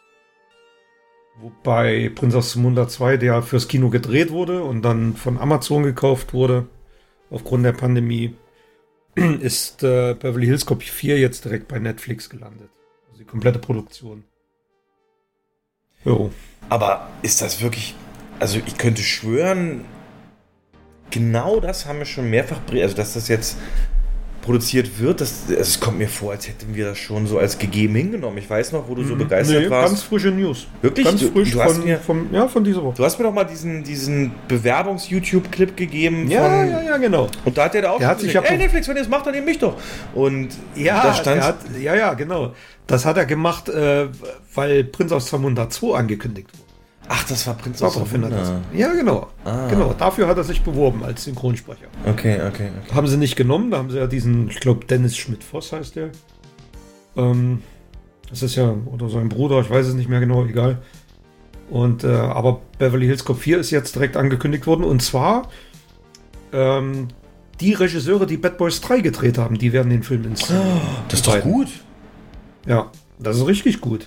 Wobei Prinz aus Zamunda zwei, der fürs Kino gedreht wurde und dann von Amazon gekauft wurde, aufgrund der Pandemie, ist äh, Beverly Hills Cop vier jetzt direkt bei Netflix gelandet. Also die komplette Produktion. Jo. Aber ist das wirklich, also ich könnte schwören, genau das haben wir schon mehrfach, also dass das jetzt produziert wird, das, also es kommt mir vor, als hätten wir das schon so als gegeben hingenommen. Ich weiß noch, wo du so begeistert nee, warst. Ganz frische News. Wirklich? Ganz Du- frisch du hast von, mir- vom, ja, von dieser Woche. Du hast mir doch mal diesen, diesen Bewerbungs-YouTube-Clip gegeben Ja, von... ja, ja, genau. Und da hat der da auch Der hat schon sich gesagt, ja- ey Netflix, wenn ihr es macht, dann nehmt mich doch. Und Ja, da stand... er hat, ja, ja, genau. Das hat er gemacht, äh, weil Prinz aus Zamunda zwei angekündigt wurde. Ach, das war Prinz aus Daraufhin hat Zamunda. er's- Ja, genau. Ah. Genau, dafür hat er sich beworben als Synchronsprecher. Okay, okay, okay. Haben sie nicht genommen, da haben sie ja diesen, ich glaube, Dennis Schmidt-Voss heißt der. Ähm, das ist ja, oder sein Bruder, ich weiß es nicht mehr genau, egal. Und, äh, aber Beverly Hills Cop vier ist jetzt direkt angekündigt worden. Und zwar, ähm, die Regisseure, die Bad Boys drei gedreht haben, die werden den Film inszenieren. Das ist doch gut. Ja, das ist richtig gut.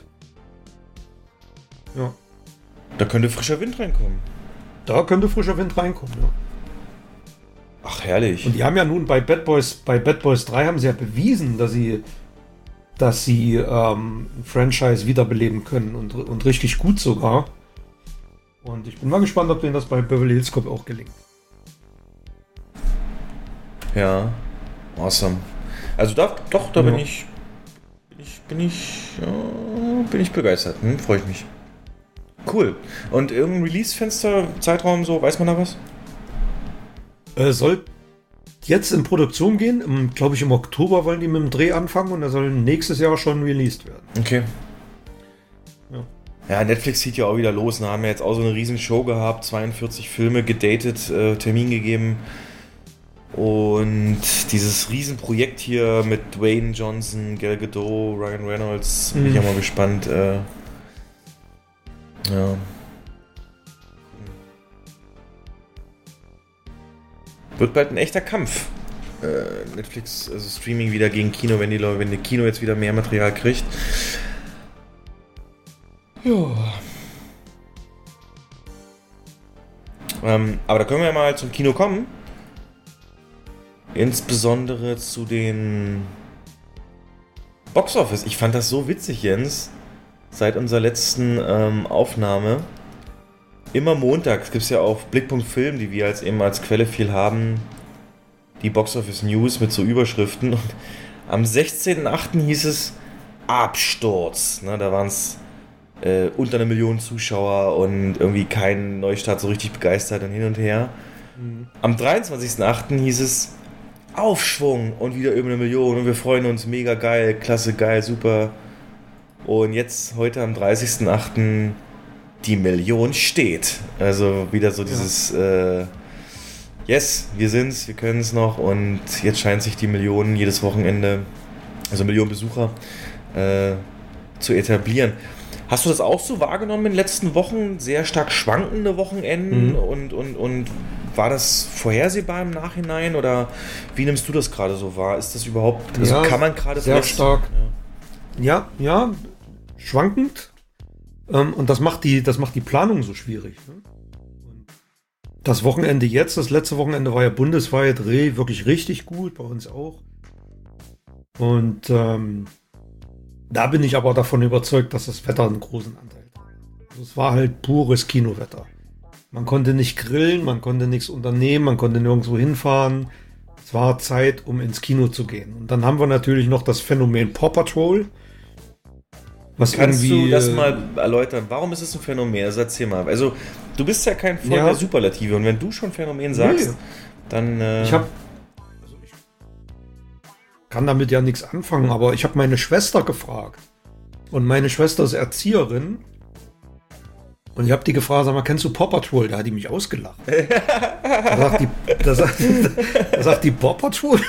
Ja. Da könnte frischer Wind reinkommen. Da könnte frischer Wind reinkommen, ja. Ach, herrlich. Und die haben ja nun bei Bad Boys, bei Bad Boys drei haben sie ja bewiesen, dass sie, dass sie ähm, ein Franchise wiederbeleben können und, und richtig gut sogar. Und ich bin mal gespannt, ob denen das bei Beverly Hills Cop auch gelingt. Ja, awesome. Also da, doch, da Ja. bin ich, bin ich, bin ich, ja, bin ich begeistert. Hm, freue ich mich. Cool. Und irgendein Release-Fenster, Zeitraum, so, weiß man da was? Äh, soll jetzt in Produktion gehen. Glaube ich, im Oktober wollen die mit dem Dreh anfangen und er soll nächstes Jahr schon released werden. Okay. Ja. Ja, Netflix zieht ja auch wieder los. Da haben wir jetzt auch so eine riesen Show gehabt, zweiundvierzig Filme gedatet, äh, Termin gegeben. Und dieses Riesenprojekt hier mit Dwayne Johnson, Gal Gadot, Ryan Reynolds, bin ich ja mal gespannt. Äh, ja. Wird bald ein echter Kampf. Äh, Netflix, also Streaming wieder gegen Kino, wenn die Leute, wenn die Kino jetzt wieder mehr Material kriegt. Ja. Ähm, aber da können wir ja mal zum Kino kommen. Insbesondere zu den Boxoffice. Ich fand das so witzig, Jens. Seit unserer letzten ähm, Aufnahme. Immer montags gibt es ja auf Blickpunkt Film, die wir als eben als Quelle viel haben, die Boxoffice News mit so Überschriften. Und am sechzehnten achten hieß es Absturz. Ne, da waren es äh, unter eine Million Zuschauer und irgendwie kein Neustart so richtig begeistert und hin und her. Mhm. Am dreiundzwanzigsten achten hieß es Aufschwung und wieder über eine Million und wir freuen uns, mega geil, klasse, geil, super. Und jetzt, heute am dreißigsten achten die Million steht. Also wieder so dieses äh, yes, wir sind's, wir können es noch und jetzt scheint sich die Million jedes Wochenende, also Millionen Besucher, äh, zu etablieren. Hast du das auch so wahrgenommen in den letzten Wochen? Sehr stark schwankende Wochenenden mhm. und, und, und war das vorhersehbar im Nachhinein oder wie nimmst du das gerade so wahr? Ist das überhaupt, also ja, kann man gerade sehr stark. Ja, ja, ja schwankend. Ähm, und das macht die, das macht die Planung so schwierig. Ne? Das Wochenende jetzt, das letzte Wochenende war ja bundesweit wirklich richtig gut, bei uns auch. Und ähm, da bin ich aber davon überzeugt, dass das Wetter einen großen Anteil hat. Also es war halt pures Kinowetter. Man konnte nicht grillen, man konnte nichts unternehmen, man konnte nirgendwo hinfahren. Es war Zeit, um ins Kino zu gehen. Und dann haben wir natürlich noch das Phänomen Paw Patrol. Was Kannst irgendwie, du das mal erläutern? Warum ist es ein Phänomen? Also erzähl mal. Also du bist ja kein Freund Ja. der Superlative und wenn du schon Phänomen sagst, Nee. dann... Äh, Ich habe, also ich kann damit ja nichts anfangen, aber ich habe meine Schwester gefragt. Und meine Schwester ist Erzieherin. Und ich habe die gefragt, sag mal, kennst du Paw Patrol? Da hat die mich ausgelacht. Da sagt die, da sagt, da sagt die Paw Patrol.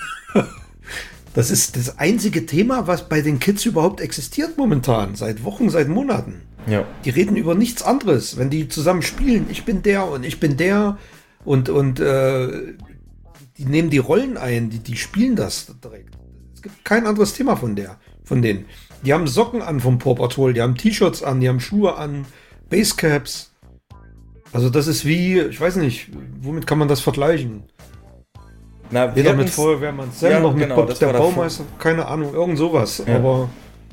Das ist das einzige Thema, was bei den Kids überhaupt existiert momentan. Seit Wochen, seit Monaten. ja. Die reden über nichts anderes. Wenn die zusammen spielen, ich bin der und ich bin der. Und, und äh, die nehmen die Rollen ein, die, die spielen das direkt. Es gibt kein anderes Thema von der, von denen. Die haben Socken an vom Paw Patrol, die haben T-Shirts an, die haben Schuhe an, Basecaps. Also das ist wie, ich weiß nicht, womit kann man das vergleichen? Na, wir Weder mit hatten's- Feuerwehrmann Sam Ja, noch mit genau, Bob das der war davor. Baumeister, keine Ahnung, irgend sowas. Ja. Aber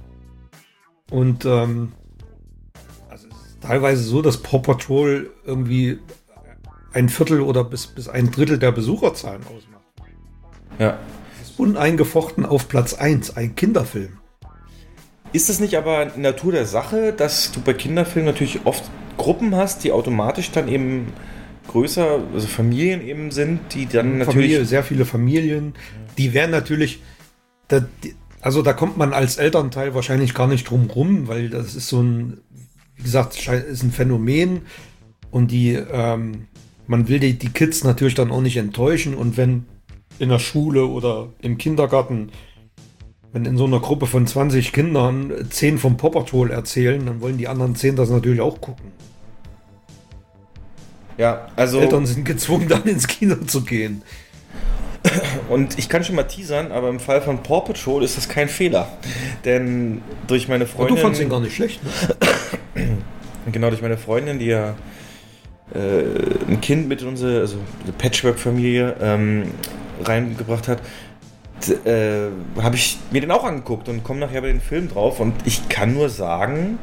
und ähm, also es ist teilweise so, dass Paw Patrol irgendwie ein Viertel oder bis, bis ein Drittel der Besucherzahlen ausmacht. Ja. uneingefochten auf Platz eins, ein Kinderfilm. Ist das nicht aber Natur der Sache, dass du bei Kinderfilmen natürlich oft Gruppen hast, die automatisch dann eben größer, also Familien eben sind, die dann natürlich... Familie, sehr viele Familien, die werden natürlich... Da, die, also da kommt man als Elternteil wahrscheinlich gar nicht drum rum, weil das ist so ein, wie gesagt, ist ein Phänomen und die, ähm, man will die, die Kids natürlich dann auch nicht enttäuschen und wenn in der Schule oder im Kindergarten, wenn in so einer Gruppe von zwanzig Kindern zehn vom Paw Patrol erzählen, dann wollen die anderen zehn das natürlich auch gucken. Ja, also... Eltern sind gezwungen, dann ins Kino zu gehen. Und ich kann schon mal teasern, aber im Fall von Paw Patrol ist das kein Fehler. Denn durch meine Freundin... Aber du fandst ihn gar nicht schlecht, ne? Genau, durch meine Freundin, die ja äh, ein Kind mit in unsere, also eine Patchwork-Familie ähm, reingebracht hat, äh, habe ich mir den auch angeguckt und komme nachher bei den Film drauf. Und ich kann nur sagen,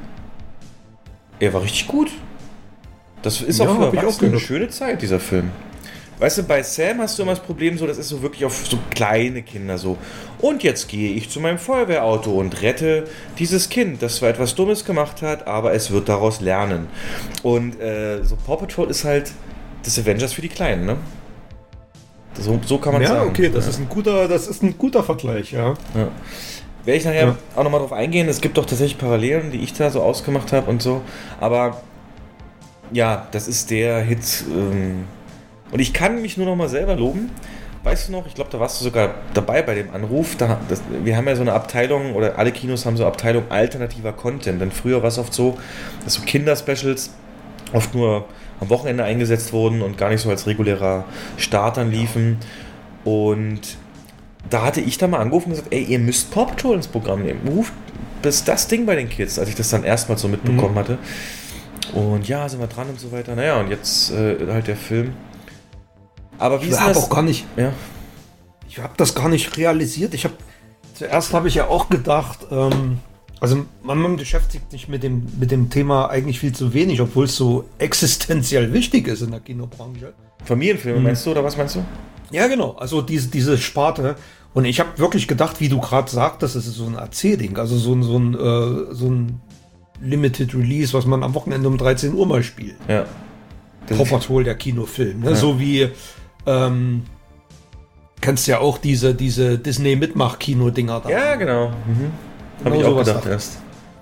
er war richtig gut. Das ist Ja, auch für hab ich auch Erwachsene eine gehört. schöne Zeit, dieser Film. Weißt du, bei Sam hast du immer das Problem so, das ist so wirklich auf so kleine Kinder so. Und jetzt gehe ich zu meinem Feuerwehrauto und rette dieses Kind, das zwar etwas Dummes gemacht hat, aber es wird daraus lernen. Und äh, so Paw Patrol ist halt das Avengers für die Kleinen, ne? So, so kann man Ja, sagen. okay, das ja. ist ein guter, das ist ein guter Vergleich, ja. Ja. Werde ich nachher Ja. auch nochmal drauf eingehen. Es gibt doch tatsächlich Parallelen, die ich da so ausgemacht habe und so. Aber ja, das ist der Hit. Ähm, und ich kann mich nur noch mal selber loben. Weißt du noch, ich glaube, da warst du sogar dabei bei dem Anruf. Da, das, wir haben ja so eine Abteilung, oder alle Kinos haben so eine Abteilung alternativer Content. Denn früher war es oft so, dass so Kinderspecials oft nur am Wochenende eingesetzt wurden und gar nicht so als regulärer Start dann liefen. Und da hatte ich da mal angerufen und gesagt, ey, ihr müsst Paw Patrol ins Programm nehmen. Ruft bis das Ding bei den Kids, als ich das dann erstmal so mitbekommen Mhm. hatte. Und ja, sind wir dran und so weiter. Naja, und jetzt äh, halt der Film. Aber wie Ich ist habe das? auch gar nicht, Ja. ich habe das gar nicht realisiert. Ich habe zuerst habe ich ja auch gedacht, ähm, also man, man beschäftigt sich mit dem mit dem Thema eigentlich viel zu wenig, obwohl es so existenziell wichtig ist in der Kinobranche. Familienfilme Mhm. meinst du, oder was meinst du? Ja, genau. Also diese, diese Sparte. Und ich habe wirklich gedacht, wie du gerade sagtest, das ist so ein A C-Ding. Also so ein, so ein, äh, so ein Limited Release, was man am Wochenende um dreizehn Uhr mal spielt. Ja. Das Paw Patrol, der Kinofilm. Ne? Ja. So wie, ähm, kennst ja auch diese, diese Disney-Mitmach-Kino-Dinger da. ja, genau. Mhm. Habe Genau ich auch sowas gedacht sagt. erst.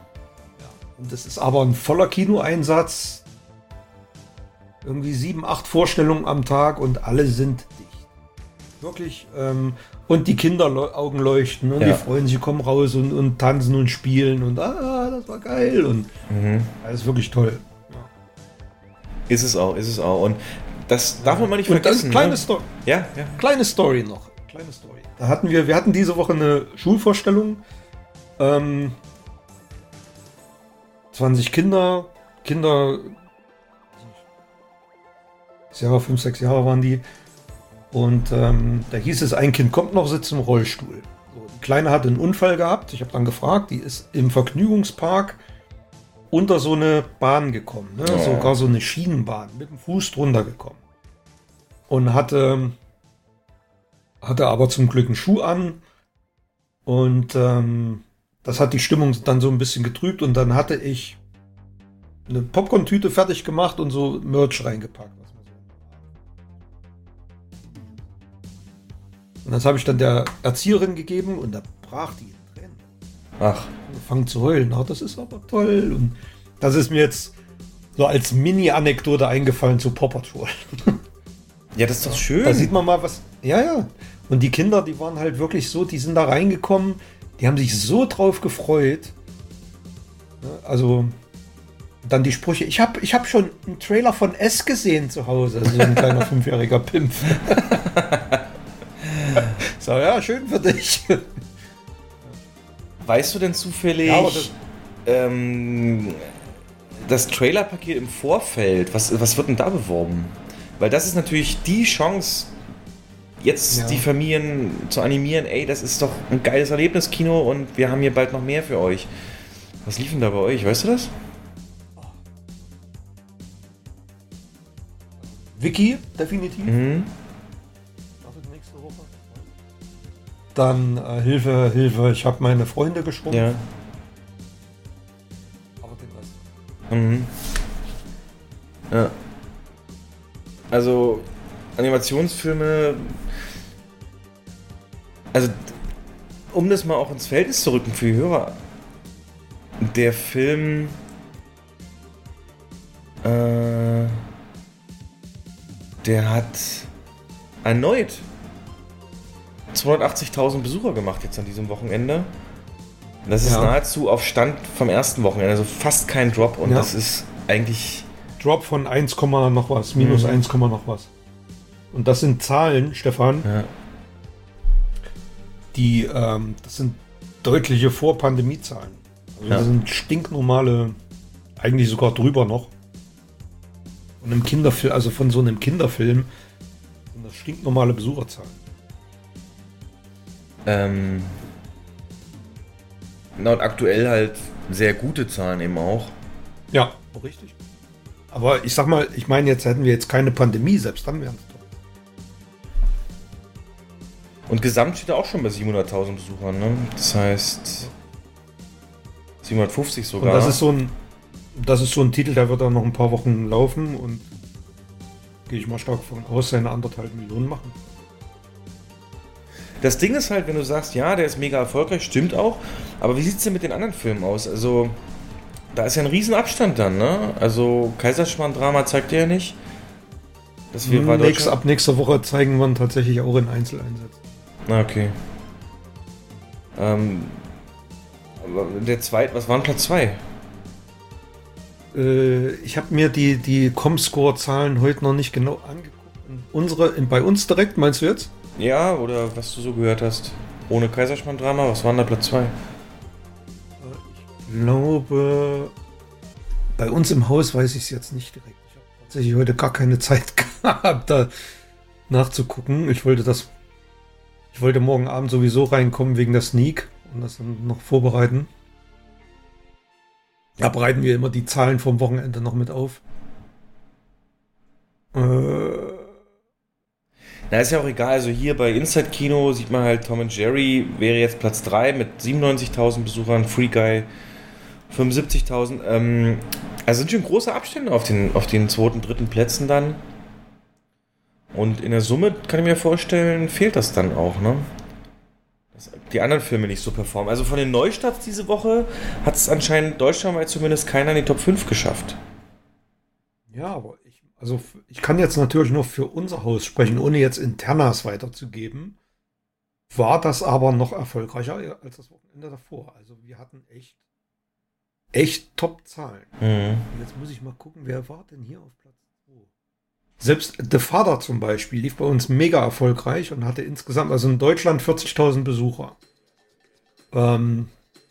Und das ist aber ein voller Kinoeinsatz. Irgendwie sieben, acht Vorstellungen am Tag und alle sind dicht. Wirklich. Ähm, und die Kinderaugen leuchten und Ja. die freuen sich, kommen raus und, und tanzen und spielen und ah, das war geil. Und Mhm. das ist wirklich toll. Ist es auch, ist es auch. Und das darf man mal nicht Und dann vergessen. kleine, ne? Sto Ja, ja. kleine Story noch. Kleine Story. Da hatten wir, wir hatten diese Woche eine Schulvorstellung. Ähm, zwanzig Kinder, Kinder, sechs Jahre, fünf, sechs Jahre waren die. Und ähm, da hieß es, ein Kind kommt noch, sitzt im Rollstuhl. So, die Kleine hatte einen Unfall gehabt. Ich habe dann gefragt, die ist im Vergnügungspark unter so eine Bahn gekommen. Ne? Oh. Sogar so eine Schienenbahn, mit dem Fuß drunter gekommen. Und hatte, hatte aber zum Glück einen Schuh an. Und ähm, das hat die Stimmung dann so ein bisschen getrübt. Und dann hatte ich eine Popcorn-Tüte fertig gemacht und so Merch reingepackt. Was man so und das habe ich dann der Erzieherin gegeben und da brach die in Tränen. Ach, Angefangen zu heulen. Ah, das ist aber toll. Und das ist mir jetzt so als Mini-Anekdote eingefallen zu Paw Patrol. ja, das ist doch schön. Da sieht man mal was. Ja, ja. Und die Kinder, die waren halt wirklich so, die sind da reingekommen, die haben sich so drauf gefreut. Ja, also dann die Sprüche. Ich habe ich hab schon einen Trailer von S gesehen zu Hause. Also so ein kleiner fünfjähriger Pimpf. So, ja, schön für dich. Weißt du denn zufällig Ja, aber das- ähm, das Trailerpaket im Vorfeld, was, was wird denn da beworben? Weil das ist natürlich die Chance, jetzt Ja. die Familien zu animieren, ey, das ist doch ein geiles Erlebniskino und wir haben hier bald noch mehr für euch. Was lief denn da bei euch, weißt du das? Vicky, definitiv. Mhm. Startet nächste Woche. Dann äh, Hilfe, Hilfe, ich habe meine Freunde geschrumpft. Ja. Aber den Rest. Mhm. Ja. Also, Animationsfilme. Also, um das mal auch ins Verhältnis zu rücken für die Hörer. Der Film. Äh, der hat erneut zweihundertachtzigtausend Besucher gemacht jetzt an diesem Wochenende. Das ist Ja. nahezu auf Stand vom ersten Wochenende, also fast kein Drop und Ja. das ist eigentlich... Drop von eins, noch was, minus Mhm. eins, noch was. Und das sind Zahlen, Stefan, Ja. die, ähm, das sind deutliche Vor-Pandemie-Zahlen. Also Ja. das sind stinknormale, eigentlich sogar drüber noch. Von einem Kinderfilm, also von so einem Kinderfilm, sind das stinknormale Besucherzahlen. Ähm, na und aktuell halt sehr gute Zahlen eben auch. Ja, richtig. Aber ich sag mal, ich meine, jetzt hätten wir jetzt keine Pandemie, selbst dann wären es doch. Und gesamt steht er auch schon bei siebenhunderttausend Besuchern, ne? Das heißt siebenhundertfünfzig Und sogar. das ist so ein, das ist so ein Titel, der wird dann noch ein paar Wochen laufen und gehe ich mal stark von aus, seine anderthalb Millionen machen. Das Ding ist halt, wenn du sagst, ja, der ist mega erfolgreich, stimmt auch, aber wie sieht es denn mit den anderen Filmen aus? Also, da ist ja ein riesen Abstand dann, ne? Also, Kaiserschmarrn-Drama zeigt er ja nicht. Das wir bei Nächst, Deutschland... ab nächster Woche zeigen wir ihn tatsächlich auch in Einzeleinsätzen. Na, okay. Ähm, aber der zweite, was war denn Platz zwei? Äh, ich habe mir die, die Comscore-Zahlen heute noch nicht genau angeguckt. Und unsere, in, bei uns direkt, meinst du jetzt? Ja, oder was du so gehört hast. Ohne Kaiserschmarrn-Drama, was war denn da Platz zwei? Ich glaube, bei uns im Haus weiß ich es jetzt nicht direkt. Ich habe tatsächlich heute gar keine Zeit gehabt, da nachzugucken. Ich wollte das, ich wollte morgen Abend sowieso reinkommen wegen der Sneak und das dann noch vorbereiten. Da bereiten wir immer die Zahlen vom Wochenende noch mit auf. Äh, Na, ist ja auch egal. Also hier bei Inside Kino sieht man halt, Tom and Jerry wäre jetzt Platz drei mit siebenundneunzigtausend Besuchern, Free Guy fünfundsiebzigtausend. Ähm, also sind schon große Abstände auf den, auf den zweiten, dritten Plätzen dann. Und in der Summe, kann ich mir vorstellen, fehlt das dann auch, ne? Dass die anderen Filme nicht so performen. Also von den Neustarts diese Woche hat es anscheinend deutschlandweit zumindest keiner in die Top fünf geschafft. Ja, aber ich, also ich kann jetzt natürlich nur für unser Haus sprechen, ohne jetzt Internas weiterzugeben. War das aber noch erfolgreicher als das Wochenende davor. Also wir hatten echt, echt Top-Zahlen. Mhm. Jetzt muss ich mal gucken, wer war denn hier auf Platz zwei? Selbst The Father zum Beispiel lief bei uns mega erfolgreich und hatte insgesamt, also in Deutschland vierzigtausend Besucher. Ähm,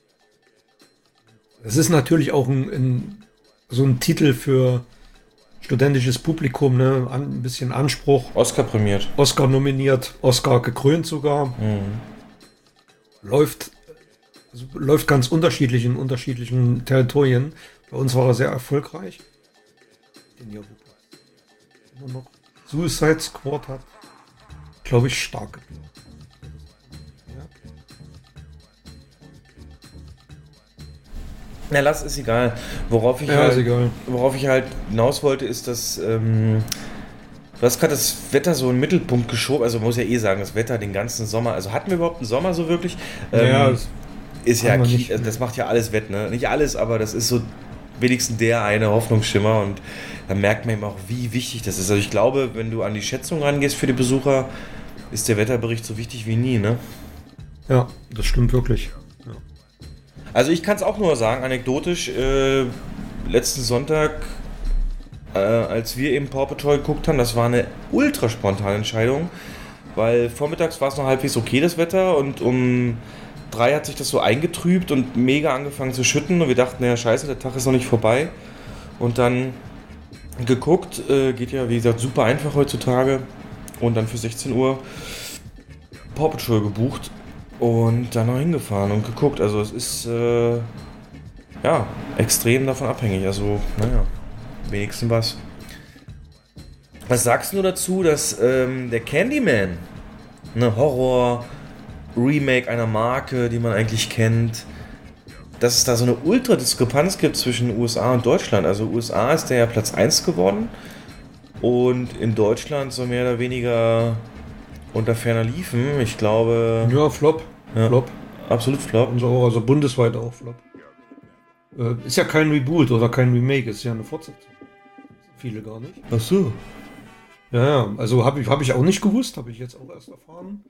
es ist natürlich auch ein, ein, so ein Titel für studentisches Publikum, ne? An, ein bisschen Anspruch. Oscar prämiert. Oscar nominiert, Oscar gekrönt sogar. Mhm. Läuft, also läuft ganz unterschiedlich in unterschiedlichen Territorien. Bei uns war er sehr erfolgreich. Den hier immer noch Suicide Squad hat, glaube ich, stark geblieben. Ja. Na, lass, ist egal. Worauf ich, Ja, halt, ist egal. worauf ich halt hinaus wollte, ist, dass ähm, du hast gerade das Wetter so in den Mittelpunkt geschoben. Also man muss ja eh sagen, das Wetter den ganzen Sommer. Also hatten wir überhaupt einen Sommer so wirklich? Ähm, Ja, das ist ja, haben wir Ki- nicht. also das macht ja alles wett, ne? Nicht alles, aber das ist so wenigstens der eine Hoffnungsschimmer und da merkt man eben auch, wie wichtig das ist. Also ich glaube, wenn du an die Schätzung rangehst für die Besucher, ist der Wetterbericht so wichtig wie nie, ne? Ja, das stimmt wirklich. Ja. Also ich kann es auch nur sagen, anekdotisch, äh, letzten Sonntag, äh, als wir eben Paw Patrol geguckt haben, das war eine ultra spontane Entscheidung, weil vormittags war es noch halbwegs okay, das Wetter, und um drei hat sich das so eingetrübt und mega angefangen zu schütten und wir dachten, naja, scheiße, der Tag ist noch nicht vorbei. Und dann geguckt, äh, geht ja wie gesagt super einfach heutzutage, und dann für sechzehn Uhr Paw Patrol gebucht. Und dann noch hingefahren und geguckt. Also es ist äh, ja extrem davon abhängig. Also, naja, wenigstens was. Was sagst du dazu, dass ähm, der Candyman, eine Horror, Remake einer Marke, die man eigentlich kennt, dass es da so eine Ultra-Diskrepanz gibt zwischen U S A und Deutschland. Also U S A ist der ja Platz eins geworden und in Deutschland so mehr oder weniger unter ferner liefen. Ich glaube... Ja, Flop. Ja, Flop. Absolut Flop. Und so auch, also bundesweit auch Flop. Äh, ist ja kein Reboot oder kein Remake, ist ja eine Fortsetzung. Viele gar nicht. Ach so. Ja, ja, also habe ich, hab ich auch nicht gewusst, habe ich jetzt auch erst erfahren.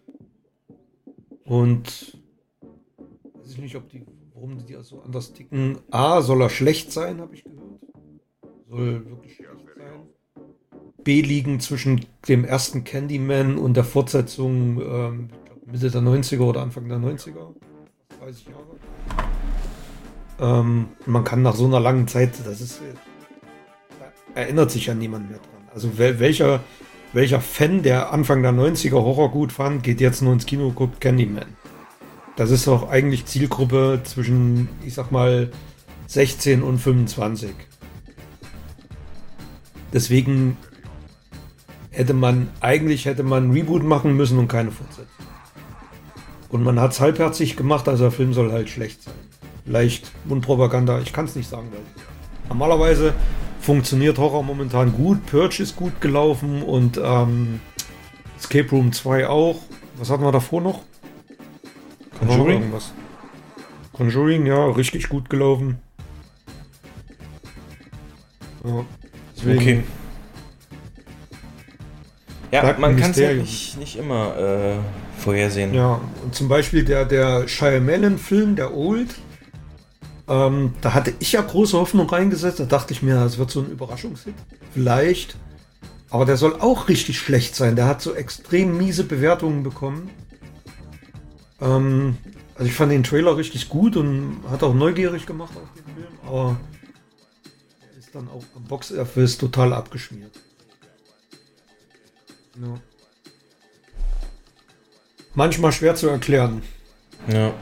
Und weiß ich nicht, ob die, warum die also anders ticken. A, soll er schlecht sein, habe ich gehört. Soll wirklich schlecht sein. B, liegen zwischen dem ersten Candyman und der Fortsetzung ähm, ich glaub Mitte der neunziger oder Anfang der neunziger. dreißig Jahre. Ähm, man kann nach so einer langen Zeit, das ist, da erinnert sich ja niemand mehr dran. Also wel, welcher, welcher Fan, der Anfang der neunziger Horror gut fand, geht jetzt nur ins Kino und guckt Candyman. Das ist doch eigentlich Zielgruppe zwischen, ich sag mal, sechzehn und fünfundzwanzig. Deswegen hätte man, eigentlich hätte man ein Reboot machen müssen und keine Fortsetzung. Und man hat es halbherzig gemacht, also der Film soll halt schlecht sein. Vielleicht Mundpropaganda, ich kann es nicht sagen, weil normalerweise funktioniert Horror momentan gut, Purge ist gut gelaufen und ähm, Escape Room zwei auch. Was hatten wir davor noch? Conjuring? Irgendwas. Conjuring, ja, richtig gut gelaufen. Ja, deswegen, Okay. Ja, Bleibt man ein kann es ja Mysterium. nicht, nicht immer äh, vorhersehen. Ja, und zum Beispiel der, der Shyamalan-Film, der Old, ähm, da hatte ich ja große Hoffnung reingesetzt. Da dachte ich mir, das wird so ein Überraschungshit. Vielleicht. Aber der soll auch richtig schlecht sein. Der hat so extrem miese Bewertungen bekommen. Ähm, also ich fand den Trailer richtig gut und hat auch neugierig gemacht auf den Film. Aber er ist dann auch am Box-Office total abgeschmiert. Ja. Manchmal schwer zu erklären. Ja.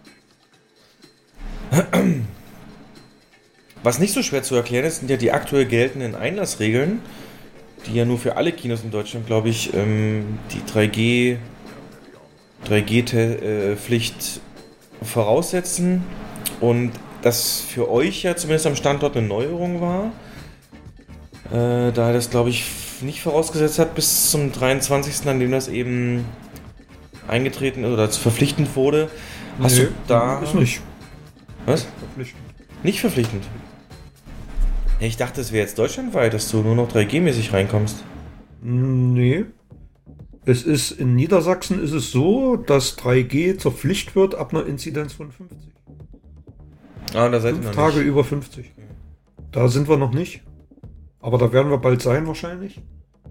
Was nicht so schwer zu erklären ist, sind ja die aktuell geltenden Einlassregeln, die ja nur für alle Kinos in Deutschland, glaube ich, ähm, die drei G drei G-Pflicht voraussetzen und das für euch ja zumindest am Standort eine Neuerung war, äh, da das, glaube ich, nicht vorausgesetzt hat bis zum dreiundzwanzigsten an dem das eben eingetreten oder verpflichtend wurde. Hast Nee, du da... Ist nicht Was? verpflichtend. Nicht verpflichtend? Ja, ich dachte, es wäre jetzt deutschlandweit, dass du nur noch drei G-mäßig reinkommst. Nee. Es ist in Niedersachsen ist es so, dass drei G zur Pflicht wird ab einer Inzidenz von fünfzig. Ah, da seid ihr Fünf noch Tage nicht. über fünfzig. Da sind wir noch nicht. Aber da werden wir bald sein wahrscheinlich.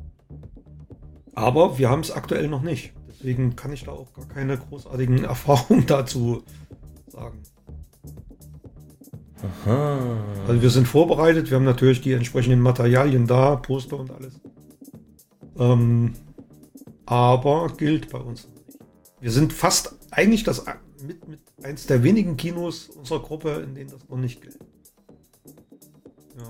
Aber wir haben es aktuell noch nicht. Deswegen kann ich da auch gar keine großartigen Erfahrungen dazu sagen. Aha. Also wir sind vorbereitet, wir haben natürlich die entsprechenden Materialien da, Poster und alles. Ähm, aber gilt bei uns noch nicht. Wir sind fast eigentlich das mit, mit eins der wenigen Kinos unserer Gruppe, in denen das noch nicht gilt. Ja.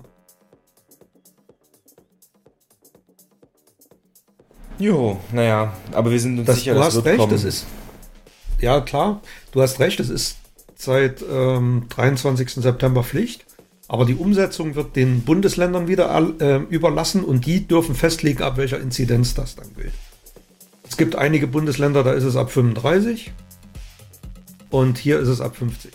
Jo, naja, aber wir sind uns Das, sicher, du das hast wird recht, kommen. es ist. Ja, klar, du hast recht, es ist seit ähm, dreiundzwanzigsten September Pflicht. Aber die Umsetzung wird den Bundesländern wieder äh, überlassen und die dürfen festlegen, ab welcher Inzidenz das dann gilt. Es gibt einige Bundesländer, da ist es ab fünfunddreißig und hier ist es ab fünfzig.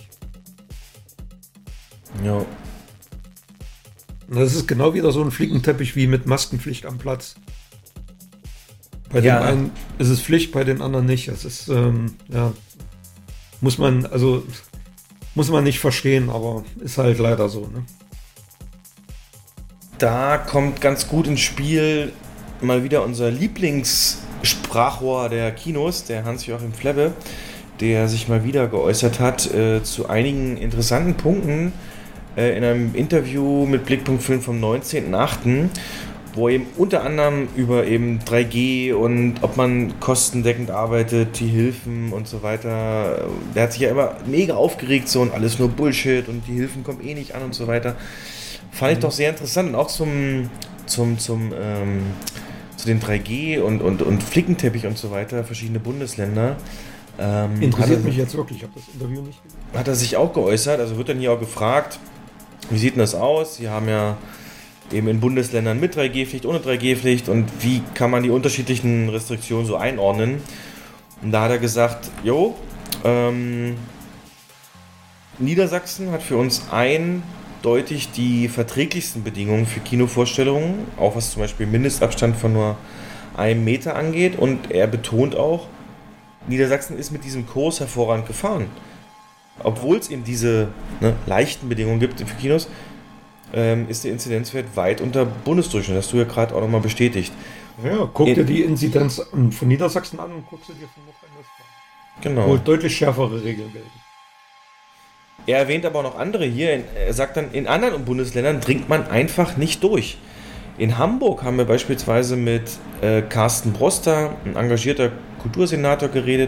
Ja. Und das ist genau wieder so ein Flickenteppich wie mit Maskenpflicht am Platz. Bei Ja. dem einen ist es Pflicht, bei den anderen nicht. Das ist, ähm, ja, muss man, also, muss man nicht verstehen, aber ist halt leider so, ne? Da kommt ganz gut ins Spiel mal wieder unser Lieblingssprachrohr der Kinos, der Hans-Joachim Flebbe, der sich mal wieder geäußert hat äh, zu einigen interessanten Punkten äh, in einem Interview mit Blickpunkt Film vom neunzehnten achten, wo er eben unter anderem über eben drei G und ob man kostendeckend arbeitet, die Hilfen und so weiter. Der hat sich ja immer mega aufgeregt, so und alles nur Bullshit und die Hilfen kommen eh nicht an und so weiter. Fand ich doch sehr interessant und auch zum, zum, zum, ähm, zu den drei G und, und, und Flickenteppich und so weiter, verschiedene Bundesländer. Ähm, Interessiert er, mich jetzt wirklich, ich habe das Interview nicht gesehen. Hat er sich auch geäußert, also wird dann hier auch gefragt, wie sieht denn das aus? Sie haben ja eben in Bundesländern mit drei G Pflicht, ohne drei G Pflicht und wie kann man die unterschiedlichen Restriktionen so einordnen? Und da hat er gesagt, jo, ähm, Niedersachsen hat für uns eindeutig die verträglichsten Bedingungen für Kinovorstellungen, auch was zum Beispiel Mindestabstand von nur einem Meter angeht. Und er betont auch, Niedersachsen ist mit diesem Kurs hervorragend gefahren. Obwohl es eben diese ne, leichten Bedingungen gibt für Kinos, ähm, ist der Inzidenzwert weit unter Bundesdurchschnitt. Das hast du ja gerade auch nochmal bestätigt. Ja, guck dir die Inzidenz von Niedersachsen an und guckst du dir von Nordrhein-Westfalen. Genau. Wo deutlich schärfere Regeln gelten. Er erwähnt aber auch noch andere hier. Er sagt dann, in anderen Bundesländern dringt man einfach nicht durch. In Hamburg haben wir beispielsweise mit äh, Carsten Broster, ein engagierter Kultursenator, geredet,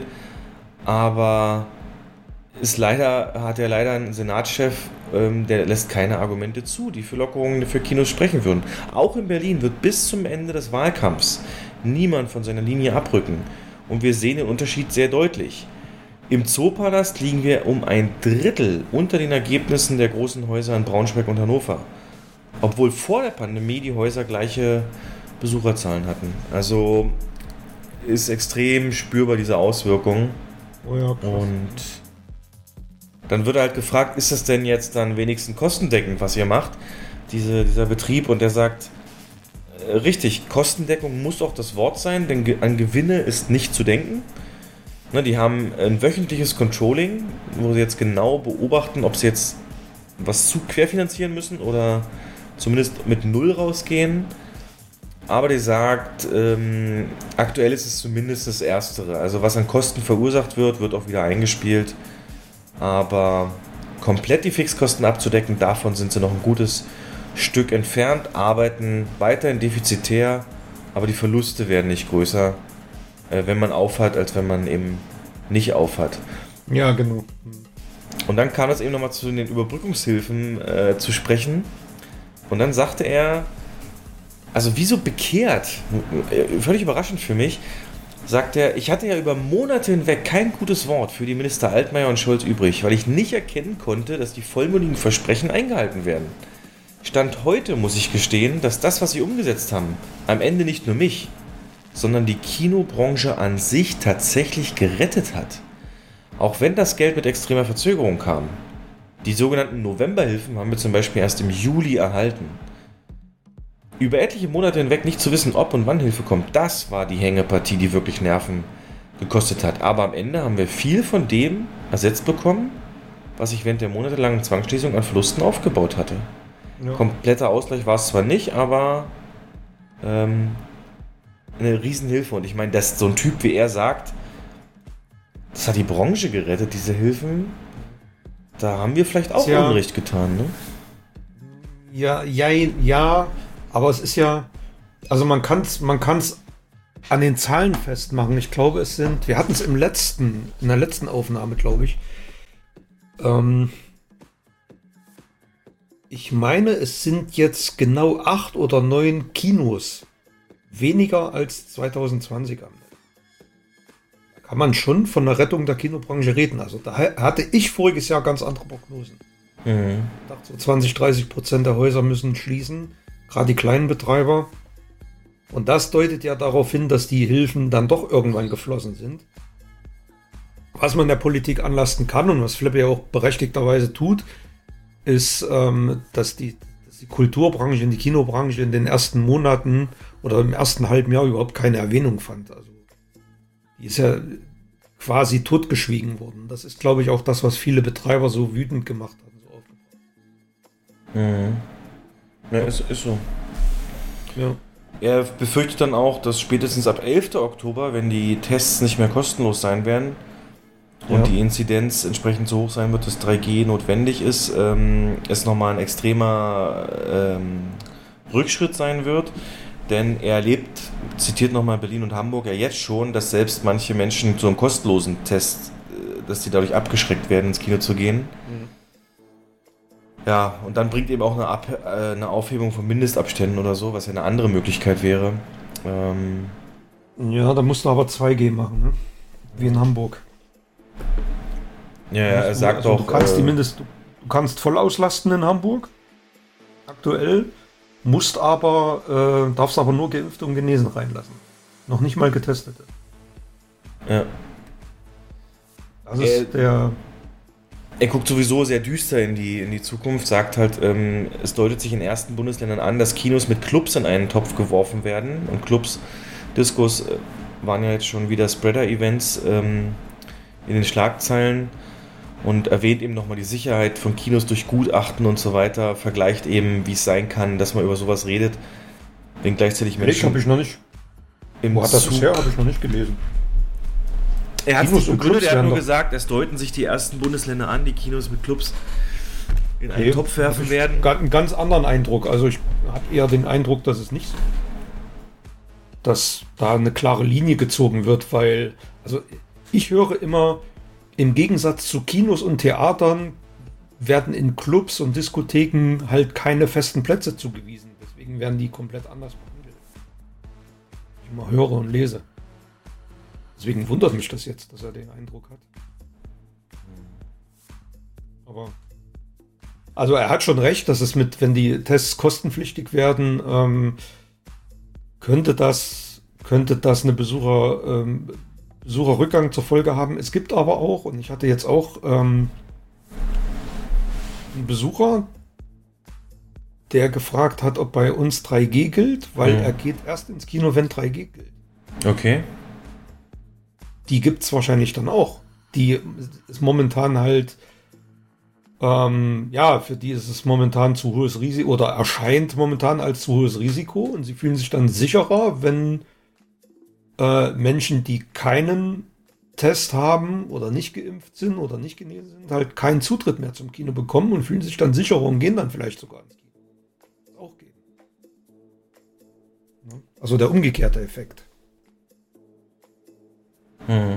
aber ist leider, hat er leider einen Senatschef, ähm, der lässt keine Argumente zu, die für Lockerungen für Kinos sprechen würden. Auch in Berlin wird bis zum Ende des Wahlkampfs niemand von seiner Linie abrücken. Und wir sehen den Unterschied sehr deutlich. Im Zoopalast liegen wir um ein Drittel unter den Ergebnissen der großen Häuser in Braunschweig und Hannover. Obwohl vor der Pandemie die Häuser gleiche Besucherzahlen hatten. Also ist extrem spürbar diese Auswirkung. Oh ja, krass. Und dann wird halt gefragt, ist das denn jetzt dann wenigstens kostendeckend, was ihr macht, diese, dieser Betrieb? Und der sagt, äh, richtig, Kostendeckung muss auch das Wort sein, denn ge- an Gewinne ist nicht zu denken. Ne, die haben ein wöchentliches Controlling, wo sie jetzt genau beobachten, ob sie jetzt was zu querfinanzieren müssen oder zumindest mit Null rausgehen. Aber die sagt, ähm, aktuell ist es zumindest das Erstere. Also was an Kosten verursacht wird, wird auch wieder eingespielt. Aber komplett die Fixkosten abzudecken, davon sind sie noch ein gutes Stück entfernt, arbeiten weiterhin defizitär, aber die Verluste werden nicht größer, äh, wenn man aufhat, als wenn man eben nicht aufhat. Ja, genau. Und dann kam es eben nochmal zu den Überbrückungshilfen äh, zu sprechen. Und dann sagte er, also wie so bekehrt, äh, völlig überraschend für mich, sagt er, ich hatte ja über Monate hinweg kein gutes Wort für die Minister Altmaier und Scholz übrig, weil ich nicht erkennen konnte, dass die vollmundigen Versprechen eingehalten werden. Stand heute muss ich gestehen, dass das, was sie umgesetzt haben, am Ende nicht nur mich, sondern die Kinobranche an sich tatsächlich gerettet hat. Auch wenn das Geld mit extremer Verzögerung kam. Die sogenannten Novemberhilfen haben wir zum Beispiel erst im Juli erhalten. Über etliche Monate hinweg nicht zu wissen, ob und wann Hilfe kommt, das war die Hängepartie, die wirklich Nerven gekostet hat. Aber am Ende haben wir viel von dem ersetzt bekommen, was ich während der monatelangen Zwangsschließung an Verlusten aufgebaut hatte. Ja. Kompletter Ausgleich war es zwar nicht, aber ähm, eine Riesenhilfe. Und ich meine, dass so ein Typ wie er sagt, das hat die Branche gerettet, diese Hilfen, da haben wir vielleicht auch ja. Unrecht getan, ne? Ja, ja, ja. Aber es ist ja, also man kann es man kann's an den Zahlen festmachen. Ich glaube, es sind, wir hatten es im letzten, in der letzten Aufnahme, glaube ich. Ähm, ich meine, es sind jetzt genau acht oder neun Kinos weniger als zwanzig zwanzig am Netz. Da kann man schon von der Rettung der Kinobranche reden. Also da hatte ich voriges Jahr ganz andere Prognosen. Mhm. Ich dachte, so zwanzig, dreißig Prozent der Häuser müssen schließen. Gerade die kleinen Betreiber. Und das deutet ja darauf hin, dass die Hilfen dann doch irgendwann geflossen sind. Was man der Politik anlasten kann und was Flippe ja auch berechtigterweise tut, ist, ähm, dass, die, dass die Kulturbranche und die Kinobranche in den ersten Monaten oder im ersten halben Jahr überhaupt keine Erwähnung fand. Also die ist ja quasi totgeschwiegen worden. Das ist, glaube ich, auch das, was viele Betreiber so wütend gemacht haben. So aufgebracht. Mhm. Ja, ist, ist so. Ja. Er befürchtet dann auch, dass spätestens ab elften Oktober, wenn die Tests nicht mehr kostenlos sein werden und ja. die Inzidenz entsprechend so hoch sein wird, dass drei G notwendig ist, ähm, es nochmal ein extremer ähm, Rückschritt sein wird. Denn er erlebt, zitiert nochmal Berlin und Hamburg, ja jetzt schon, dass selbst manche Menschen zu einem kostenlosen Test, dass die dadurch abgeschreckt werden, ins Kino zu gehen. Mhm. Ja, und dann bringt eben auch eine, Ab- äh, eine Aufhebung von Mindestabständen oder so, was ja eine andere Möglichkeit wäre. Ähm ja, da musst du aber zwei G machen, ne? Wie in Hamburg. Ja, ja, er sagt also, auch... Du kannst, äh, die mindest, du, du kannst voll auslasten in Hamburg, aktuell, musst aber, äh, darfst aber nur Geimpfte und Genesen reinlassen. Noch nicht mal Getestete. Ja. Das ist Äh, der... Er guckt sowieso sehr düster in die, in die Zukunft, sagt halt, ähm, es deutet sich in ersten Bundesländern an, dass Kinos mit Clubs in einen Topf geworfen werden. Und Clubs, Discos äh, waren ja jetzt schon wieder Spreader-Events ähm, in den Schlagzeilen und erwähnt eben nochmal die Sicherheit von Kinos durch Gutachten und so weiter, vergleicht eben, wie es sein kann, dass man über sowas redet, wenn gleichzeitig Menschen... Ich habe ich noch nicht... im Wo hat das Zug- bisher? Habe ich noch nicht gelesen. Er hat es Kinos nicht und begründet, Clubs er hat werden nur doch- gesagt, es deuten sich die ersten Bundesländer an, die Kinos mit Clubs in einen Nee, Topf werfen hab ich werden. ga- Einen ganz anderen Eindruck. Also ich habe eher den Eindruck, dass es nicht so, dass da eine klare Linie gezogen wird, weil, also ich höre immer, im Gegensatz zu Kinos und Theatern werden in Clubs und Diskotheken halt keine festen Plätze zugewiesen. Deswegen werden die komplett anders behandelt. Ich immer höre und lese. Deswegen wundert mich das jetzt, dass er den Eindruck hat. Aber also er hat schon recht, dass es mit, wenn die Tests kostenpflichtig werden, ähm, könnte das könnte das eine Besucher, ähm, Besucherrückgang zur Folge haben. Es gibt aber auch, und ich hatte jetzt auch ähm, einen Besucher, der gefragt hat, ob bei uns drei G gilt, weil Mhm. er geht erst ins Kino, wenn drei G gilt. Okay. Die gibt es wahrscheinlich dann auch. Die ist momentan halt, ähm, ja, für die ist es momentan zu hohes Risiko oder erscheint momentan als zu hohes Risiko und sie fühlen sich dann sicherer, wenn äh, Menschen, die keinen Test haben oder nicht geimpft sind oder nicht genesen sind, halt keinen Zutritt mehr zum Kino bekommen und fühlen sich dann sicherer und gehen dann vielleicht sogar ins Kino. Das auch gehen. Ne? Also der umgekehrte Effekt. Hm.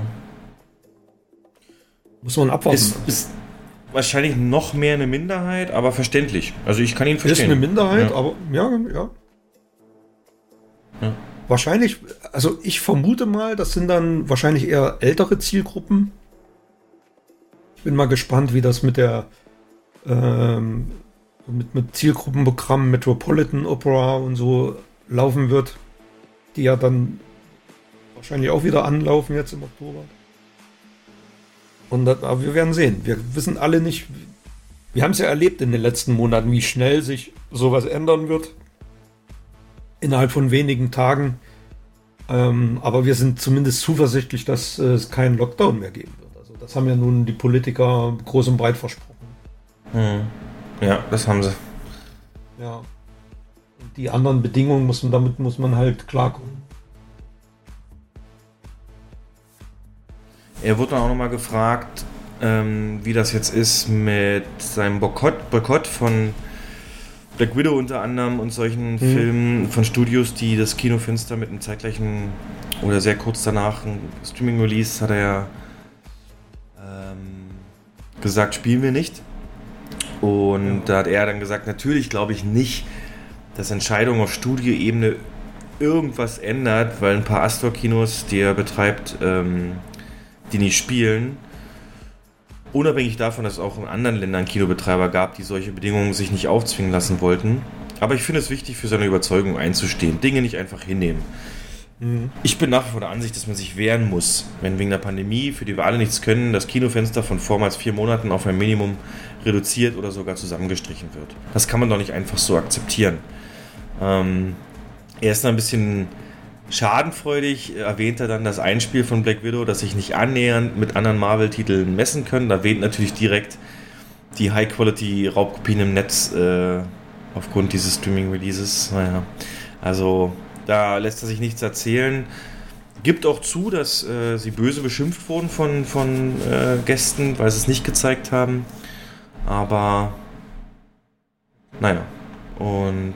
Muss man abwarten. Ist, ist wahrscheinlich noch mehr eine Minderheit, aber verständlich. Also ich kann ihn Ist verstehen. eine Minderheit, Ja. aber ja, ja. Ja. Wahrscheinlich, also ich vermute mal, das sind dann wahrscheinlich eher ältere Zielgruppen. Ich bin mal gespannt, wie das mit der ähm, mit, mit Zielgruppenprogramm Metropolitan Opera und so laufen wird, die ja dann wahrscheinlich auch wieder anlaufen jetzt im Oktober. Und das, aber wir werden sehen. Wir wissen alle nicht, wir haben es ja erlebt in den letzten Monaten, wie schnell sich sowas ändern wird. Innerhalb von wenigen Tagen. Ähm, aber wir sind zumindest zuversichtlich, dass äh, es keinen Lockdown mehr geben wird. Also das haben ja nun die Politiker groß und breit versprochen. Hm. Ja, das haben sie. Ja. Und die anderen Bedingungen muss man, damit muss man halt klarkommen. Er wurde dann auch nochmal gefragt, ähm, wie das jetzt ist mit seinem Boykott, Boykott von Black Widow unter anderem und solchen Mhm. Filmen von Studios, die das Kinofenster mit einem zeitgleichen oder sehr kurz danach ein Streaming-Release hat er ja ähm, gesagt, spielen wir nicht. Und Ja. da hat er dann gesagt, natürlich glaube ich nicht, dass Entscheidungen auf Studioebene irgendwas ändert, weil ein paar Astor-Kinos, die er betreibt, ähm, die nicht spielen, unabhängig davon, dass es auch in anderen Ländern Kinobetreiber gab, die solche Bedingungen sich nicht aufzwingen lassen wollten. Aber ich finde es wichtig, für seine Überzeugung einzustehen, Dinge nicht einfach hinnehmen. Mhm. Ich bin nach wie vor der Ansicht, dass man sich wehren muss, wenn wegen der Pandemie, für die wir alle nichts können, das Kinofenster von vormals vier Monaten auf ein Minimum reduziert oder sogar zusammengestrichen wird. Das kann man doch nicht einfach so akzeptieren. Ähm, er ist da ein bisschen schadenfreudig, erwähnt er dann das Einspiel von Black Widow, das sich nicht annähernd mit anderen Marvel-Titeln messen können. Da erwähnt natürlich direkt die High-Quality-Raubkopien im Netz äh, aufgrund dieses Streaming-Releases. Naja, also da lässt er sich nichts erzählen. Gibt auch zu, dass äh, sie böse beschimpft wurden von, von äh, Gästen, weil sie es nicht gezeigt haben. Aber naja, und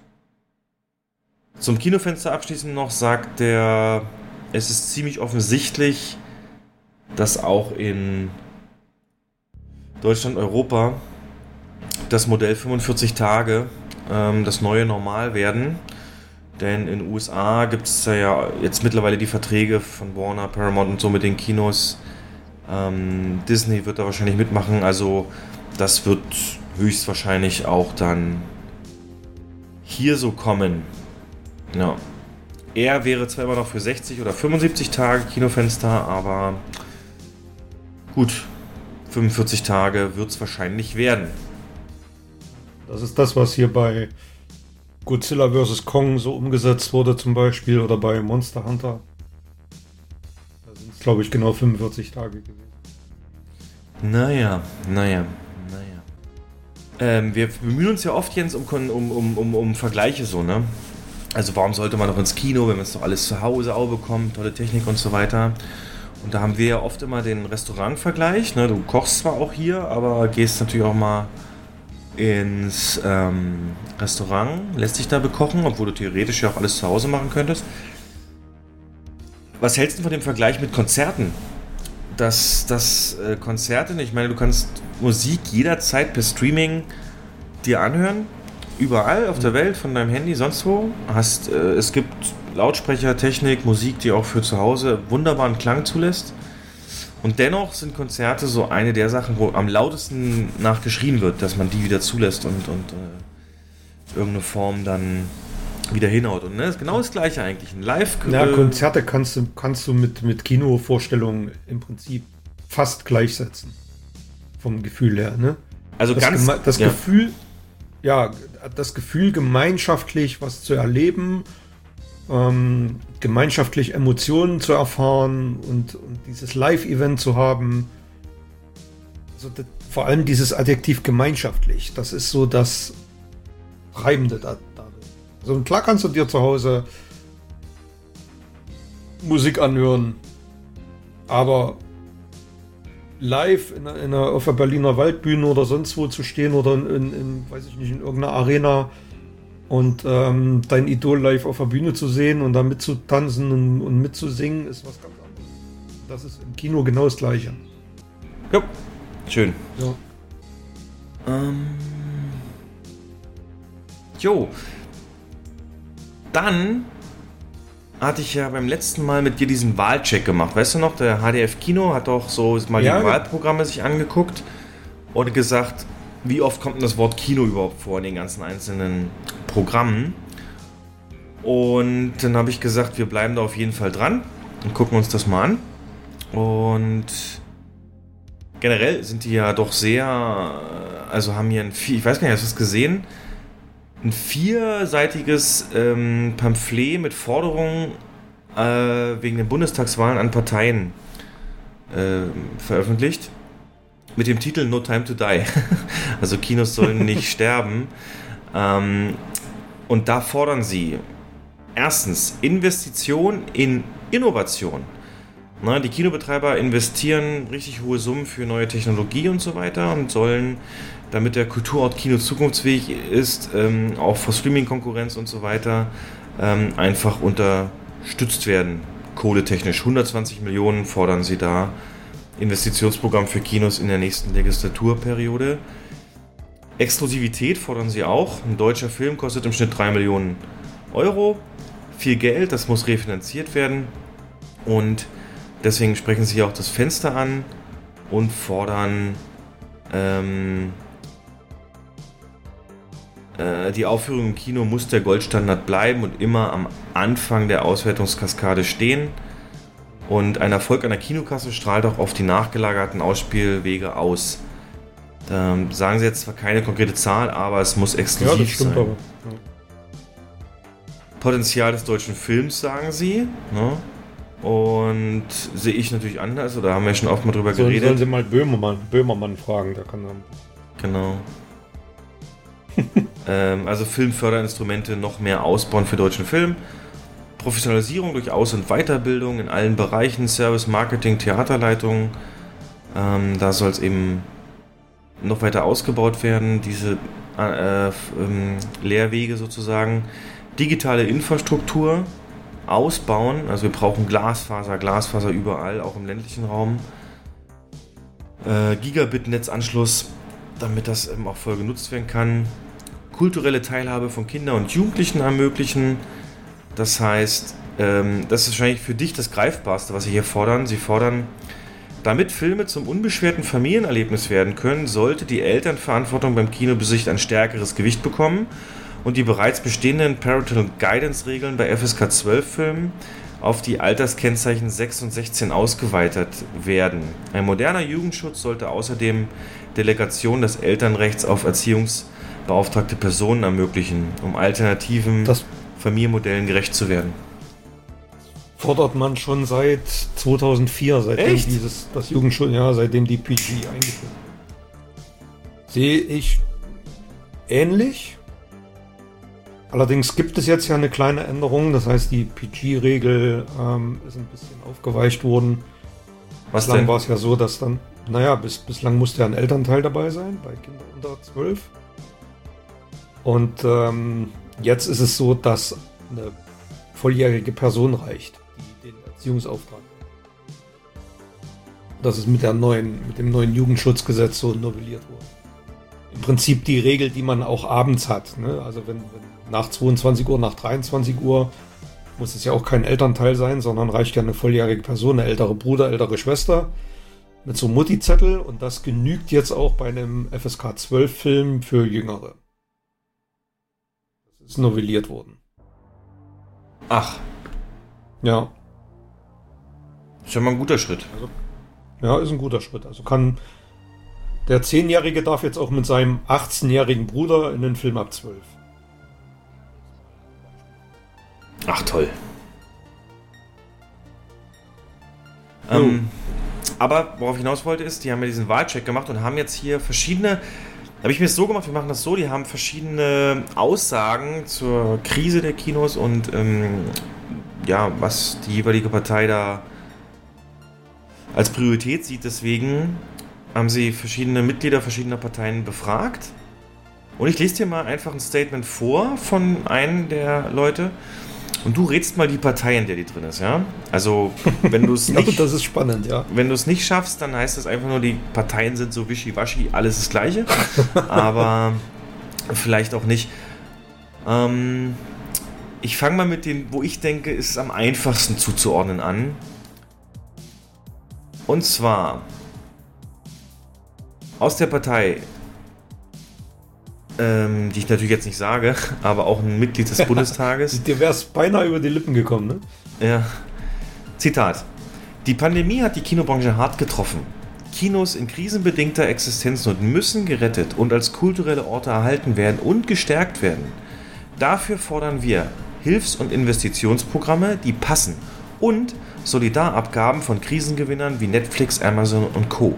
zum Kinofenster abschließend noch sagt er, es ist ziemlich offensichtlich, dass auch in Deutschland, Europa das Modell fünfundvierzig Tage ähm, das neue Normal werden. Denn in den U S A gibt es ja jetzt mittlerweile die Verträge von Warner, Paramount und so mit den Kinos, Ähm, Disney wird da wahrscheinlich mitmachen, also das wird höchstwahrscheinlich auch dann hier so kommen. Ja. Er wäre zwar immer noch für sechzig oder fünfundsiebzig Tage Kinofenster, aber gut, fünfundvierzig Tage wird es wahrscheinlich werden. Das ist das, was hier bei Godzilla versus. Kong so umgesetzt wurde zum Beispiel oder bei Monster Hunter. Da sind es, glaube ich, genau fünfundvierzig Tage gewesen. Naja, naja, naja. Ähm, wir bemühen uns ja oft, Jens, um, um, um, um, um Vergleiche so, ne? Also warum sollte man noch ins Kino, wenn man es doch alles zu Hause auch bekommt, tolle Technik und so weiter. Und da haben wir ja oft immer den Restaurantvergleich, ne? Du kochst zwar auch hier, aber gehst natürlich auch mal ins ähm, Restaurant, lässt dich da bekochen, obwohl du theoretisch ja auch alles zu Hause machen könntest. Was hältst du von dem Vergleich mit Konzerten? Dass, dass äh, Konzerte, ich meine, du kannst Musik jederzeit per Streaming dir anhören, überall auf der Welt, von deinem Handy, sonst wo. Hast, äh, es gibt Lautsprecher, Technik, Musik, die auch für zu Hause wunderbaren Klang zulässt. Und dennoch sind Konzerte so eine der Sachen, wo am lautesten nachgeschrien wird, dass man die wieder zulässt und, und äh, irgendeine Form dann wieder hinhaut. Und ne, ist genau das Gleiche eigentlich. Ein Live- Ja, Konzerte kannst du, kannst du mit, mit Kinovorstellungen im Prinzip fast gleichsetzen. Vom Gefühl her, ne? Also das ganz... Geme- das ja. Gefühl, ja, das Gefühl, gemeinschaftlich was zu erleben, ähm, gemeinschaftlich Emotionen zu erfahren und, und dieses Live-Event zu haben. Also das, vor allem dieses Adjektiv gemeinschaftlich, das ist so das Treibende da, dadurch. Also klar kannst du dir zu Hause Musik anhören, aber live in, in einer, auf der Berliner Waldbühne oder sonst wo zu stehen oder in, in, in weiß ich nicht, in irgendeiner Arena und ähm, dein Idol live auf der Bühne zu sehen und da mitzutanzen und, und mitzusingen, ist was ganz anderes. Das ist im Kino genau das Gleiche. Ja, schön. Ja. Ähm. Jo. Dann hatte ich ja beim letzten Mal mit dir diesen Wahlcheck gemacht. Weißt du noch, der H D F Kino hat doch so mal Ja, die Wahlprogramme sich angeguckt und gesagt, wie oft kommt denn das Wort Kino überhaupt vor in den ganzen einzelnen Programmen. Und dann habe ich gesagt, wir bleiben da auf jeden Fall dran und gucken uns das mal an. Und generell sind die ja doch sehr, also haben hier ein, ich weiß gar nicht, hast du das gesehen? Ein vierseitiges ähm, Pamphlet mit Forderungen äh, wegen den Bundestagswahlen an Parteien äh, veröffentlicht. Mit dem Titel No Time to Die. Also Kinos sollen nicht sterben. Ähm, und da fordern sie erstens Investition in Innovation. Na, die Kinobetreiber investieren richtig hohe Summen für neue Technologie und so weiter und sollen, damit der Kulturort Kino zukunftsfähig ist, ähm, auch vor Streaming-Konkurrenz und so weiter, ähm, einfach unterstützt werden. Kohletechnisch hundertzwanzig Millionen fordern sie da. Investitionsprogramm für Kinos in der nächsten Legislaturperiode. Exklusivität fordern sie auch. Ein deutscher Film kostet im Schnitt drei Millionen Euro. Viel Geld, das muss refinanziert werden. Und deswegen sprechen sie auch das Fenster an und fordern ähm, äh, die Aufführung im Kino muss der Goldstandard bleiben und immer am Anfang der Auswertungskaskade stehen. Und ein Erfolg an der Kinokasse strahlt auch auf die nachgelagerten Ausspielwege aus. Da sagen sie jetzt zwar keine konkrete Zahl, aber es muss exklusiv ja, das stimmt sein. Aber. Ja. Potenzial des deutschen Films, sagen sie. Ne? Und sehe ich natürlich anders, oder haben wir schon oft mal drüber Sollen, geredet. sollen sie mal Böhmermann, Böhmermann fragen, der kann dann. Genau. ähm, also Filmförderinstrumente noch mehr ausbauen für deutschen Film. Professionalisierung durch Aus- und Weiterbildung in allen Bereichen, Service, Marketing, Theaterleitung. Ähm, da soll es eben noch weiter ausgebaut werden, diese äh, äh, Lehrwege sozusagen. Digitale Infrastruktur ausbauen, also wir brauchen Glasfaser, Glasfaser überall, auch im ländlichen Raum. Äh, Gigabit-Netzanschluss, damit das eben auch voll genutzt werden kann. Kulturelle Teilhabe von Kindern und Jugendlichen ermöglichen. Das heißt, ähm, das ist wahrscheinlich für dich das Greifbarste, was sie hier fordern. Sie fordern Damit Filme zum unbeschwerten Familienerlebnis werden können, sollte die Elternverantwortung beim Kinobesicht ein stärkeres Gewicht bekommen und die bereits bestehenden Parental Guidance-Regeln bei F S K zwölf Filmen auf die Alterskennzeichen sechs und sechzehn ausgeweitet werden. Ein moderner Jugendschutz sollte außerdem Delegation des Elternrechts auf erziehungsbeauftragte Personen ermöglichen, um alternativen Das Familienmodellen gerecht zu werden. fordert man schon seit zweitausendvier, seitdem Echt? dieses das Jugendschutz, ja, seitdem die P G eingeführt wird. Sehe ich ähnlich. Allerdings gibt es jetzt ja eine kleine Änderung, das heißt, die P G-Regel ähm, ist ein bisschen aufgeweicht worden. Was Bislang denn? war es ja so, dass dann, naja, bis, bislang musste ja ein Elternteil dabei sein, bei Kindern unter zwölf. Und ähm, jetzt ist es so, dass eine volljährige Person reicht, die den Erziehungsauftrag. Das ist mit, der neuen, mit dem neuen Jugendschutzgesetz so novelliert worden. Im Prinzip die Regel, die man auch abends hat. Ne? Also wenn, wenn nach zweiundzwanzig Uhr, nach dreiundzwanzig Uhr muss es ja auch kein Elternteil sein, sondern reicht ja eine volljährige Person, eine ältere Bruder, ältere Schwester mit so einem Mutti-Zettel, und das genügt jetzt auch bei einem F S K zwölf Film für Jüngere. Das ist novelliert worden. Ach, Ja, ist ja mal ein guter Schritt. ja, ist ein guter Schritt. Also kann der zehnjährige darf jetzt auch mit seinem achtzehnjährigen Bruder in den Film ab zwölf. Ach, toll. Ähm, aber worauf ich hinaus wollte ist, die haben ja diesen Wahlcheck gemacht und haben jetzt hier verschiedene, da habe ich mir das so gemacht, wir machen das so, die haben verschiedene Aussagen zur Krise der Kinos und ähm, ja, was die jeweilige Partei da als Priorität sieht. Deswegen haben sie verschiedene Mitglieder verschiedener Parteien befragt. Und ich lese dir mal einfach ein Statement vor von einem der Leute. Und du rätst mal die Partei, in der die drin ist, ja? Also, wenn du es Ja, nicht, das ist spannend, ja. wenn du es nicht schaffst, dann heißt das einfach nur, die Parteien sind so wischiwaschi, alles das Gleiche. Aber vielleicht auch nicht. Ähm, ich fange mal mit dem, wo ich denke, ist es am einfachsten zuzuordnen an. Und zwar aus der Partei, ähm, die ich natürlich jetzt nicht sage, aber auch ein Mitglied des Bundestages. Dir wäre es beinahe über die Lippen gekommen, ne? Ja. Zitat. Die Pandemie hat die Kinobranche hart getroffen. Kinos in krisenbedingter Existenznot müssen gerettet und als kulturelle Orte erhalten werden und gestärkt werden. Dafür fordern wir Hilfs- und Investitionsprogramme, die passen, und Solidarabgaben von Krisengewinnern wie Netflix, Amazon und Co.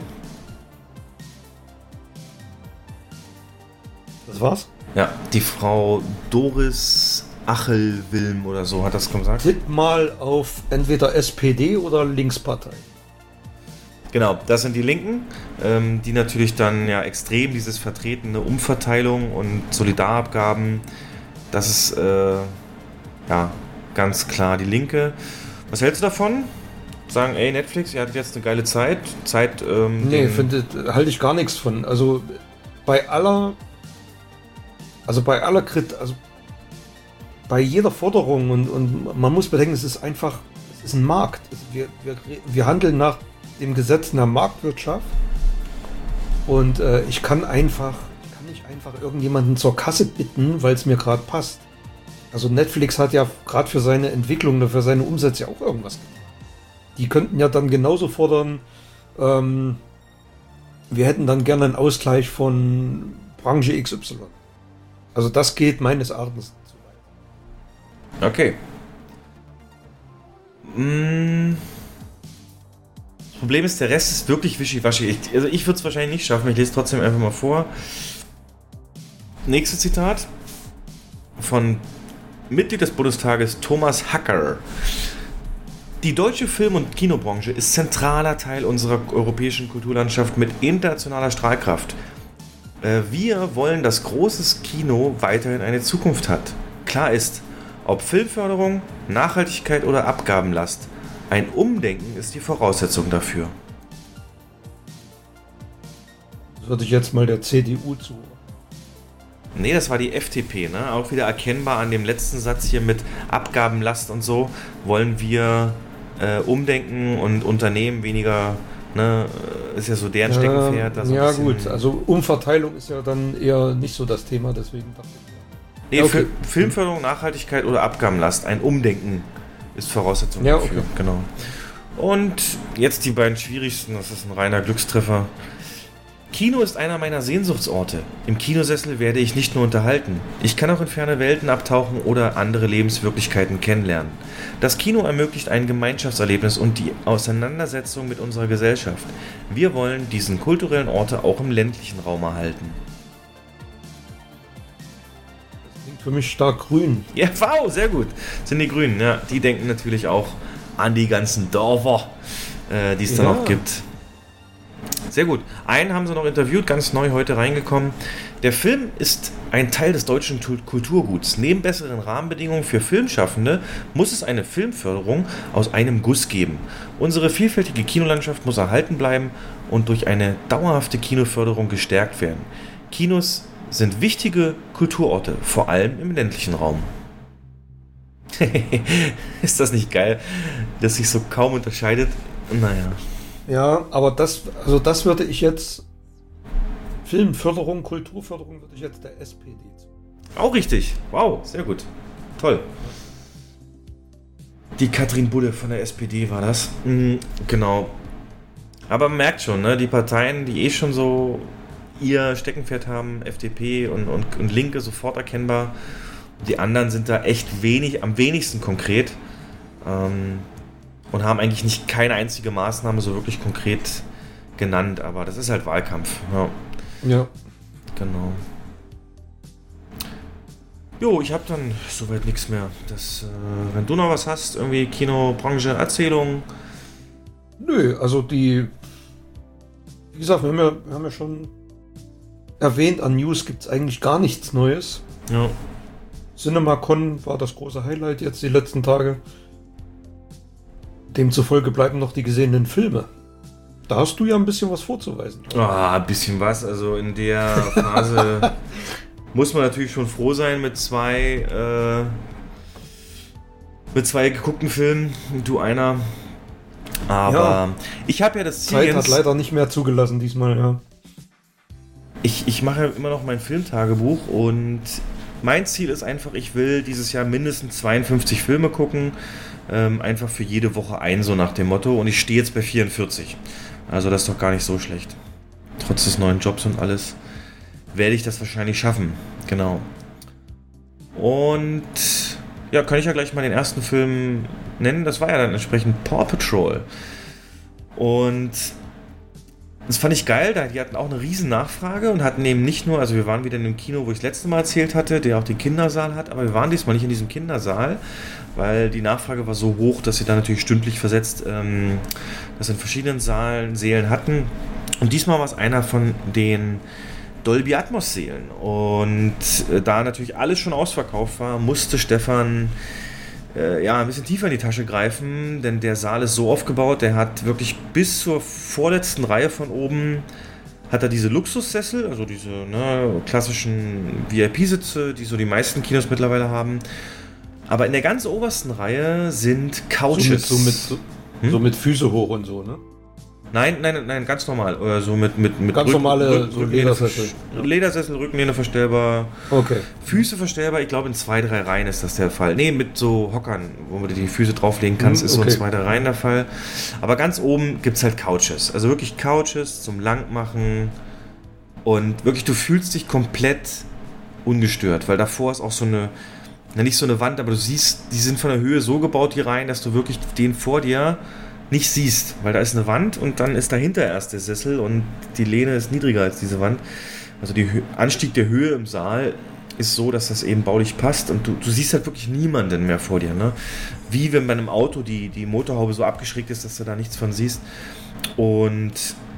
Das war's? Ja, die Frau Doris Achelwilm oder so hat das gesagt. Tipp mal auf entweder S P D oder Linkspartei. Genau, das sind die Linken, ähm, die natürlich dann ja extrem dieses vertretene Umverteilung und Solidarabgaben, das ist äh, ja ganz klar die Linke. Was hältst du davon? Sagen, ey Netflix, ihr hattet jetzt eine geile Zeit. Zeit ähm, Nee, den- finde, halte ich gar nichts von. Also bei aller, also bei aller Krit, also bei jeder Forderung, und, und man muss bedenken, es ist einfach, es ist ein Markt. Es, wir, wir, wir handeln nach dem Gesetz einer Marktwirtschaft, und äh, ich kann einfach, ich kann nicht einfach irgendjemanden zur Kasse bitten, weil es mir gerade passt. Also Netflix hat ja gerade für seine Entwicklung oder für seine Umsätze ja auch irgendwas gemacht. Die könnten ja dann genauso fordern, ähm, wir hätten dann gerne einen Ausgleich von Branche X Y. Also das geht meines Erachtens zu weit. Okay. Mm. Das Problem ist, der Rest ist wirklich wischiwaschi. Ich, also ich würde es wahrscheinlich nicht schaffen, ich lese trotzdem einfach mal vor. Nächstes Zitat von Mitglied des Bundestages Thomas Hacker. Die deutsche Film- und Kinobranche ist zentraler Teil unserer europäischen Kulturlandschaft mit internationaler Strahlkraft. Äh, Wir wollen, dass großes Kino weiterhin eine Zukunft hat. Klar ist, ob Filmförderung, Nachhaltigkeit oder Abgabenlast, ein Umdenken ist die Voraussetzung dafür. Das würde ich jetzt mal der C D U zu. Nee, das war die F D P, ne? Auch wieder erkennbar an dem letzten Satz hier mit Abgabenlast und so. Wollen wir äh, umdenken und Unternehmen weniger Ne, ist ja so deren Steckenpferd. Ja, so ja bisschen, gut, also Umverteilung ist ja dann eher nicht so das Thema, deswegen dachte ich. Nee, okay. Filmförderung, Nachhaltigkeit oder Abgabenlast. Ein Umdenken ist Voraussetzung ja, dafür. Okay. Genau. Und jetzt die beiden schwierigsten, das ist ein reiner Glückstreffer. Kino ist einer meiner Sehnsuchtsorte. Im Kinosessel werde ich nicht nur unterhalten. Ich kann auch in ferne Welten abtauchen oder andere Lebenswirklichkeiten kennenlernen. Das Kino ermöglicht ein Gemeinschaftserlebnis und die Auseinandersetzung mit unserer Gesellschaft. Wir wollen diesen kulturellen Orte auch im ländlichen Raum erhalten. Das klingt für mich stark grün. Ja, wow, sehr gut. Sind die Grünen, ja. Die denken natürlich auch an die ganzen Dörfer, äh, die es da Ja. noch gibt. Sehr gut. Einen haben sie noch interviewt, ganz neu heute reingekommen. Der Film ist ein Teil des deutschen Kulturguts. Neben besseren Rahmenbedingungen für Filmschaffende muss es eine Filmförderung aus einem Guss geben. Unsere vielfältige Kinolandschaft muss erhalten bleiben und durch eine dauerhafte Kinoförderung gestärkt werden. Kinos sind wichtige Kulturorte, vor allem im ländlichen Raum. Ist das nicht geil, dass sich so kaum unterscheidet? Naja. Ja, aber das, also das würde ich jetzt, Filmförderung, Kulturförderung würde ich jetzt der S P D zu. Auch richtig. Wow, sehr gut. Toll. Die Katrin Budde von der S P D war das. Mhm, genau. Aber man merkt schon, ne, die Parteien, die eh schon so ihr Steckenpferd haben, F D P und, und, und Linke sofort erkennbar. Die anderen sind da echt wenig, am wenigsten konkret. Ähm, und haben eigentlich nicht keine einzige Maßnahme so wirklich konkret genannt. Aber das ist halt Wahlkampf. Ja. Ja. Genau. Jo, ich habe dann soweit nichts mehr. Das, äh, wenn du noch was hast, irgendwie Kinobranche, Erzählung. Nö, also die, wie gesagt, wir haben ja, wir haben ja schon erwähnt, an News gibt es eigentlich gar nichts Neues. Ja. CinemaCon war das große Highlight jetzt die letzten Tage. Demzufolge bleiben noch die gesehenen Filme. Da hast du ja ein bisschen was vorzuweisen. Ah, ein bisschen was. Also in der Phase muss man natürlich schon froh sein mit zwei äh, mit zwei geguckten Filmen. Du einer. Aber Ja. ich habe ja das Ziel, Zeit hat Jens, leider nicht mehr zugelassen diesmal, ja. ich, ich mache ja immer noch mein Filmtagebuch und mein Ziel ist einfach, ich will dieses Jahr mindestens zweiundfünfzig Filme gucken. Ähm, einfach für jede Woche ein, so nach dem Motto. Und ich stehe jetzt bei vierundvierzig. Also das ist doch gar nicht so schlecht. Trotz des neuen Jobs und alles werde ich das wahrscheinlich schaffen. Genau. Und ja, kann ich ja gleich mal den ersten Film nennen. Das war ja dann entsprechend Paw Patrol. Und das fand ich geil, die hatten auch eine riesen Nachfrage und hatten eben nicht nur, also wir waren wieder in dem Kino, wo ich das letzte Mal erzählt hatte, der auch den Kindersaal hat, aber wir waren diesmal nicht in diesem Kindersaal, weil die Nachfrage war so hoch, dass sie da natürlich stündlich versetzt ähm, das in verschiedenen Saalen, Sälen hatten. Und diesmal war es einer von den Dolby Atmos Sälen. Und äh, da natürlich alles schon ausverkauft war, musste Stefan äh, ja, ein bisschen tiefer in die Tasche greifen, denn der Saal ist so aufgebaut, der hat wirklich bis zur vorletzten Reihe von oben hat er diese Luxussessel, also diese ne, klassischen V I P-Sitze, die so die meisten Kinos mittlerweile haben. Aber in der ganz obersten Reihe sind Couches. So mit, so mit, so, Hm? so mit Füße hoch und so, ne? Nein, nein, nein, ganz normal. Oder so mit, mit, mit Ganz normale so Rücklehne, Ledersessel. versch- Ledersessel, Rückenlehne verstellbar, Okay. Füße verstellbar. Ich glaube, in zwei, drei Reihen ist das der Fall. Nee, mit so Hockern, wo du die Füße drauflegen kannst, Hm, ist so in okay. zwei, drei Reihen der Fall. Aber ganz oben gibt es halt Couches. Also wirklich Couches zum Langmachen. Und wirklich, du fühlst dich komplett ungestört, weil davor ist auch so eine, na nicht so eine Wand, aber du siehst, die sind von der Höhe so gebaut, die Reihen, dass du wirklich den vor dir nicht siehst, weil da ist eine Wand und dann ist dahinter erst der Sessel und die Lehne ist niedriger als diese Wand. Also der Anstieg der Höhe im Saal ist so, dass das eben baulich passt und du, du siehst halt wirklich niemanden mehr vor dir. Ne? Wie wenn bei einem Auto die, die Motorhaube so abgeschrägt ist, dass du da nichts von siehst. Und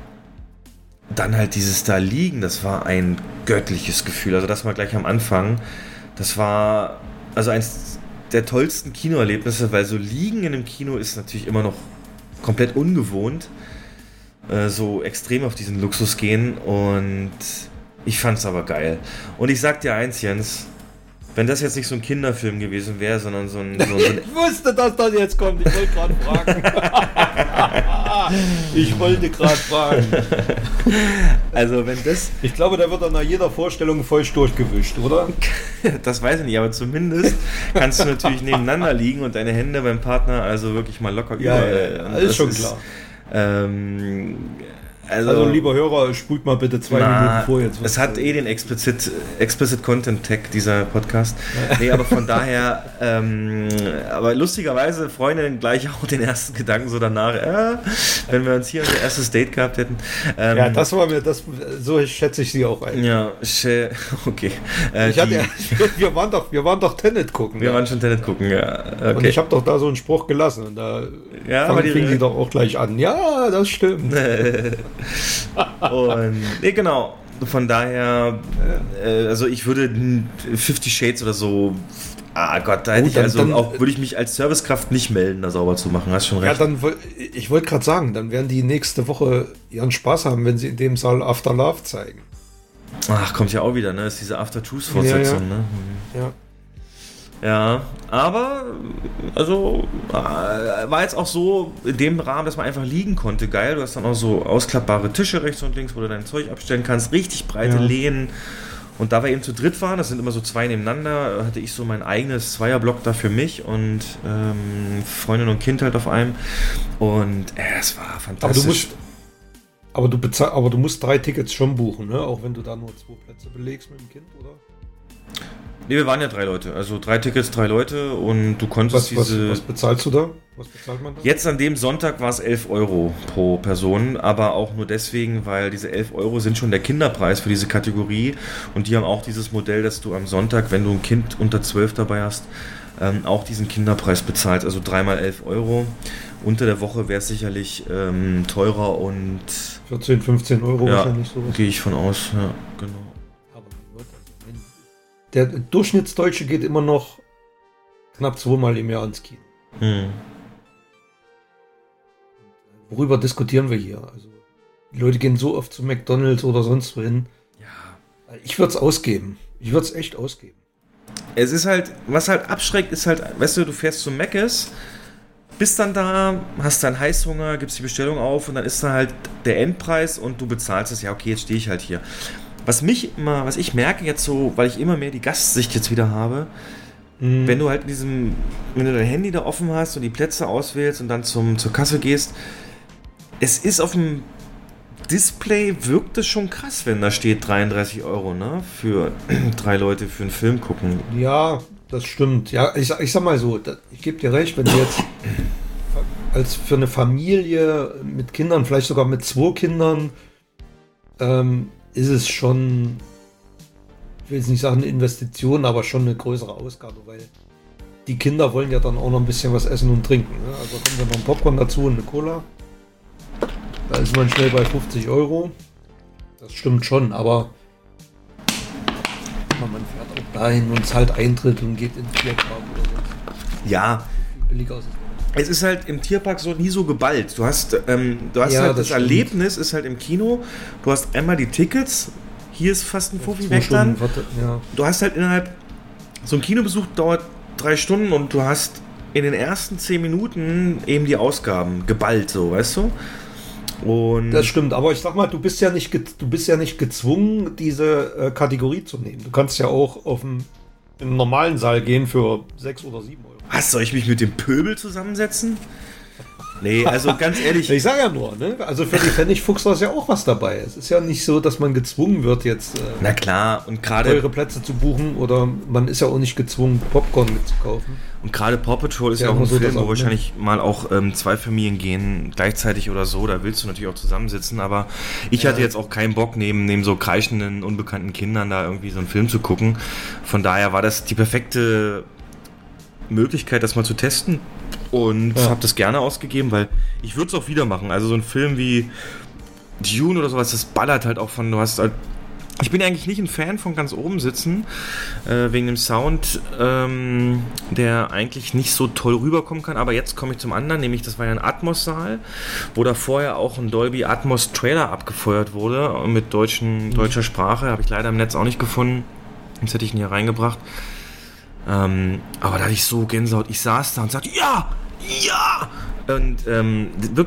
dann halt dieses da liegen, das war ein göttliches Gefühl. Also das mal gleich am Anfang. Das war also eins der tollsten Kinoerlebnisse, weil so liegen in einem Kino ist natürlich immer noch komplett ungewohnt. Äh, so extrem auf diesen Luxus gehen und ich fand's aber geil. Und ich sag dir eins, Jens, wenn das jetzt nicht so ein Kinderfilm gewesen wäre, sondern so ein... So ein, so ein Ich wusste, dass das jetzt kommt. Ich wollte gerade fragen. Ich wollte gerade fragen. Also wenn das... Ich glaube, da wird dann nach jeder Vorstellung feucht durchgewischt, oder? Das weiß ich nicht, aber zumindest kannst du natürlich nebeneinander liegen und deine Hände beim Partner also wirklich mal locker Ja, überall. ja, ja, Und ist das schon klar. Ähm, also, Also, lieber Hörer, spult mal bitte zwei na, Minuten vor jetzt. es hat eh den Explicit, Explicit Content Tag, dieser Podcast. Nee, aber von daher, ähm, aber lustigerweise, Freundin gleich auch den ersten Gedanken so danach, äh, wenn wir uns hier unser erstes Date gehabt hätten. Ähm, Ja, das war mir, das, so schätze ich sie auch ein. Ja, sch- okay. Äh, Ich hatte, die, wir, waren doch, wir waren doch Tenet gucken. wir ja. waren schon Tenet gucken, ja. Okay. Und ich habe doch da so einen Spruch gelassen. Und da Ja, fang- aber die- fing die doch auch gleich an. Ja, das stimmt. Und, nee, genau. Von daher, äh, also ich würde Fifty Shades oder so, ah Gott, da hätte Oh, ich dann- also dann- auch, würde ich mich als Servicekraft nicht melden, da sauber zu machen, hast schon Ja, recht. dann, woll- ich wollte gerade sagen, dann werden die nächste Woche ihren Spaß haben, wenn sie in dem Saal After Love zeigen. Ach, kommt ja auch wieder, ne, das ist diese After-Truth-Fortsetzung, Ja, ja. ne. Ja. Ja, aber, also, äh, war jetzt auch so in dem Rahmen, dass man einfach liegen konnte, geil. Du hast dann auch so ausklappbare Tische rechts und links, wo du dein Zeug abstellen kannst, richtig breite Ja. Lehnen. Und da wir eben zu dritt waren, das sind immer so zwei nebeneinander, hatte ich so mein eigenes Zweierblock da für mich und ähm, Freundin und Kind halt auf einem. Und äh, es war fantastisch. Aber du musst, aber du bezahl, aber du musst drei Tickets schon buchen, ne? Auch wenn du da nur zwei Plätze belegst mit dem Kind, oder? Nee, wir waren ja drei Leute. Also drei Tickets, drei Leute und du konntest Was, was, diese... was bezahlst du da? Was bezahlt man da? Jetzt an dem Sonntag war es elf Euro pro Person, aber auch nur deswegen, weil diese elf Euro sind schon der Kinderpreis für diese Kategorie und die haben auch dieses Modell, dass du am Sonntag, wenn du ein Kind unter zwölf dabei hast, ähm, auch diesen Kinderpreis bezahlst, also dreimal elf Euro. Unter der Woche wäre es sicherlich ähm, teurer und vierzehn, fünfzehn Euro ja, wahrscheinlich sowas. gehe ich von aus, ja, genau. Aber mein Gott, also wenn- der Durchschnittsdeutsche geht immer noch knapp zweimal im Jahr ins Kino. Hm. Worüber diskutieren wir hier? Also, die Leute gehen so oft zu McDonalds oder sonst wohin. Ja. Ich würde es ausgeben. Ich würde es echt ausgeben. Es ist halt, was halt abschreckt, ist halt, weißt du, du fährst zu Mc's, bist dann da, hast dann Heißhunger, gibst die Bestellung auf und dann ist da halt der Endpreis und du bezahlst es. Ja, okay, jetzt stehe ich halt hier. Was mich immer, was ich merke jetzt so, weil ich immer mehr die Gastsicht jetzt wieder habe, Mhm. wenn du halt in diesem, wenn du dein Handy da offen hast und die Plätze auswählst und dann zum, zur Kasse gehst, es ist auf dem Display, wirkt es schon krass, wenn da steht dreiunddreißig Euro, ne, für drei Leute für einen Film gucken. Ja, das stimmt. Ja, ich, sag- ich sag mal so, da- ich gebe dir recht, wenn du jetzt als für eine Familie mit Kindern, vielleicht sogar mit zwei Kindern, ähm, ist es schon, ich will jetzt nicht sagen eine Investition, aber schon eine größere Ausgabe, weil die Kinder wollen ja dann auch noch ein bisschen was essen und trinken. Ne? Also kommt ja noch ein Popcorn dazu und eine Cola. Da ist man schnell bei fünfzig Euro. Das stimmt schon, aber man fährt auch dahin und zahlt Eintritt und geht in den Tierpark oder so. Ja, Billig aus. es ist halt im Tierpark so nie so geballt. Du hast, ähm, du hast Ja, halt das das, stimmt. Erlebnis ist halt im Kino. Du hast einmal die Tickets. Hier ist fast ein Fuffi Zwei weg dann. Stunden, warte, ja. Du hast halt innerhalb, so ein Kinobesuch dauert drei Stunden und du hast in den ersten zehn Minuten eben die Ausgaben geballt, so, weißt du? Und Das stimmt, aber ich sag mal, du bist ja nicht, ge- du bist ja nicht gezwungen, diese äh, Kategorie zu nehmen. Du kannst ja auch auf einen, in einen normalen Saal gehen für sechs oder sieben Euro. was, soll ich mich mit dem Pöbel zusammensetzen? Nee, also ganz ehrlich, Ich sag ja nur, ne? Also für die Pfennigfuchser ist ja auch was dabei. Es ist ja nicht so, dass man gezwungen wird, jetzt äh, na klar, und gerade teure Plätze zu buchen oder man ist ja auch nicht gezwungen, Popcorn mitzukaufen. Und gerade Paw Patrol ist ja, Ja, auch immer ein so Film, das wo auch, ne? wahrscheinlich mal auch ähm, zwei Familien gehen, gleichzeitig oder so, da willst du natürlich auch zusammensitzen, aber ich hatte jetzt auch keinen Bock, neben, neben so kreischenden, unbekannten Kindern da irgendwie so einen Film zu gucken. Von daher war das die perfekte Möglichkeit, das mal zu testen und Ja. habe das gerne ausgegeben, weil ich würde es auch wieder machen. Also so ein Film wie Dune oder sowas, das ballert halt auch von, du hast halt. Ich bin eigentlich nicht ein Fan von ganz oben sitzen, äh, wegen dem Sound, ähm, der eigentlich nicht so toll rüberkommen kann. Aber jetzt komme ich zum anderen, nämlich das war ja ein Atmos-Saal, wo da vorher auch ein Dolby Atmos Trailer abgefeuert wurde mit deutschen, Mhm. deutscher deutscher Sprache. Habe ich leider im Netz auch nicht gefunden. Jetzt hätte ich ihn hier reingebracht. Ähm, aber da hatte ich so Gänsehaut. Ich saß da und sagte, ja, ja! Und ähm, wirklich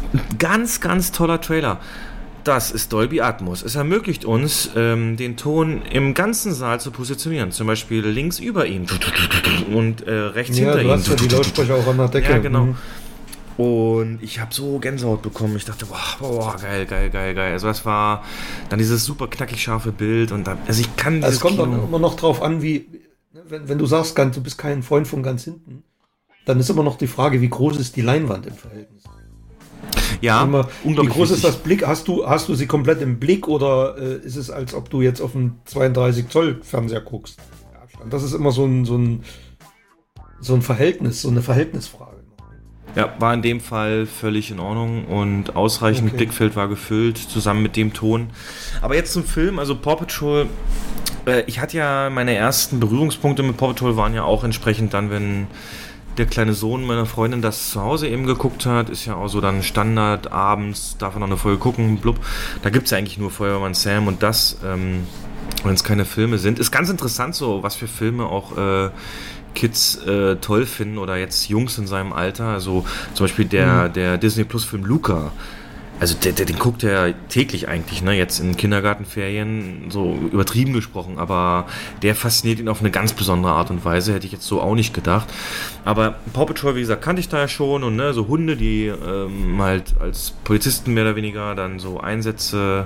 Ganz, ganz toller Trailer. Das ist Dolby Atmos. Es ermöglicht uns, ähm, den Ton im ganzen Saal zu positionieren. Zum Beispiel links über ihm und äh, rechts ja, hinter du ihm. hast ja die Lautsprecher auch an der Decke. Ja, genau. Mhm. Und ich habe so Gänsehaut bekommen. Ich dachte, boah, boah, geil, geil, geil, geil. Also das war dann dieses super knackig scharfe Bild. Und dann, also ich kann dieses Es kommt Kino dann immer noch drauf an, wie, wenn, wenn du sagst, ganz, du bist kein Freund von ganz hinten, dann ist immer noch die Frage, wie groß ist die Leinwand im Verhältnis? Ja, immer, unglaublich wie groß wichtig. ist das Blick? Hast du, hast du sie komplett im Blick oder äh, ist es, als ob du jetzt auf einen zweiunddreißig Zoll Fernseher guckst? Das ist immer so ein, so ein, so ein Verhältnis, so eine Verhältnisfrage. Ja, war in dem Fall völlig in Ordnung und ausreichend Okay. Blickfeld war gefüllt, zusammen mit dem Ton. Aber jetzt zum Film, also Paw Patrol. Äh, ich hatte ja meine ersten Berührungspunkte mit Paw Patrol waren ja auch entsprechend dann, wenn der kleine Sohn meiner Freundin das zu Hause eben geguckt hat, ist ja auch so dann Standard, abends darf er noch eine Folge gucken, blub. Da gibt es ja eigentlich nur Feuerwehrmann Sam und das, ähm, wenn es keine Filme sind. Ist ganz interessant so, was für Filme auch äh, Kids äh, toll finden oder jetzt Jungs in seinem Alter. Also zum Beispiel der, mhm. der Disney Plus Film Luca. Also der, der, den guckt er täglich eigentlich, ne? Jetzt in Kindergartenferien, so übertrieben gesprochen, aber der fasziniert ihn auf eine ganz besondere Art und Weise, hätte ich jetzt so auch nicht gedacht. Aber Paw Patrol, wie gesagt, kannte ich da ja schon und ne, so Hunde, die ähm, halt als Polizisten mehr oder weniger dann so Einsätze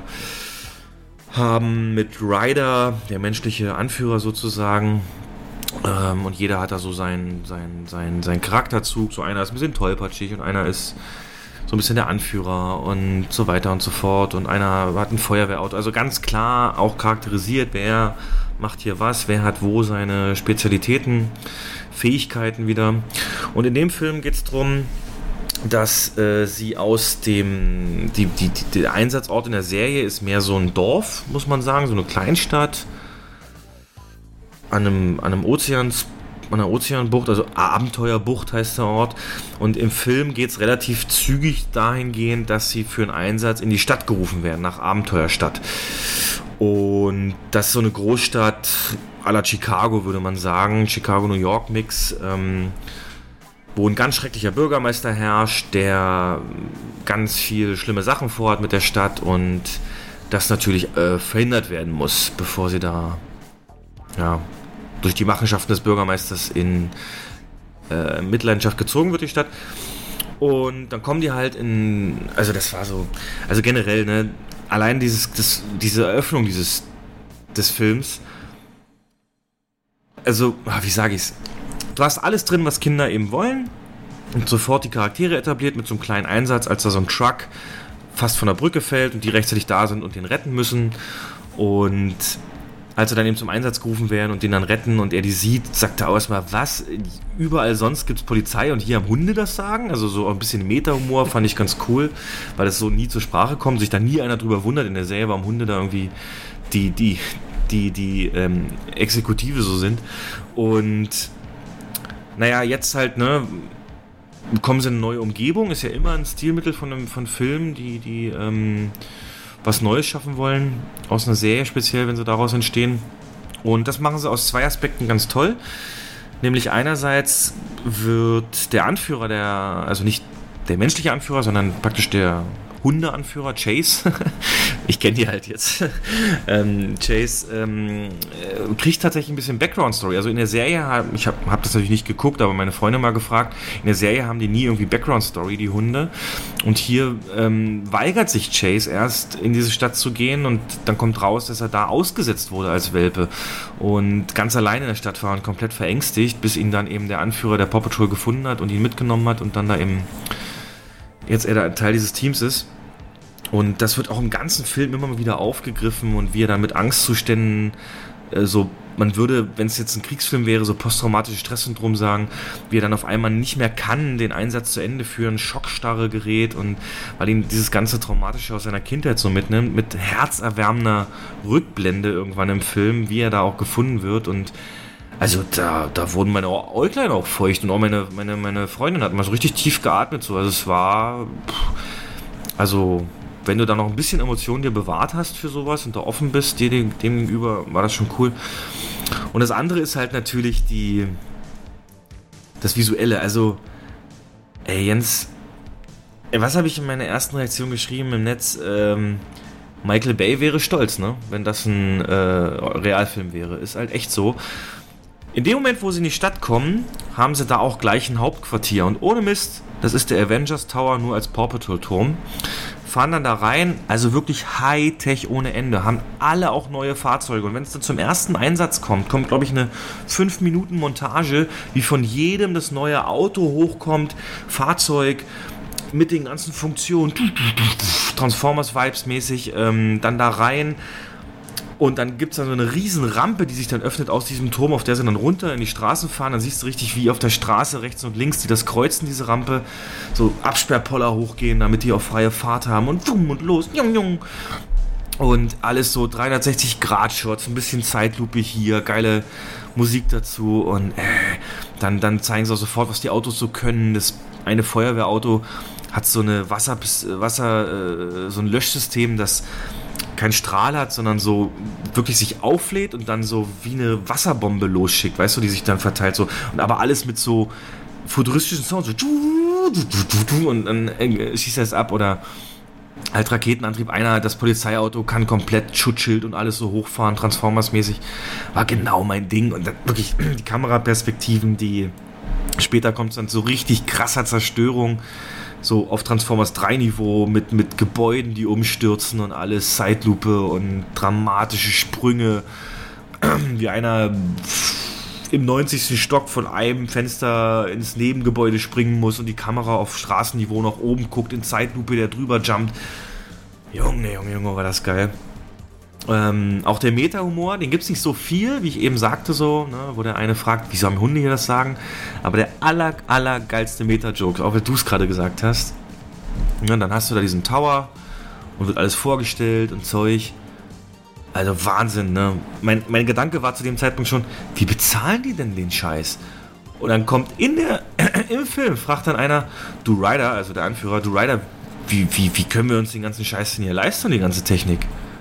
haben mit Ryder, der menschliche Anführer sozusagen. Ähm, und jeder hat da so seinen, seinen, seinen, seinen Charakterzug. So einer ist ein bisschen tollpatschig und einer ist so ein bisschen der Anführer und so weiter und so fort. Und einer hat ein Feuerwehrauto. Also ganz klar auch charakterisiert, wer macht hier was, wer hat wo seine Spezialitäten, Fähigkeiten wieder. Und in dem Film geht es darum, dass äh, sie aus dem, die, die, die, der Einsatzort in der Serie ist mehr so ein Dorf, muss man sagen, so eine Kleinstadt an einem, an einem Ozeans, an einer Ozeanbucht, also Abenteuerbucht heißt der Ort. Und im Film geht es relativ zügig dahingehend, dass sie für einen Einsatz in die Stadt gerufen werden, nach Abenteuerstadt. Und das ist so eine Großstadt à la Chicago, würde man sagen, Chicago-New York-Mix, ähm, wo ein ganz schrecklicher Bürgermeister herrscht, der ganz viel schlimme Sachen vorhat mit der Stadt und das natürlich äh, verhindert werden muss, bevor sie da ja, durch die Machenschaften des Bürgermeisters in äh, Mitleidenschaft gezogen wird, die Stadt. Und dann kommen die halt in, also das war so, also generell, ne, allein dieses, das, diese Eröffnung dieses, des Films, also, wie sage ich's, du hast alles drin, was Kinder eben wollen und sofort die Charaktere etabliert mit so einem kleinen Einsatz, als da so ein Truck fast von der Brücke fällt und die rechtzeitig da sind und den retten müssen und als sie dann eben zum Einsatz gerufen werden und den dann retten und er die sieht, sagt er auch erstmal, was, überall sonst gibt es Polizei und hier haben Hunde das sagen, also so ein bisschen Meta-Humor fand ich ganz cool, weil das so nie zur Sprache kommt, sich da nie einer drüber wundert in der Serie, warum Hunde da irgendwie die, die, die, die ähm, Exekutive so sind und naja, jetzt halt, ne, kommen sie in eine neue Umgebung, ist ja immer ein Stilmittel von, einem, von Filmen, die, die, ähm, was Neues schaffen wollen, aus einer Serie speziell, wenn sie daraus entstehen. Und das machen sie aus zwei Aspekten ganz toll. Nämlich einerseits wird der Anführer, der, also nicht der menschliche Anführer, sondern praktisch der Hundeanführer, Chase, ich kenne die halt jetzt, ähm, Chase ähm, äh, kriegt tatsächlich ein bisschen Background-Story. Also in der Serie, ich habe hab das natürlich nicht geguckt, aber meine Freunde mal gefragt, in der Serie haben die nie irgendwie Background-Story, die Hunde. Und hier ähm, weigert sich Chase erst in diese Stadt zu gehen und dann kommt raus, dass er da ausgesetzt wurde als Welpe und ganz allein in der Stadt war und komplett verängstigt, bis ihn dann eben der Anführer der Paw Patrol gefunden hat und ihn mitgenommen hat und dann da eben jetzt er da Teil dieses Teams ist. Und das wird auch im ganzen Film immer mal wieder aufgegriffen und wie er dann mit Angstzuständen, äh, so, man würde, wenn es jetzt ein Kriegsfilm wäre, so posttraumatisches Stresssyndrom sagen, wie er dann auf einmal nicht mehr kann, den Einsatz zu Ende führen, Schockstarre gerät und weil ihn dieses ganze Traumatische aus seiner Kindheit so mitnimmt, mit herzerwärmender Rückblende irgendwann im Film, wie er da auch gefunden wird und also da, da wurden meine Äuglein auch feucht und auch meine, meine, meine Freundin hat mal so richtig tief geatmet. So. Also es war, pff, also wenn du da noch ein bisschen Emotionen dir bewahrt hast für sowas und da offen bist, dir dem, dem gegenüber, war das schon cool. Und das andere ist halt natürlich die, das Visuelle. Also, ey Jens, was habe ich in meiner ersten Reaktion geschrieben im Netz? Ähm, Michael Bay wäre stolz, ne? Wenn das ein äh, Realfilm wäre. Ist halt echt so. In dem Moment, wo sie in die Stadt kommen, haben sie da auch gleich ein Hauptquartier. Und ohne Mist, das ist der Avengers Tower nur als Paw Patrol Turm. Fahren dann da rein, also wirklich Hightech ohne Ende. Haben alle auch neue Fahrzeuge. Und wenn es dann zum ersten Einsatz kommt, kommt, glaube ich, eine fünf Minuten Montage, wie von jedem das neue Auto hochkommt, Fahrzeug mit den ganzen Funktionen, Transformers-Vibes mäßig, ähm, dann da rein. Und dann gibt es dann so eine riesen Rampe, die sich dann öffnet aus diesem Turm, auf der sie dann runter in die Straßen fahren. Dann siehst du richtig, wie auf der Straße rechts und links, die das kreuzen, diese Rampe, so Absperrpoller hochgehen, damit die auch freie Fahrt haben und wumm und los, jung, jung. Und alles so dreihundertsechzig Grad Shots, ein bisschen Zeitlupe hier, geile Musik dazu. Und äh, dann, dann zeigen sie auch sofort, was die Autos so können. Das eine Feuerwehrauto hat so eine Wasser, Wasser äh, so ein Löschsystem, das keinen Strahl hat, sondern so wirklich sich auflädt und dann so wie eine Wasserbombe losschickt, weißt du, die sich dann verteilt so. Und aber alles mit so futuristischen Sounds, so und dann schießt er es ab oder halt Raketenantrieb. Einer, das Polizeiauto kann komplett Schutzschild und alles so hochfahren, Transformers-mäßig. War genau mein Ding. Und dann wirklich die Kameraperspektiven, die später kommt es dann so richtig krasser Zerstörung. So auf Transformers drei Niveau mit, mit Gebäuden, die umstürzen und alles, Zeitlupe und dramatische Sprünge, wie einer im neunzigsten Stock von einem Fenster ins Nebengebäude springen muss und die Kamera auf Straßenniveau nach oben guckt, in Zeitlupe, der drüber jumpt. Junge, Junge, Junge, war das geil. Ähm, auch der Meta-Humor, den gibt es nicht so viel, wie ich eben sagte, so, ne, wo der eine fragt, wieso haben Hunde hier das sagen? Aber der aller, aller geilste Meta-Joke, auch wenn du es gerade gesagt hast, ja, dann hast du da diesen Tower und wird alles vorgestellt und Zeug. Also Wahnsinn, ne? Mein, mein Gedanke war zu dem Zeitpunkt schon, wie bezahlen die denn den Scheiß? Und dann kommt in der, im Film, fragt dann einer, du Ryder, also der Anführer, du Ryder, wie, wie, wie können wir uns den ganzen Scheiß denn hier leisten, die ganze Technik?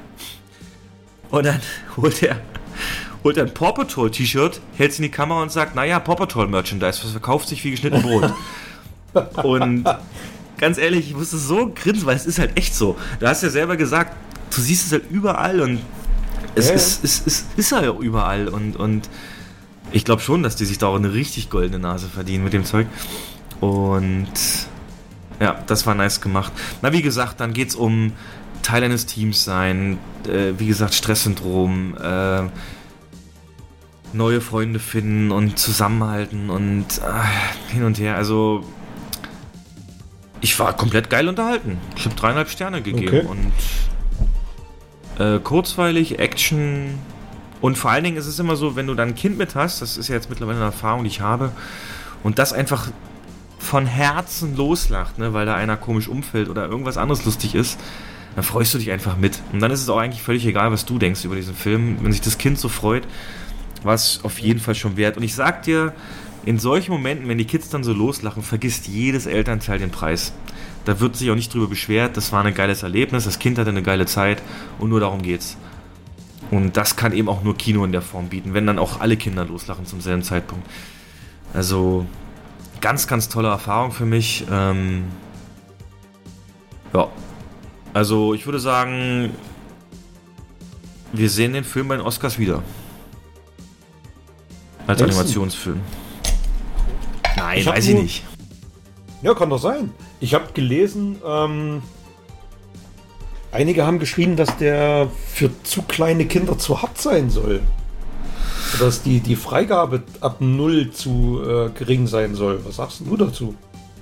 Und dann holt er, holt er ein Paw Patrol T-Shirt, hält es in die Kamera und sagt, naja, Paw Patrol Merchandise, das verkauft sich wie geschnitten Brot. Und ganz ehrlich, ich musste so grinsen, weil es ist halt echt so. Du hast ja selber gesagt, du siehst es halt überall und es ja, ist, es, es ist halt auch überall. Und, und ich glaube schon, dass die sich da auch eine richtig goldene Nase verdienen mit dem Zeug. Und ja, das war nice gemacht. Na, wie gesagt, dann geht's um Teil eines Teams sein, äh, wie gesagt, Stresssyndrom, äh, neue Freunde finden und zusammenhalten und äh, hin und her. Also, ich war komplett geil unterhalten. Ich habe dreieinhalb Sterne gegeben. Okay. Und äh, kurzweilig, Action und vor allen Dingen ist es immer so, wenn du dann ein Kind mit hast, das ist ja jetzt mittlerweile eine Erfahrung, die ich habe, und das einfach von Herzen loslacht, ne, weil da einer komisch umfällt oder irgendwas anderes lustig ist, dann freust du dich einfach mit. Und dann ist es auch eigentlich völlig egal, was du denkst über diesen Film. Wenn sich das Kind so freut, war es auf jeden Fall schon wert. Und ich sag dir, in solchen Momenten, wenn die Kids dann so loslachen, vergisst jedes Elternteil den Preis. Da wird sich auch nicht drüber beschwert, das war ein geiles Erlebnis, das Kind hatte eine geile Zeit und nur darum geht's. Und das kann eben auch nur Kino in der Form bieten, wenn dann auch alle Kinder loslachen zum selben Zeitpunkt. Also, ganz, ganz tolle Erfahrung für mich. Ähm, ja. Also ich würde sagen, wir sehen den Film bei den Oscars wieder. Als Essen. Animationsfilm. Nein, ich weiß ich nur, nicht. Ja, kann doch sein. Ich habe gelesen, ähm, einige haben geschrieben, dass der für zu kleine Kinder zu hart sein soll. Dass die, die Freigabe ab null zu äh, gering sein soll. Was sagst du dazu?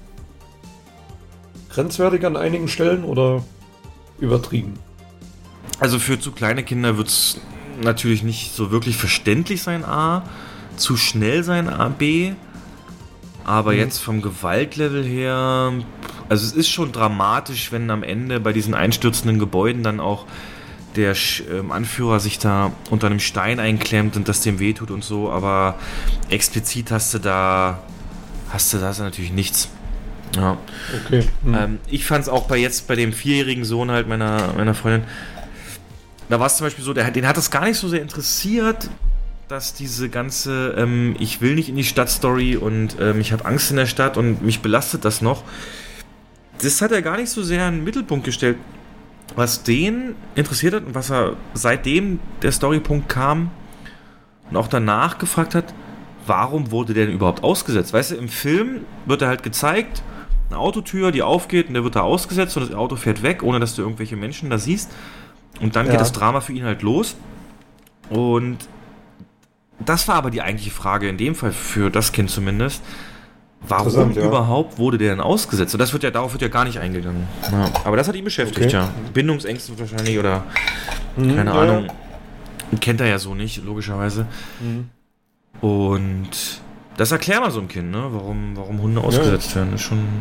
Grenzwertig an einigen Stellen oder übertrieben? Also für zu kleine Kinder wird es natürlich nicht so wirklich verständlich sein, A. Zu schnell sein, A, B. Aber mhm. jetzt vom Gewaltlevel her, also es ist schon dramatisch, wenn am Ende bei diesen einstürzenden Gebäuden dann auch der äh, Anführer sich da unter einem Stein einklemmt und das dem wehtut und so, aber explizit hast du da hast du da natürlich nichts. Ja. Okay. Mhm. Ähm, ich fand es auch bei jetzt bei dem vierjährigen Sohn halt meiner, meiner Freundin, da war es zum Beispiel so, der, den hat es gar nicht so sehr interessiert, dass diese ganze ähm, ich will nicht in die Stadt Story und ähm, ich habe Angst in der Stadt und mich belastet das noch. das hat er gar nicht so sehr in den Mittelpunkt gestellt. Was den interessiert hat und was er seitdem der Storypunkt kam und auch danach gefragt hat, warum wurde der denn überhaupt ausgesetzt? Weißt du, im Film wird er halt gezeigt, eine Autotür, die aufgeht und der wird da ausgesetzt und das Auto fährt weg, ohne dass du irgendwelche Menschen da siehst. Und dann ja. geht das Drama für ihn halt los. Und das war aber die eigentliche Frage, in dem Fall für das Kind zumindest. Warum ja. überhaupt wurde der denn ausgesetzt? Und das wird ja, darauf wird ja gar nicht eingegangen. Ja. Aber das hat ihn beschäftigt, okay. ja. Bindungsängste wahrscheinlich oder mhm, keine ja. Ahnung. Kennt er ja so nicht, logischerweise. Mhm. Und das erklärt man so einem Kind, ne? Warum, warum Hunde ausgesetzt ja. werden. Ist schon.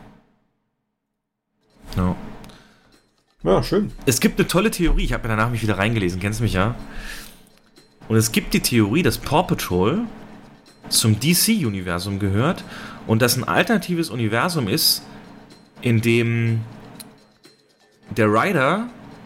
Ja. Ja, schön. Es gibt eine tolle Theorie, ich habe mir danach mich wieder reingelesen, kennst du mich ja? Und es gibt die Theorie, dass Paw Patrol zum D C-Universum gehört und das ein alternatives Universum ist, in dem der Rider,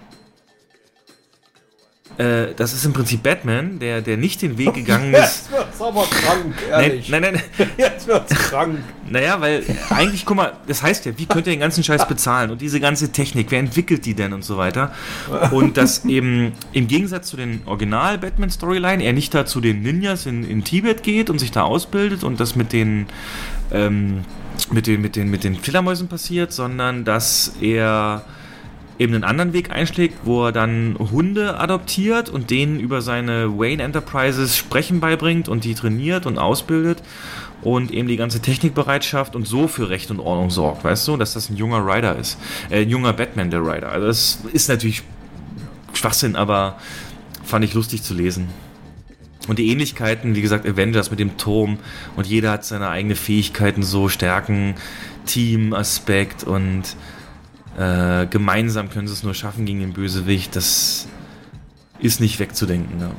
äh, das ist im Prinzip Batman, der, der nicht den Weg gegangen ist. Jetzt wird's aber krank, ehrlich. Nein, nein, nein. Jetzt wird's krank. Naja, weil eigentlich, guck mal, das heißt ja, wie könnt ihr den ganzen Scheiß bezahlen und diese ganze Technik, wer entwickelt die denn und so weiter. Und dass eben im Gegensatz zu den Original-Batman-Storyline er nicht da zu den Ninjas in, in Tibet geht und sich da ausbildet und das mit den, ähm, mit den, mit den, mit den Fledermäusen passiert, sondern dass er eben einen anderen Weg einschlägt, wo er dann Hunde adoptiert und denen über seine Wayne Enterprises Sprechen beibringt und die trainiert und ausbildet und eben die ganze Technikbereitschaft und so für Recht und Ordnung sorgt, weißt du, dass das ein junger Rider ist, äh, ein junger Batman, der Rider. Also das ist natürlich Schwachsinn, aber fand ich lustig zu lesen. Und die Ähnlichkeiten, wie gesagt, Avengers mit dem Turm und jeder hat seine eigenen Fähigkeiten, so Stärken, Team-Aspekt und Äh, gemeinsam können sie es nur schaffen gegen den Bösewicht. Das ist nicht wegzudenken. Ja,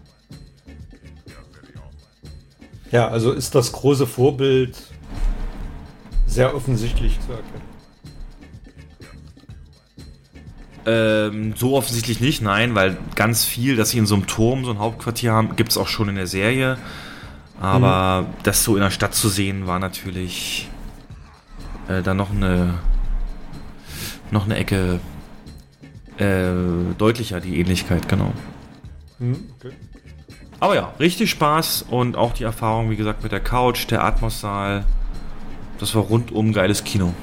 ja, also ist das große Vorbild sehr offensichtlich zu erkennen. Ähm, so offensichtlich nicht, nein, weil ganz viel, dass sie in so einem Turm so ein Hauptquartier haben, gibt es auch schon in der Serie. Aber mhm. das so in der Stadt zu sehen, war natürlich äh, dann noch eine noch eine Ecke äh, deutlicher, die Ähnlichkeit, genau. Okay. Aber ja, richtig Spaß und auch die Erfahrung, wie gesagt, mit der Couch, der Atmos-Saal. Das war rundum geiles Kino.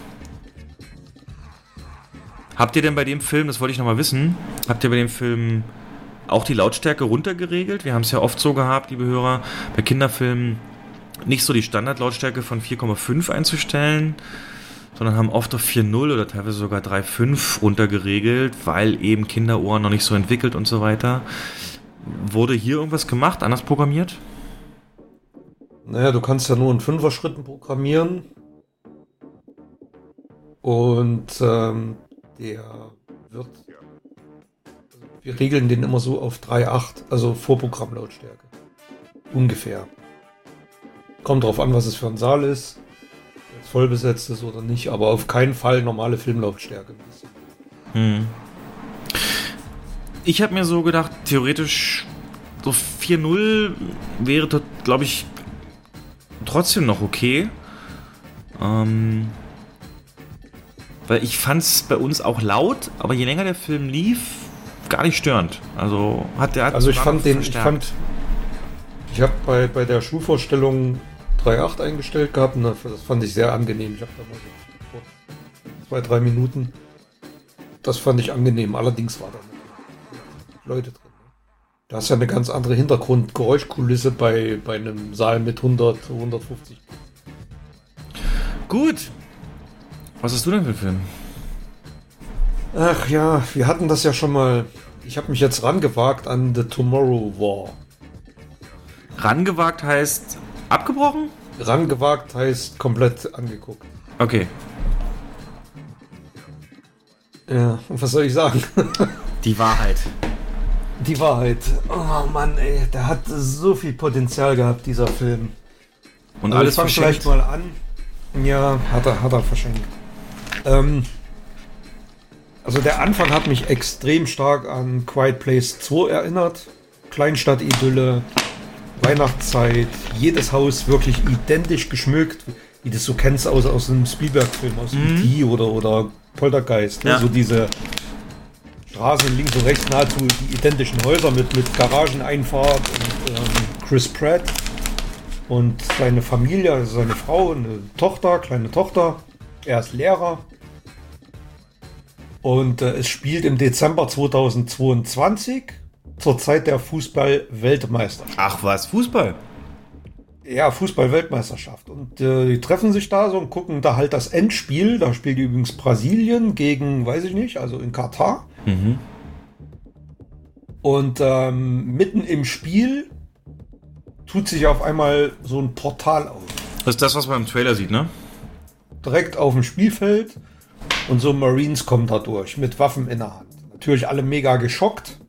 Habt ihr denn bei dem Film, das wollte ich nochmal wissen, habt ihr bei dem Film auch die Lautstärke runtergeregelt? Wir haben es ja oft so gehabt, liebe Hörer, bei Kinderfilmen nicht so die Standardlautstärke von vier Komma fünf einzustellen, sondern haben oft auf vier Komma null oder teilweise sogar drei Komma fünf runtergeregelt, weil eben Kinderohren noch nicht so entwickelt und so weiter. Wurde hier irgendwas gemacht, anders programmiert? Naja, du kannst ja nur in Fünfer-Schritten programmieren. Und ähm, der wird... Wir regeln den immer so auf drei Komma acht, also Vorprogrammlautstärke. Ungefähr. Kommt drauf an, was es für ein Saal ist. Voll besetzt ist oder nicht, aber auf keinen Fall normale Filmlautstärke. Hm. Ich habe mir so gedacht, theoretisch so vier Komma null wäre, glaube ich, trotzdem noch okay. Ähm, weil ich fand es bei uns auch laut, aber je länger der Film lief, gar nicht störend. Also hat der. Hat also ich fand den, ich fand, ich habe bei, bei der Schulvorstellung drei Komma acht eingestellt gehabt und das fand ich sehr angenehm. Ich habe da mal so zwei, drei Minuten. Das fand ich angenehm. Allerdings war da Leute drin. Da ist ja eine ganz andere Hintergrundgeräuschkulisse bei, bei einem Saal mit hundert, hundertfünfzig. Gut. Was hast du denn für einen Film? Ach ja, wir hatten das ja schon mal. Ich habe mich jetzt rangewagt an The Tomorrow War. Rangewagt heißt abgebrochen? Rangewagt heißt komplett angeguckt. Okay. Ja, und was soll ich sagen? Die Wahrheit. Die Wahrheit. Oh Mann, ey, der hat so viel Potenzial gehabt, dieser Film. Und also alles ich fang verschenkt. Vielleicht mal an. Ja, hat er, hat er verschenkt. Ähm, also der Anfang hat mich extrem stark an Quiet Place zwei erinnert. Kleinstadt-Idylle, Weihnachtszeit, jedes Haus wirklich identisch geschmückt. wie du das so kennst aus, aus einem Spielberg-Film, aus Mhm. E T oder, oder Poltergeist. Ne? Ja. So diese Straßen links und rechts, nahezu die identischen Häuser mit, mit Garageneinfahrt und ähm, Chris Pratt und seine Familie, also seine Frau und eine Tochter, kleine Tochter. Er ist Lehrer. Und äh, es spielt im Dezember zweitausendzweiundzwanzig zur Zeit der Fußball-Weltmeisterschaft. Ach was, Fußball? Ja, Fußball-Weltmeisterschaft. Und äh, die treffen sich da so und gucken da halt das Endspiel. Da spielt übrigens Brasilien gegen, weiß ich nicht, also in Katar. Mhm. Und ähm, mitten im Spiel tut sich auf einmal so ein Portal auf. Das ist das, was man im Trailer sieht, ne? Direkt auf dem Spielfeld. Und so Marines kommen da durch mit Waffen in der Hand. Natürlich alle mega geschockt.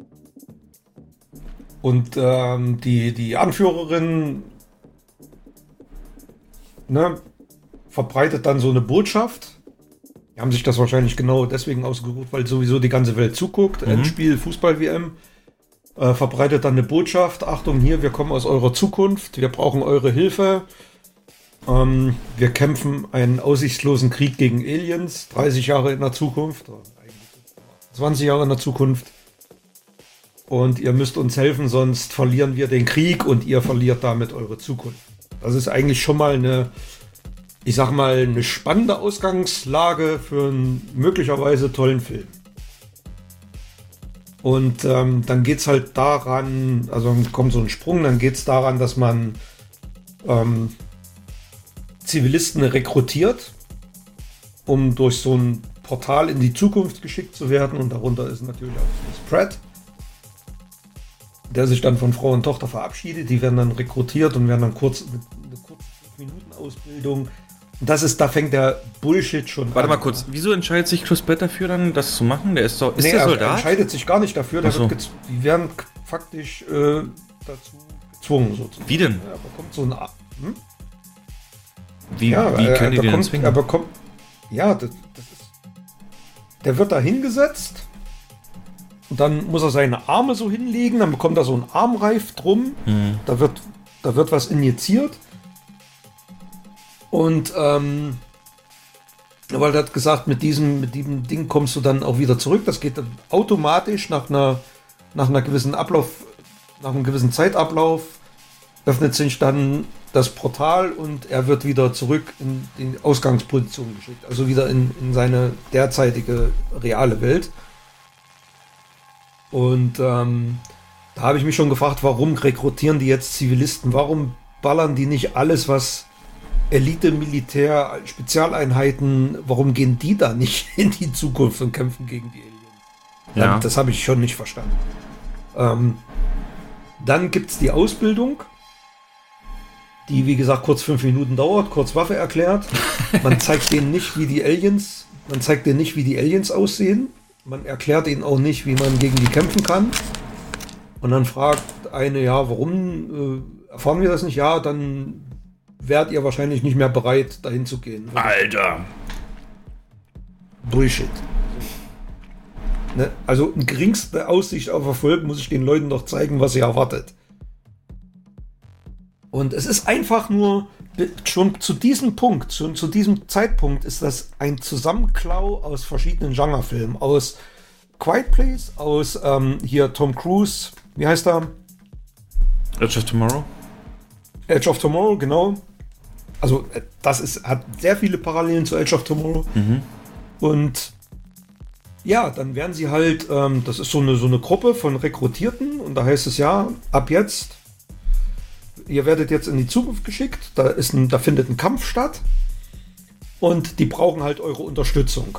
Und ähm, die, die Anführerin ne, verbreitet dann so eine Botschaft. Die haben sich das wahrscheinlich genau deswegen ausgesucht, weil sowieso die ganze Welt zuguckt. Mhm. Endspiel, Fußball-W M. Äh, verbreitet dann eine Botschaft. Achtung, hier, wir kommen aus eurer Zukunft. Wir brauchen eure Hilfe. Ähm, wir kämpfen einen aussichtslosen Krieg gegen Aliens. dreißig Jahre in der Zukunft. Oder eigentlich zwanzig Jahre in der Zukunft. Und ihr müsst uns helfen, sonst verlieren wir den Krieg und ihr verliert damit eure Zukunft. Das ist eigentlich schon mal eine, ich sag mal, eine spannende Ausgangslage für einen möglicherweise tollen Film. Und ähm, dann geht es halt daran, also dann kommt so ein Sprung, dann geht es daran, dass man ähm, Zivilisten rekrutiert, um durch so ein Portal in die Zukunft geschickt zu werden. Und darunter ist natürlich auch Chris Pratt, der sich dann von Frau und Tochter verabschiedet. Die werden dann rekrutiert und werden dann kurz mit eine kurze fünf Minuten Ausbildung. Und das ist, da fängt der Bullshit schon an. Warte mal kurz, wieso entscheidet sich Chris Pratt dafür dann, das zu machen? Der ist doch, ist nee, der er Soldat? entscheidet sich gar nicht dafür. Der Ach so. wird gez- die werden k- faktisch äh, dazu gezwungen. Sozusagen. Wie denn? Er bekommt so ein... A- Hm? Wie, Ja, wie er, können die er den bekommt, zwingen? er bekommt, ja, das, das ist, der wird da hingesetzt und dann muss er seine Arme so hinlegen, dann bekommt er so einen Armreif drum, Mhm. da wird, da wird was injiziert und ähm, weil er hat gesagt, mit diesem, mit diesem Ding kommst du dann auch wieder zurück, das geht dann automatisch nach einer, nach einer gewissen Ablauf, nach einem gewissen Zeitablauf öffnet sich dann das Portal und er wird wieder zurück in die Ausgangsposition geschickt. Also wieder in, in seine derzeitige reale Welt. Und ähm, da habe ich mich schon gefragt, warum rekrutieren die jetzt Zivilisten? Warum ballern die nicht alles, was Elite, Militär, Spezialeinheiten, warum gehen die da nicht in die Zukunft und kämpfen gegen die Aliens? Ja. Das habe ich schon nicht verstanden. Ähm, dann gibt es die Ausbildung, die, wie gesagt, kurz fünf Minuten dauert, kurz Waffe erklärt. Man zeigt denen nicht, wie die Aliens, man zeigt denen nicht, wie die Aliens aussehen. Man erklärt ihnen auch nicht, wie man gegen die kämpfen kann. Und dann fragt eine, ja, warum äh, erfahren wir das nicht? Ja, dann wärt ihr wahrscheinlich nicht mehr bereit, dahin zu gehen. Alter! Bullshit. Ne? Also in geringster Aussicht auf Erfolg muss ich den Leuten doch zeigen, was sie erwartet. Und es ist einfach nur, schon zu diesem Punkt, schon zu diesem Zeitpunkt ist das ein Zusammenklau aus verschiedenen Genrefilmen. Aus Quiet Place, aus ähm, hier Tom Cruise, wie heißt er? Edge of Tomorrow? Edge of Tomorrow, genau. Also äh, das ist, hat sehr viele Parallelen zu Edge of Tomorrow. Mhm. Und ja, dann werden sie halt, ähm, das ist so eine, so eine Gruppe von Rekrutierten und da heißt es ja, ab jetzt, ihr werdet jetzt in die Zukunft geschickt, da, ist ein, da findet ein Kampf statt und die brauchen halt eure Unterstützung.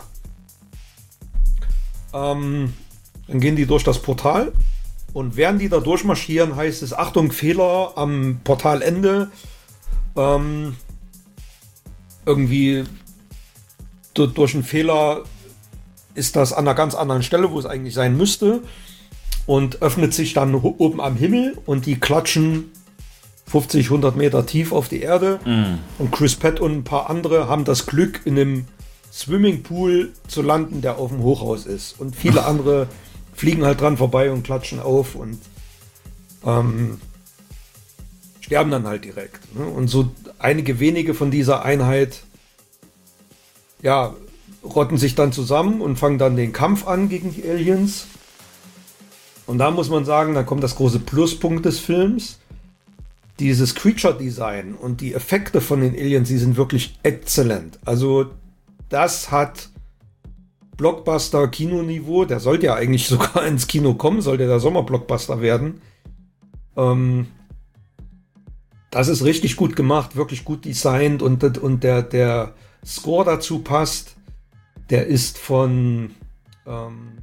Ähm, dann gehen die durch das Portal und während die da durchmarschieren, heißt es, Achtung, Fehler am Portalende. Ähm, irgendwie du, durch einen Fehler ist das an einer ganz anderen Stelle, wo es eigentlich sein müsste und öffnet sich dann oben am Himmel und die klatschen fünfzig, hundert Meter tief auf die Erde. Mhm. Und Chris Pratt und ein paar andere haben das Glück, in einem Swimmingpool zu landen, der auf dem Hochhaus ist. Und viele andere fliegen halt dran vorbei und klatschen auf. Und ähm, sterben dann halt direkt. Ne? Und so einige wenige von dieser Einheit, ja, rotten sich dann zusammen und fangen dann den Kampf an gegen die Aliens. Und da muss man sagen, da kommt das große Pluspunkt des Films. Dieses Creature-Design und die Effekte von den Aliens, die sind wirklich exzellent. Also das hat Blockbuster-Kinoniveau. Der sollte ja eigentlich sogar ins Kino kommen, sollte der Sommer-Blockbuster werden. Ähm, das ist richtig gut gemacht, wirklich gut designt und, und der, der Score dazu passt. Der ist von, ähm,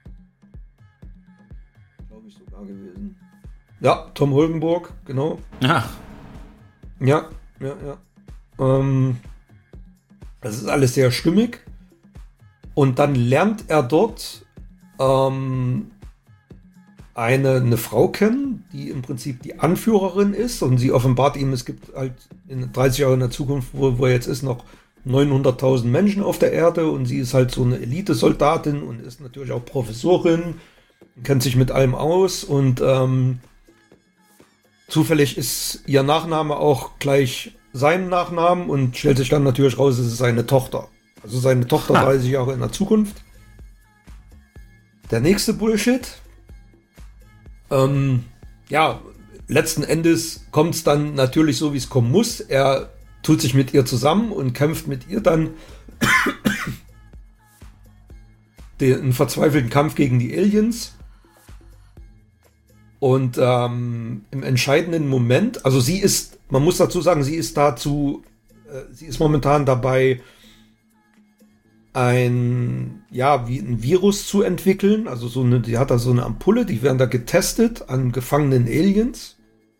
glaube ich sogar gewesen. Ja, Tom Holkenborg, genau. Ach. Ja, ja, ja. Ähm, das ist alles sehr stimmig. Und dann lernt er dort ähm, eine, eine Frau kennen, die im Prinzip die Anführerin ist. Und sie offenbart ihm, es gibt halt in dreißig Jahren in der Zukunft, wo, wo er jetzt ist, noch neunhunderttausend Menschen auf der Erde. Und sie ist halt so eine Elite-Soldatin und ist natürlich auch Professorin, kennt sich mit allem aus. Und ähm, zufällig ist ihr Nachname auch gleich sein Nachnamen und stellt sich dann natürlich raus, es ist seine Tochter. Also seine Tochter Ha. dreißig Jahre in der Zukunft. Der nächste Bullshit. Ähm, ja, letzten Endes kommt es dann natürlich so, wie es kommen muss. Er tut sich mit ihr zusammen und kämpft mit ihr dann den verzweifelten Kampf gegen die Aliens. Und ähm, im entscheidenden Moment, also sie ist, man muss dazu sagen, sie ist dazu, äh, sie ist momentan dabei, ein, ja, wie ein Virus zu entwickeln. Also so eine, die hat da so eine Ampulle, die werden da getestet an gefangenen Aliens,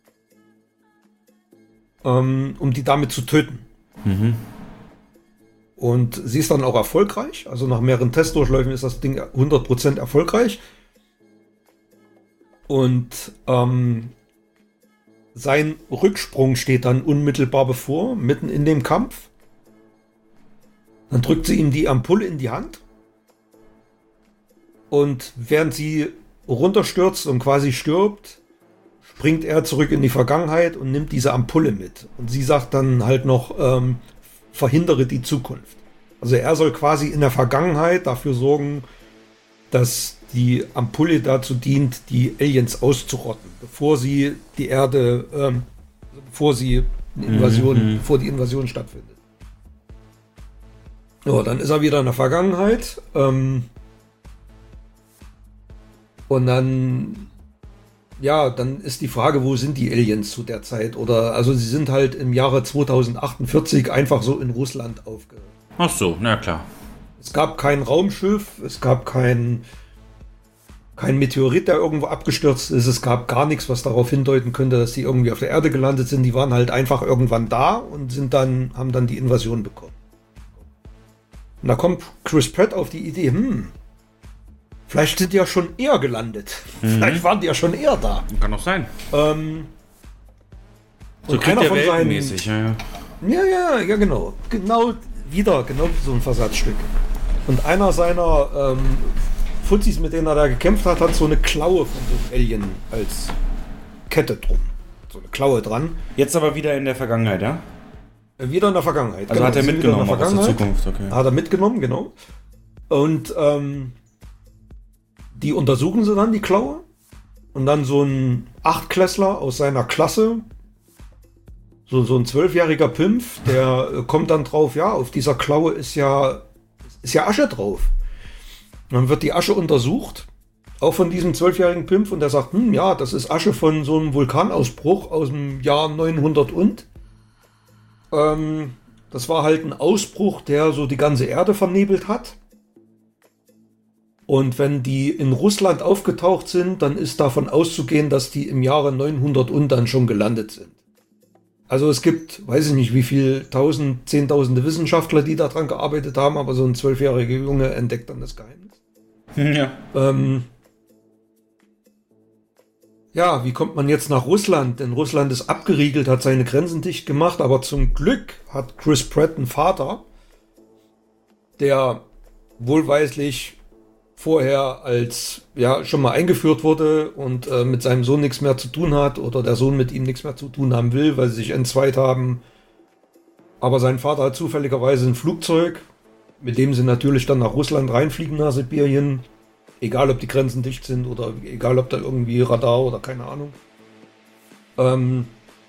ähm, um die damit zu töten. Mhm. Und sie ist dann auch erfolgreich. Also nach mehreren Testdurchläufen ist das Ding hundert Prozent erfolgreich. Und ähm, sein Rücksprung steht dann unmittelbar bevor, mitten in dem Kampf. Dann drückt sie ihm die Ampulle in die Hand. Und während sie runterstürzt und quasi stirbt, springt er zurück in die Vergangenheit und nimmt diese Ampulle mit. Und sie sagt dann halt noch, ähm, verhindere die Zukunft. Also er soll quasi in der Vergangenheit dafür sorgen, dass die Ampulle dazu dient, die Aliens auszurotten, bevor sie die Erde, ähm, bevor sie eine Invasion, Mhm. bevor die Invasion stattfindet. Ja, dann ist er wieder in der Vergangenheit. Ähm, und dann, ja, dann ist die Frage, wo sind die Aliens zu der Zeit? Oder, also sie sind halt im Jahre zweitausendachtundvierzig einfach so in Russland aufge... Ach so, na klar. Es gab kein Raumschiff, es gab kein, kein Meteorit, der irgendwo abgestürzt ist, es gab gar nichts, was darauf hindeuten könnte, dass die irgendwie auf der Erde gelandet sind. Die waren halt einfach irgendwann da und sind dann, haben dann die Invasion bekommen. Und da kommt Chris Pratt auf die Idee, hm, vielleicht sind die ja schon eher gelandet. Mhm. Vielleicht waren die ja schon eher da. Kann auch sein. Ähm, So und kriegt keiner der von Welt seinen- mäßig, ja, ja. Ja, ja, ja, genau. Genau, wieder, genau so ein Versatzstück. Und einer seiner ähm, Fuzis, mit denen er da gekämpft hat, hat so eine Klaue von so einem Alien als Kette drum. So eine Klaue dran. Jetzt aber wieder in der Vergangenheit, ja? Äh, Wieder in der Vergangenheit. Also hat er sie sind wieder in mitgenommen der auch aus der Vergangenheit. Zukunft, okay. Hat er mitgenommen, genau. Und ähm, die untersuchen sie dann, die Klaue. Und dann so ein Achtklässler aus seiner Klasse, so, so ein zwölfjähriger Pimpf, der äh, kommt dann drauf, ja, auf dieser Klaue ist ja, ist ja Asche drauf. Und dann wird die Asche untersucht, auch von diesem zwölfjährigen Pimpf, und der sagt, hm, ja, das ist Asche von so einem Vulkanausbruch aus dem Jahr neunhundert und. Ähm, das war halt ein Ausbruch, der so die ganze Erde vernebelt hat. Und wenn die in Russland aufgetaucht sind, dann ist davon auszugehen, dass die im Jahre neunhundert und dann schon gelandet sind. Also es gibt, weiß ich nicht, wie viel tausend, zehntausende Wissenschaftler, die daran gearbeitet haben, aber so ein zwölfjähriger Junge entdeckt dann das Geheimnis. Ja. Ähm, ja, wie kommt man jetzt nach Russland? Denn Russland ist abgeriegelt, hat seine Grenzen dicht gemacht, aber zum Glück hat Chris Pratt einen Vater, der wohlweislich vorher als ja schon mal eingeführt wurde und äh, mit seinem Sohn nichts mehr zu tun hat oder der Sohn mit ihm nichts mehr zu tun haben will, weil sie sich entzweit haben. Aber sein Vater hat zufälligerweise ein Flugzeug, mit dem sie natürlich dann nach Russland reinfliegen, nach Sibirien. Egal, ob die Grenzen dicht sind oder egal, ob da irgendwie Radar oder keine Ahnung. Ähm,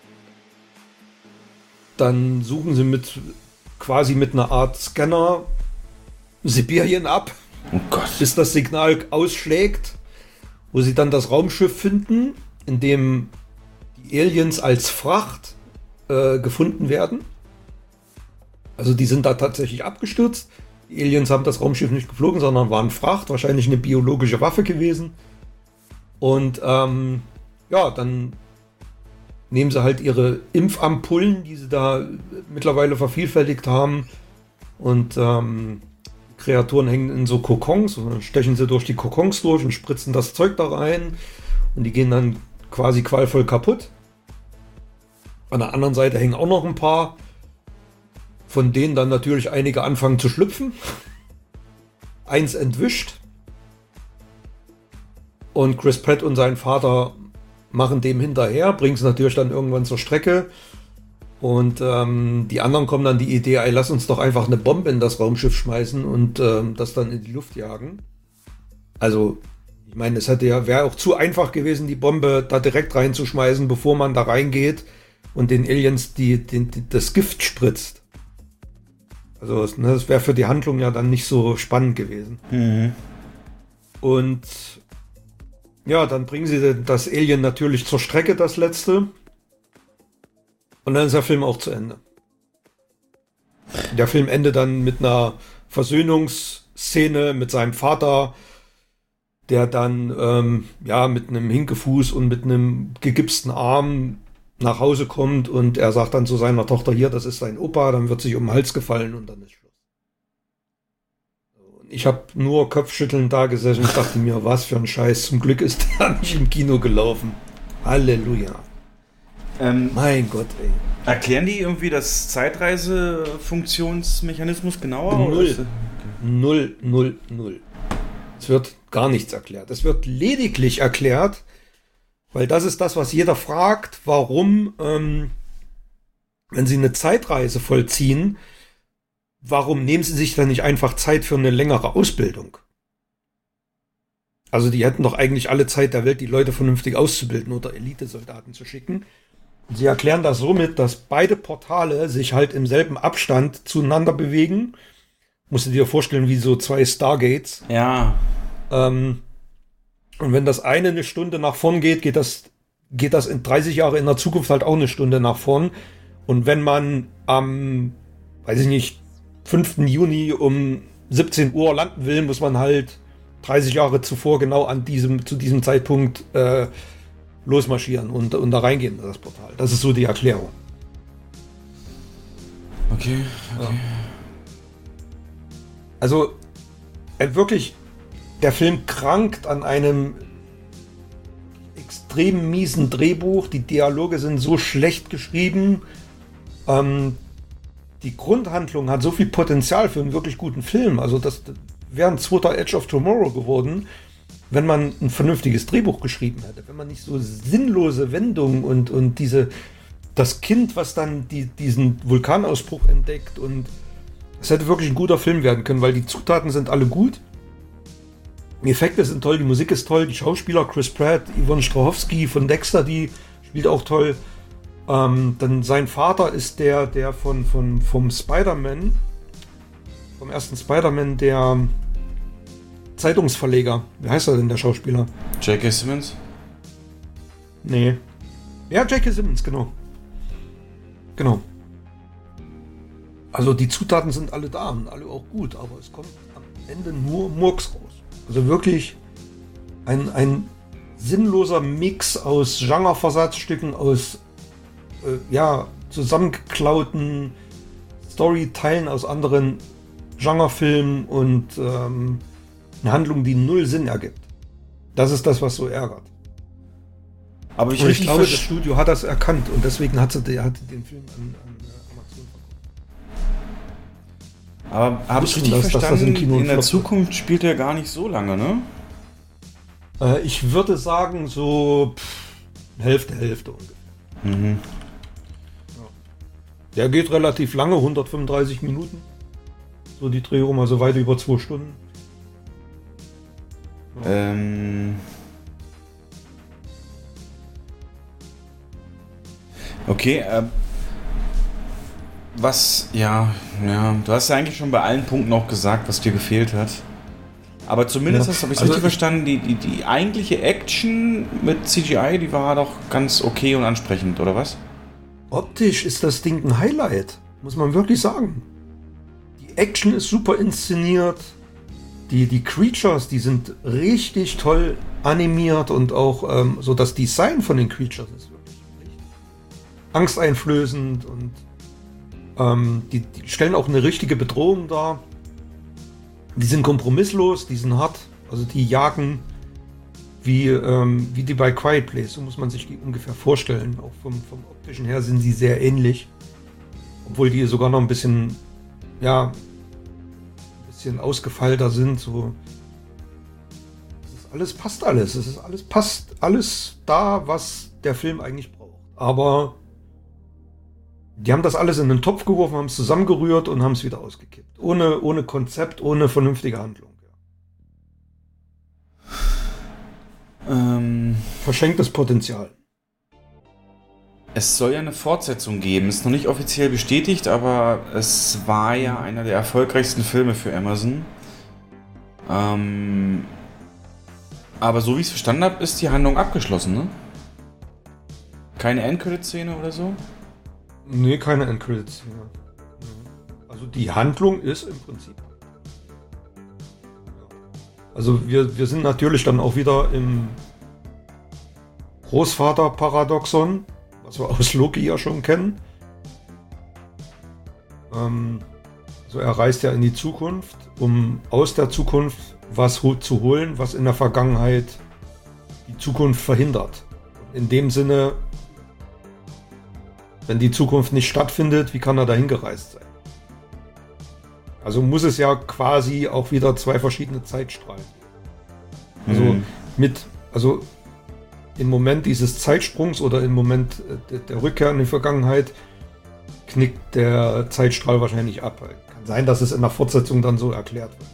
dann suchen sie mit quasi mit einer Art Scanner Sibirien ab. Oh Gott. Bis das Signal ausschlägt, wo sie dann das Raumschiff finden, in dem die Aliens als Fracht äh, gefunden werden. Also die sind da tatsächlich abgestürzt. Die Aliens haben das Raumschiff nicht geflogen, sondern waren Fracht, wahrscheinlich eine biologische Waffe gewesen. Und ähm, ja, dann nehmen sie halt ihre Impfampullen, die sie da mittlerweile vervielfältigt haben, und ähm, Kreaturen hängen in so Kokons und dann stechen sie durch die Kokons durch und spritzen das Zeug da rein und die gehen dann quasi qualvoll kaputt. An der anderen Seite hängen auch noch ein paar, von denen dann natürlich einige anfangen zu schlüpfen. Eins entwischt und Chris Pratt und sein Vater machen dem hinterher, bringen es natürlich dann irgendwann zur Strecke. Und ähm, die anderen kommen dann die Idee, ey, lass uns doch einfach eine Bombe in das Raumschiff schmeißen und ähm, das dann in die Luft jagen. Also, ich meine, es hätte ja, wäre auch zu einfach gewesen, die Bombe da direkt reinzuschmeißen, bevor man da reingeht und den Aliens die, die, die, das Gift spritzt. Also, ne, das wäre für die Handlung ja dann nicht so spannend gewesen. Mhm. Und ja, dann bringen sie das Alien natürlich zur Strecke, das letzte. Und dann ist der Film auch zu Ende. Der Film endet dann mit einer Versöhnungsszene mit seinem Vater, der dann ähm, ja mit einem Hinkefuß und mit einem gegipsten Arm nach Hause kommt und er sagt dann zu seiner Tochter, hier, das ist sein Opa, dann wird sich um den Hals gefallen und dann ist Schluss. Und ich habe nur kopfschüttelnd da gesessen und dachte mir, was für ein Scheiß, zum Glück ist der nicht im Kino gelaufen. Halleluja. Ähm, mein Gott, ey. Erklären die irgendwie das Zeitreise-Funktionsmechanismus genauer? Null. Oder? Null, null, null. Es wird gar nichts erklärt. Es wird lediglich erklärt, weil das ist das, was jeder fragt, warum, ähm, wenn sie eine Zeitreise vollziehen, warum nehmen sie sich dann nicht einfach Zeit für eine längere Ausbildung? Also die hätten doch eigentlich alle Zeit der Welt, die Leute vernünftig auszubilden oder Elitesoldaten zu schicken. Sie erklären das somit, dass beide Portale sich halt im selben Abstand zueinander bewegen. Musst du dir vorstellen, wie so zwei Stargates. Ja. Ähm, und wenn das eine eine Stunde nach vorn geht, geht das, geht das in dreißig Jahre in der Zukunft halt auch eine Stunde nach vorn. Und wenn man am, weiß ich nicht, fünften Juni um siebzehn Uhr landen will, muss man halt dreißig Jahre zuvor genau an diesem, zu diesem Zeitpunkt äh, losmarschieren und, und da reingehen in das Portal. Das ist so die Erklärung. Okay. okay. Ja. Also, äh, wirklich, der Film krankt an einem extrem miesen Drehbuch. Die Dialoge sind so schlecht geschrieben. Ähm, die Grundhandlung hat so viel Potenzial für einen wirklich guten Film. Also, das wäre ein zweiter Edge of Tomorrow geworden, wenn man ein vernünftiges Drehbuch geschrieben hätte. Wenn man nicht so sinnlose Wendungen und, und diese, das Kind, was dann die, diesen Vulkanausbruch entdeckt, und es hätte wirklich ein guter Film werden können, weil die Zutaten sind alle gut. Die Effekte sind toll, die Musik ist toll, die Schauspieler, Chris Pratt, Yvonne Strahovski von Dexter, die spielt auch toll. Ähm, dann sein Vater ist der, der von, von, vom Spider-Man, vom ersten Spider-Man, der Zeitungsverleger. Wie heißt er denn, der Schauspieler? J K. Simmons? Nee. Ja, J K. Simmons, genau. Genau. Also die Zutaten sind alle da und alle auch gut, aber es kommt am Ende nur Murks raus. Also wirklich ein, ein sinnloser Mix aus Genreversatzstücken, aus äh, ja, zusammengeklauten Storyteilen aus anderen Genrefilmen und ähm, eine Handlung, die null Sinn ergibt. Das ist das, was so ärgert. Aber ich, und ich glaube, das versch- Studio hat das erkannt und deswegen hat sie, hat sie den Film an, an Amazon Aber habe ich richtig das, verstanden, dass das im Kino in der Flop Zukunft spielt er gar nicht so lange, ne? Äh, ich würde sagen, so pff, Hälfte, Hälfte ungefähr. Mhm. Ja. Der geht relativ lange, hundertfünfunddreißig Minuten. So die Drehung, also weit über zwei Stunden. Ja. Ähm... Okay, äh, was, ja, ja, du hast ja eigentlich schon bei allen Punkten auch gesagt, was dir gefehlt hat. Aber zumindest, Ja, hast, habe ich es also richtig verstanden, die, die, die eigentliche Action mit C G I, die war doch ganz okay und ansprechend, oder was? Optisch ist das Ding ein Highlight, muss man wirklich sagen. Die Action ist super inszeniert. Die, die Creatures, die sind richtig toll animiert und auch ähm, so das Design von den Creatures ist wirklich richtig angsteinflößend und ähm, die, die stellen auch eine richtige Bedrohung dar. Die sind kompromisslos, die sind hart, also die jagen wie, ähm, wie die bei Quiet Place, so muss man sich die ungefähr vorstellen. Auch vom, vom optischen her sind sie sehr ähnlich, obwohl die sogar noch ein bisschen, ja, ein bisschen ausgefeilter sind. So, das ist alles passt alles, es ist alles passt alles da, was der Film eigentlich braucht. Aber die haben das alles in den Topf geworfen, haben es zusammengerührt und haben es wieder ausgekippt. Ohne, ohne Konzept, ohne vernünftige Handlung. Ja. Ähm, Verschenktes Potenzial. es soll ja eine Fortsetzung geben. Ist noch nicht offiziell bestätigt, aber es war ja einer der erfolgreichsten Filme für Amazon. Ähm, aber so wie ich es verstanden habe, ist die Handlung abgeschlossen, ne? Keine Endcredit-Szene oder so? Nee, keine Endcredits. Also die Handlung ist im Prinzip. Also wir, wir sind natürlich dann auch wieder im Großvater-Paradoxon, was wir aus Loki ja schon kennen. Ähm, also er reist ja in die Zukunft, um aus der Zukunft was ho- zu holen, was in der Vergangenheit die Zukunft verhindert. In dem Sinne, wenn die Zukunft nicht stattfindet, wie kann er dahin gereist sein? Also muss es ja quasi auch wieder zwei verschiedene Zeitstrahlen geben. Also Mhm. mit, also im Moment dieses Zeitsprungs oder im Moment der, der Rückkehr in die Vergangenheit knickt der Zeitstrahl wahrscheinlich ab. Kann sein, dass es in der Fortsetzung dann so erklärt wird.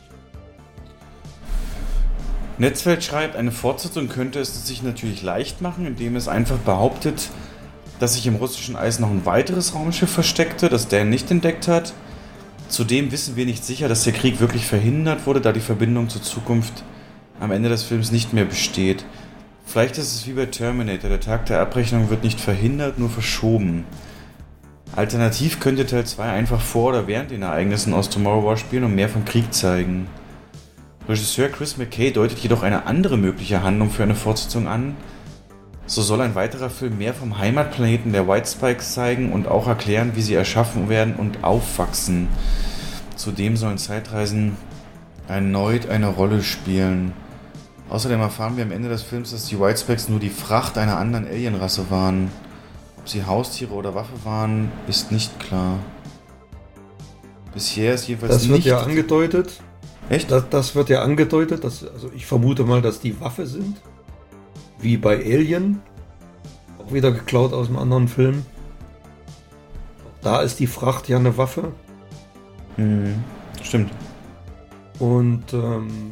Netzfeld schreibt, eine Fortsetzung könnte es sich natürlich leicht machen, indem es einfach behauptet, dass sich im russischen Eis noch ein weiteres Raumschiff versteckte, das Dan nicht entdeckt hat. Zudem wissen wir nicht sicher, dass der Krieg wirklich verhindert wurde, da die Verbindung zur Zukunft am Ende des Films nicht mehr besteht. Vielleicht ist es wie bei Terminator, der Tag der Abrechnung wird nicht verhindert, nur verschoben. Alternativ könnte Teil zwei einfach vor oder während den Ereignissen aus Tomorrow War spielen und mehr vom Krieg zeigen. Regisseur Chris McKay deutet jedoch eine andere mögliche Handlung für eine Fortsetzung an. So soll ein weiterer Film mehr vom Heimatplaneten der White Spikes zeigen und auch erklären, wie sie erschaffen werden und aufwachsen. Zudem sollen Zeitreisen erneut eine Rolle spielen. Außerdem erfahren wir am Ende des Films, dass die White Spikes nur die Fracht einer anderen Alienrasse waren. Ob sie Haustiere oder Waffe waren, ist nicht klar. Bisher ist jedenfalls Das wird nicht... ja angedeutet. Echt? Das, das wird ja angedeutet. Dass, also ich vermute mal, dass die Waffe sind. Wie bei Alien. Auch wieder geklaut aus einem anderen Film. Auch da ist die Fracht ja eine Waffe. Hm, stimmt. Und ähm,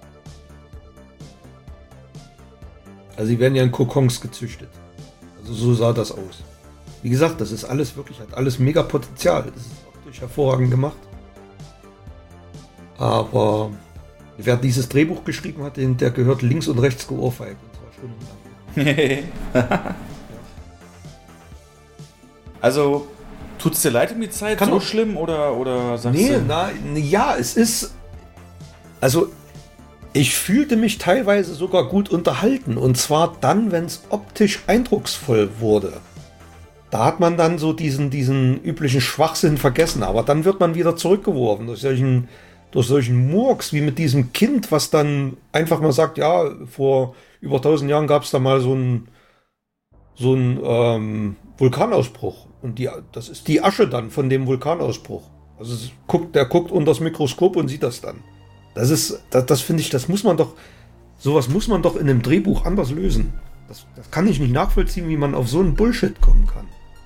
also sie werden ja in Kokons gezüchtet. Also so sah das aus. Wie gesagt, das ist alles wirklich, hat alles mega Potenzial. Das ist optisch hervorragend gemacht. Aber wer dieses Drehbuch geschrieben hat, den, der gehört links und rechts geohrfeigt. Und zwar stundenlang. Also, tut's dir leid um die Zeit? Kann so auch- schlimm oder, oder sagst Nee, du... na, ja, es ist. Also, ich fühlte mich teilweise sogar gut unterhalten. Und zwar dann, wenn es optisch eindrucksvoll wurde. Da hat man dann so diesen, diesen üblichen Schwachsinn vergessen. Aber dann wird man wieder zurückgeworfen durch solchen, durch solchen Murks wie mit diesem Kind, was dann einfach mal sagt, ja, vor über tausend Jahren gab es da mal so einen so einen, ähm, Vulkanausbruch. Und die, das ist die Asche dann von dem Vulkanausbruch. Also es guckt, der guckt unter das Mikroskop und sieht das dann. Das ist, das, das finde ich, das muss man doch, sowas muss man doch in einem Drehbuch anders lösen. Das, das kann ich nicht nachvollziehen, wie man auf so einen Bullshit kommen kann.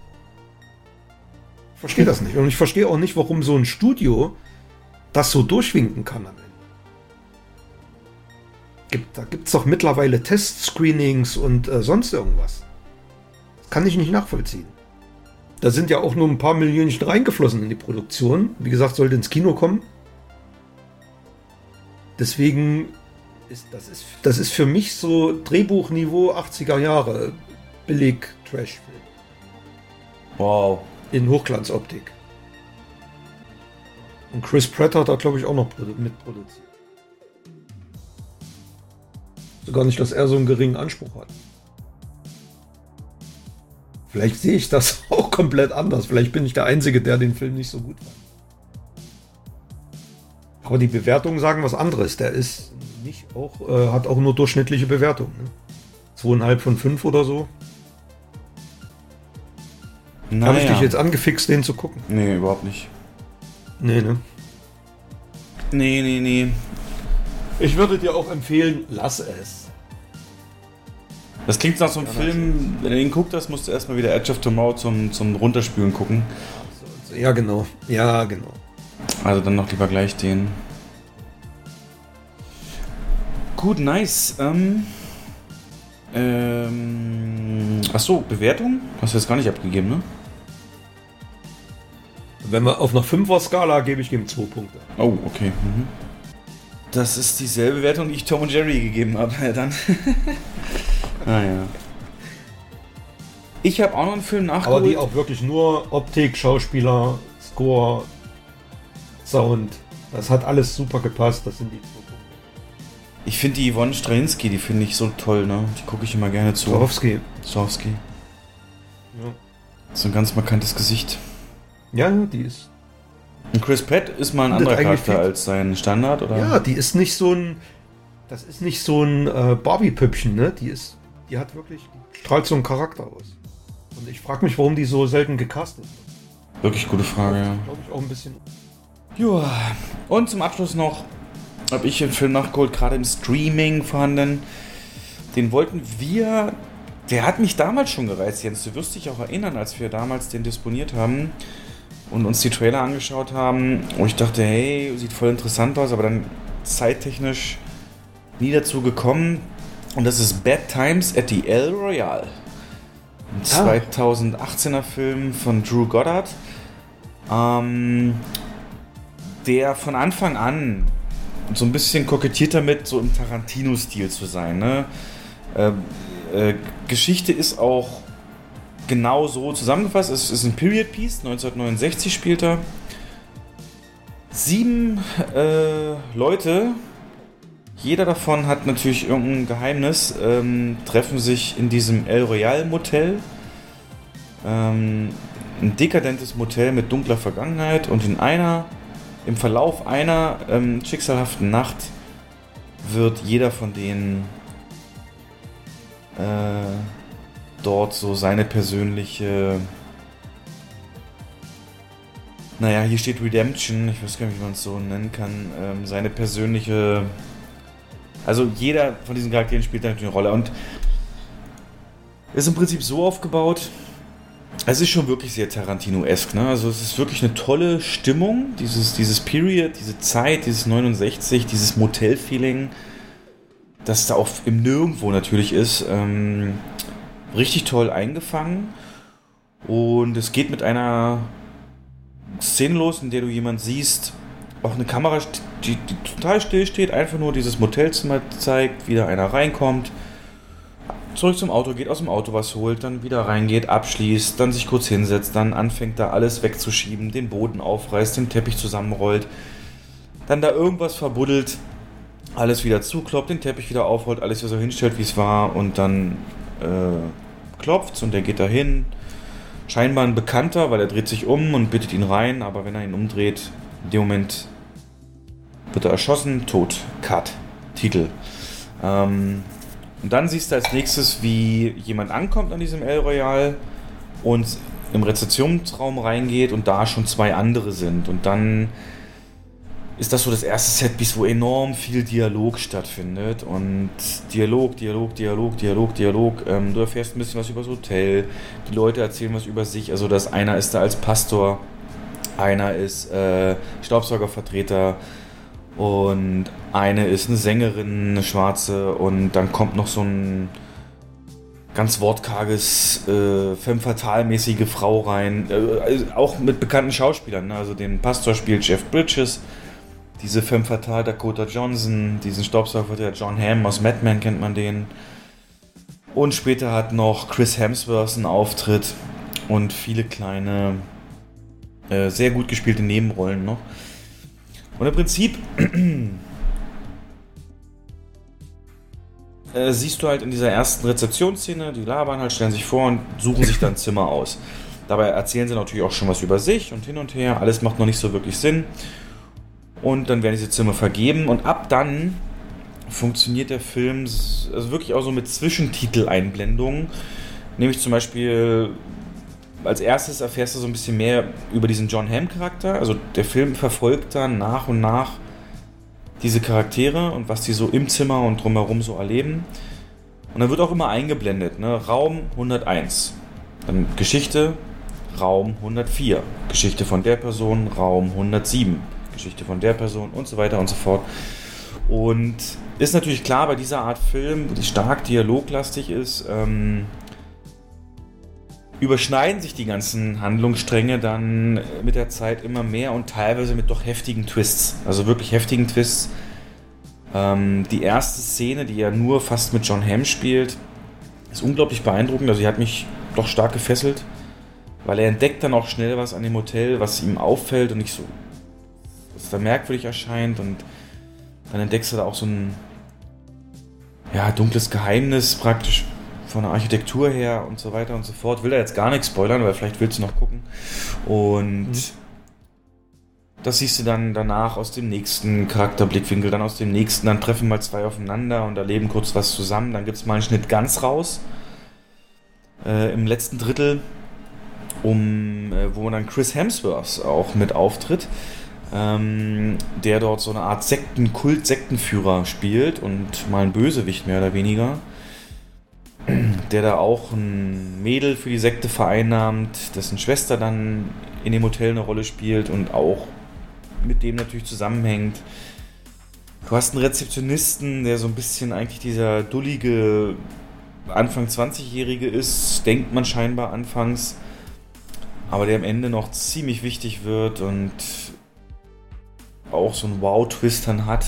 Ich verstehe das nicht. Und ich verstehe auch nicht, warum so ein Studio das so durchwinken kann am Ende. Gibt, da gibt es doch mittlerweile Testscreenings und äh, sonst irgendwas. Das kann ich nicht nachvollziehen. Da sind ja auch nur ein paar Millionchen reingeflossen in die Produktion. Wie gesagt, sollte ins Kino kommen. Deswegen ist das ist, das ist für mich so Drehbuchniveau achtziger Jahre Billig-Trash-Film. Wow. In Hochglanzoptik. Und Chris Pratt hat da, glaube ich, auch noch mitproduziert. Sogar nicht, dass er so einen geringen Anspruch hat. Vielleicht sehe ich das auch komplett anders. Vielleicht bin ich der Einzige, der den Film nicht so gut fand. Aber die Bewertungen sagen was anderes. Der ist nicht auch, äh, hat auch nur durchschnittliche Bewertungen. Ne? Zweieinhalb von fünf oder so. Naja. Habe ich dich jetzt angefixt, den zu gucken? Nee, überhaupt nicht. Nee, ne? Nee, nee, nee. Ich würde dir auch empfehlen, lass es. Das klingt nach so einem Ja, Film, wenn du den guckt hast, musst du erstmal wieder Edge of Tomorrow zum, zum Runterspülen gucken. Ja, genau. Ja, genau. Also dann noch lieber gleich den. Gut, nice. Ähm, ähm, achso, Bewertung? Hast du jetzt gar nicht abgegeben, ne? Wenn wir auf einer Fünfer-Skala gebe ich ihm zwei Punkte. Oh, okay. Mhm. Das ist dieselbe Wertung, die ich Tom und Jerry gegeben habe. Dann. Ah ja. Ich habe auch noch einen Film nachgeholt. Aber die auch wirklich nur Optik, Schauspieler, Score, Sound. Das hat alles super gepasst. Das sind die zwei Punkte. Ich finde die Yvonne Straczynski, die finde ich so toll, ne? Die gucke ich immer gerne zu. Zahowski. Zahowski. Ja. So ein ganz markantes Gesicht. Ja, die ist. Und Chris Pratt ist mal ein Das anderer eigentlich Charakter viel- als sein Standard, oder? Ja, die ist nicht so ein. Das ist nicht so ein äh, Barbie-Püppchen, ne? Die ist. Die hat wirklich. Die strahlt so einen Charakter aus. Und ich frage mich, warum die so selten gecastet wird. Wirklich gute Frage, ja. Glaube ich auch ein bisschen. Joa. Und zum Abschluss noch habe ich einen Film nachgeholt, gerade im Streaming vorhanden. Den wollten wir. Der hat mich damals schon gereizt, Jens. Du wirst dich auch erinnern, als wir damals den disponiert haben und uns die Trailer angeschaut haben. Und ich dachte, hey, sieht voll interessant aus, aber dann zeittechnisch nie dazu gekommen. Und das ist Bad Times at the El Royale. Ein zweitausendachtzehner Film von Drew Goddard. Ähm, der von Anfang an so ein bisschen kokettiert damit, so im Tarantino-Stil zu sein. Ne? Äh, äh, Geschichte ist auch genau so zusammengefasst. Es ist ein Period-Piece, neunzehnhundertneunundsechzig spielt er. Sieben äh, Leute, jeder davon hat natürlich irgendein Geheimnis, ähm, treffen sich in diesem El Royale Motel. Ähm, ein dekadentes Motel mit dunkler Vergangenheit, und in einer, im Verlauf einer ähm, schicksalhaften Nacht wird jeder von denen äh, dort so seine persönliche, naja, hier steht Redemption, ich weiß gar nicht, wie man es so nennen kann, ähm, seine persönliche, also jeder von diesen Charakteren spielt da natürlich eine Rolle, und ist im Prinzip so aufgebaut, es ist schon wirklich sehr Tarantino-esk, ne? Also es ist wirklich eine tolle Stimmung, dieses, dieses Period, diese Zeit, dieses neunundsechzig, dieses Motel-Feeling, das da auch im Nirgendwo natürlich ist, ähm, richtig toll eingefangen. Und es geht mit einer Szene los, in der du jemand siehst, auch eine Kamera, die, die total still steht, einfach nur dieses Motelzimmer zeigt, wieder einer reinkommt, zurück zum Auto geht, aus dem Auto was holt, dann wieder reingeht, abschließt, dann sich kurz hinsetzt, dann anfängt da alles wegzuschieben, den Boden aufreißt, den Teppich zusammenrollt, dann da irgendwas verbuddelt, alles wieder zukloppt, den Teppich wieder aufrollt, alles wieder so hinstellt, wie es war, und dann äh, klopft's und der geht da hin. Scheinbar ein Bekannter, weil er dreht sich um und bittet ihn rein, aber wenn er ihn umdreht, in dem Moment wird er erschossen, tot, Cut, Titel. Ähm, und dann siehst du als nächstes, wie jemand ankommt an diesem El Royale, und im Rezeptionsraum reingeht und da schon zwei andere sind. Und dann ist das so das erste Setpiece, wo enorm viel Dialog stattfindet. Und Dialog, Dialog, Dialog, Dialog, Dialog. Ähm, du erfährst ein bisschen was über das Hotel. Die Leute erzählen was über sich. Also, dass einer ist da als Pastor, einer ist äh, Staubsaugervertreter und eine ist eine Sängerin, eine Schwarze. Und dann kommt noch so ein ganz wortkarges, äh, femme fatale-mäßige Frau rein. Äh, auch mit bekannten Schauspielern. Ne? Also den Pastor spielt Jeff Bridges. Diese femme fatale Dakota Johnson, diesen Staubsaugervertreter John Hamm aus Mad Men kennt man den. Und später hat noch Chris Hemsworth einen Auftritt und viele kleine, äh, sehr gut gespielte Nebenrollen noch. Und im Prinzip äh, siehst du halt in dieser ersten Rezeptionsszene, die labern halt, stellen sich vor und suchen sich dann ein Zimmer aus. Dabei erzählen sie natürlich auch schon was über sich und hin und her. Alles macht noch nicht so wirklich Sinn. Und dann werden diese Zimmer vergeben und ab dann funktioniert der Film also wirklich auch so mit Zwischentiteleinblendungen. Nämlich zum Beispiel als erstes erfährst du so ein bisschen mehr über diesen John Hamm-Charakter. Also der Film verfolgt dann nach und nach diese Charaktere und was die so im Zimmer und drumherum so erleben. Und dann wird auch immer eingeblendet, ne? Raum hunderteins, dann Geschichte, Raum hundertvier, Geschichte von der Person, Raum hundertsieben. Geschichte von der Person und so weiter und so fort. Und ist natürlich klar, bei dieser Art Film, die stark dialoglastig ist, ähm, überschneiden sich die ganzen Handlungsstränge dann mit der Zeit immer mehr und teilweise mit doch heftigen Twists. Also wirklich heftigen Twists. Ähm, die erste Szene, die ja nur fast mit John Hamm spielt, ist unglaublich beeindruckend. Also sie hat mich doch stark gefesselt, weil er entdeckt dann auch schnell was an dem Hotel, was ihm auffällt und nicht so was da merkwürdig erscheint, und dann entdeckst du da auch so ein ja, dunkles Geheimnis praktisch von der Architektur her und so weiter und so fort. Will da jetzt gar nichts spoilern, weil vielleicht willst du noch gucken. Und mhm. das siehst du dann danach aus dem nächsten Charakterblickwinkel, dann aus dem nächsten, dann treffen mal zwei aufeinander und erleben kurz was zusammen, dann gibt es mal einen Schnitt ganz raus äh, im letzten Drittel, um, äh, wo dann Chris Hemsworth auch mit auftritt, ähm, der dort so eine Art Sektenkult, Sektenführer spielt und mal ein Bösewicht mehr oder weniger, der da auch ein Mädel für die Sekte vereinnahmt, dessen Schwester dann in dem Hotel eine Rolle spielt und auch mit dem natürlich zusammenhängt. Du hast einen Rezeptionisten, der so ein bisschen eigentlich dieser dullige Anfang zwanzigjährige ist, denkt man scheinbar anfangs, aber der am Ende noch ziemlich wichtig wird und auch so einen Wow-Twist dann hat.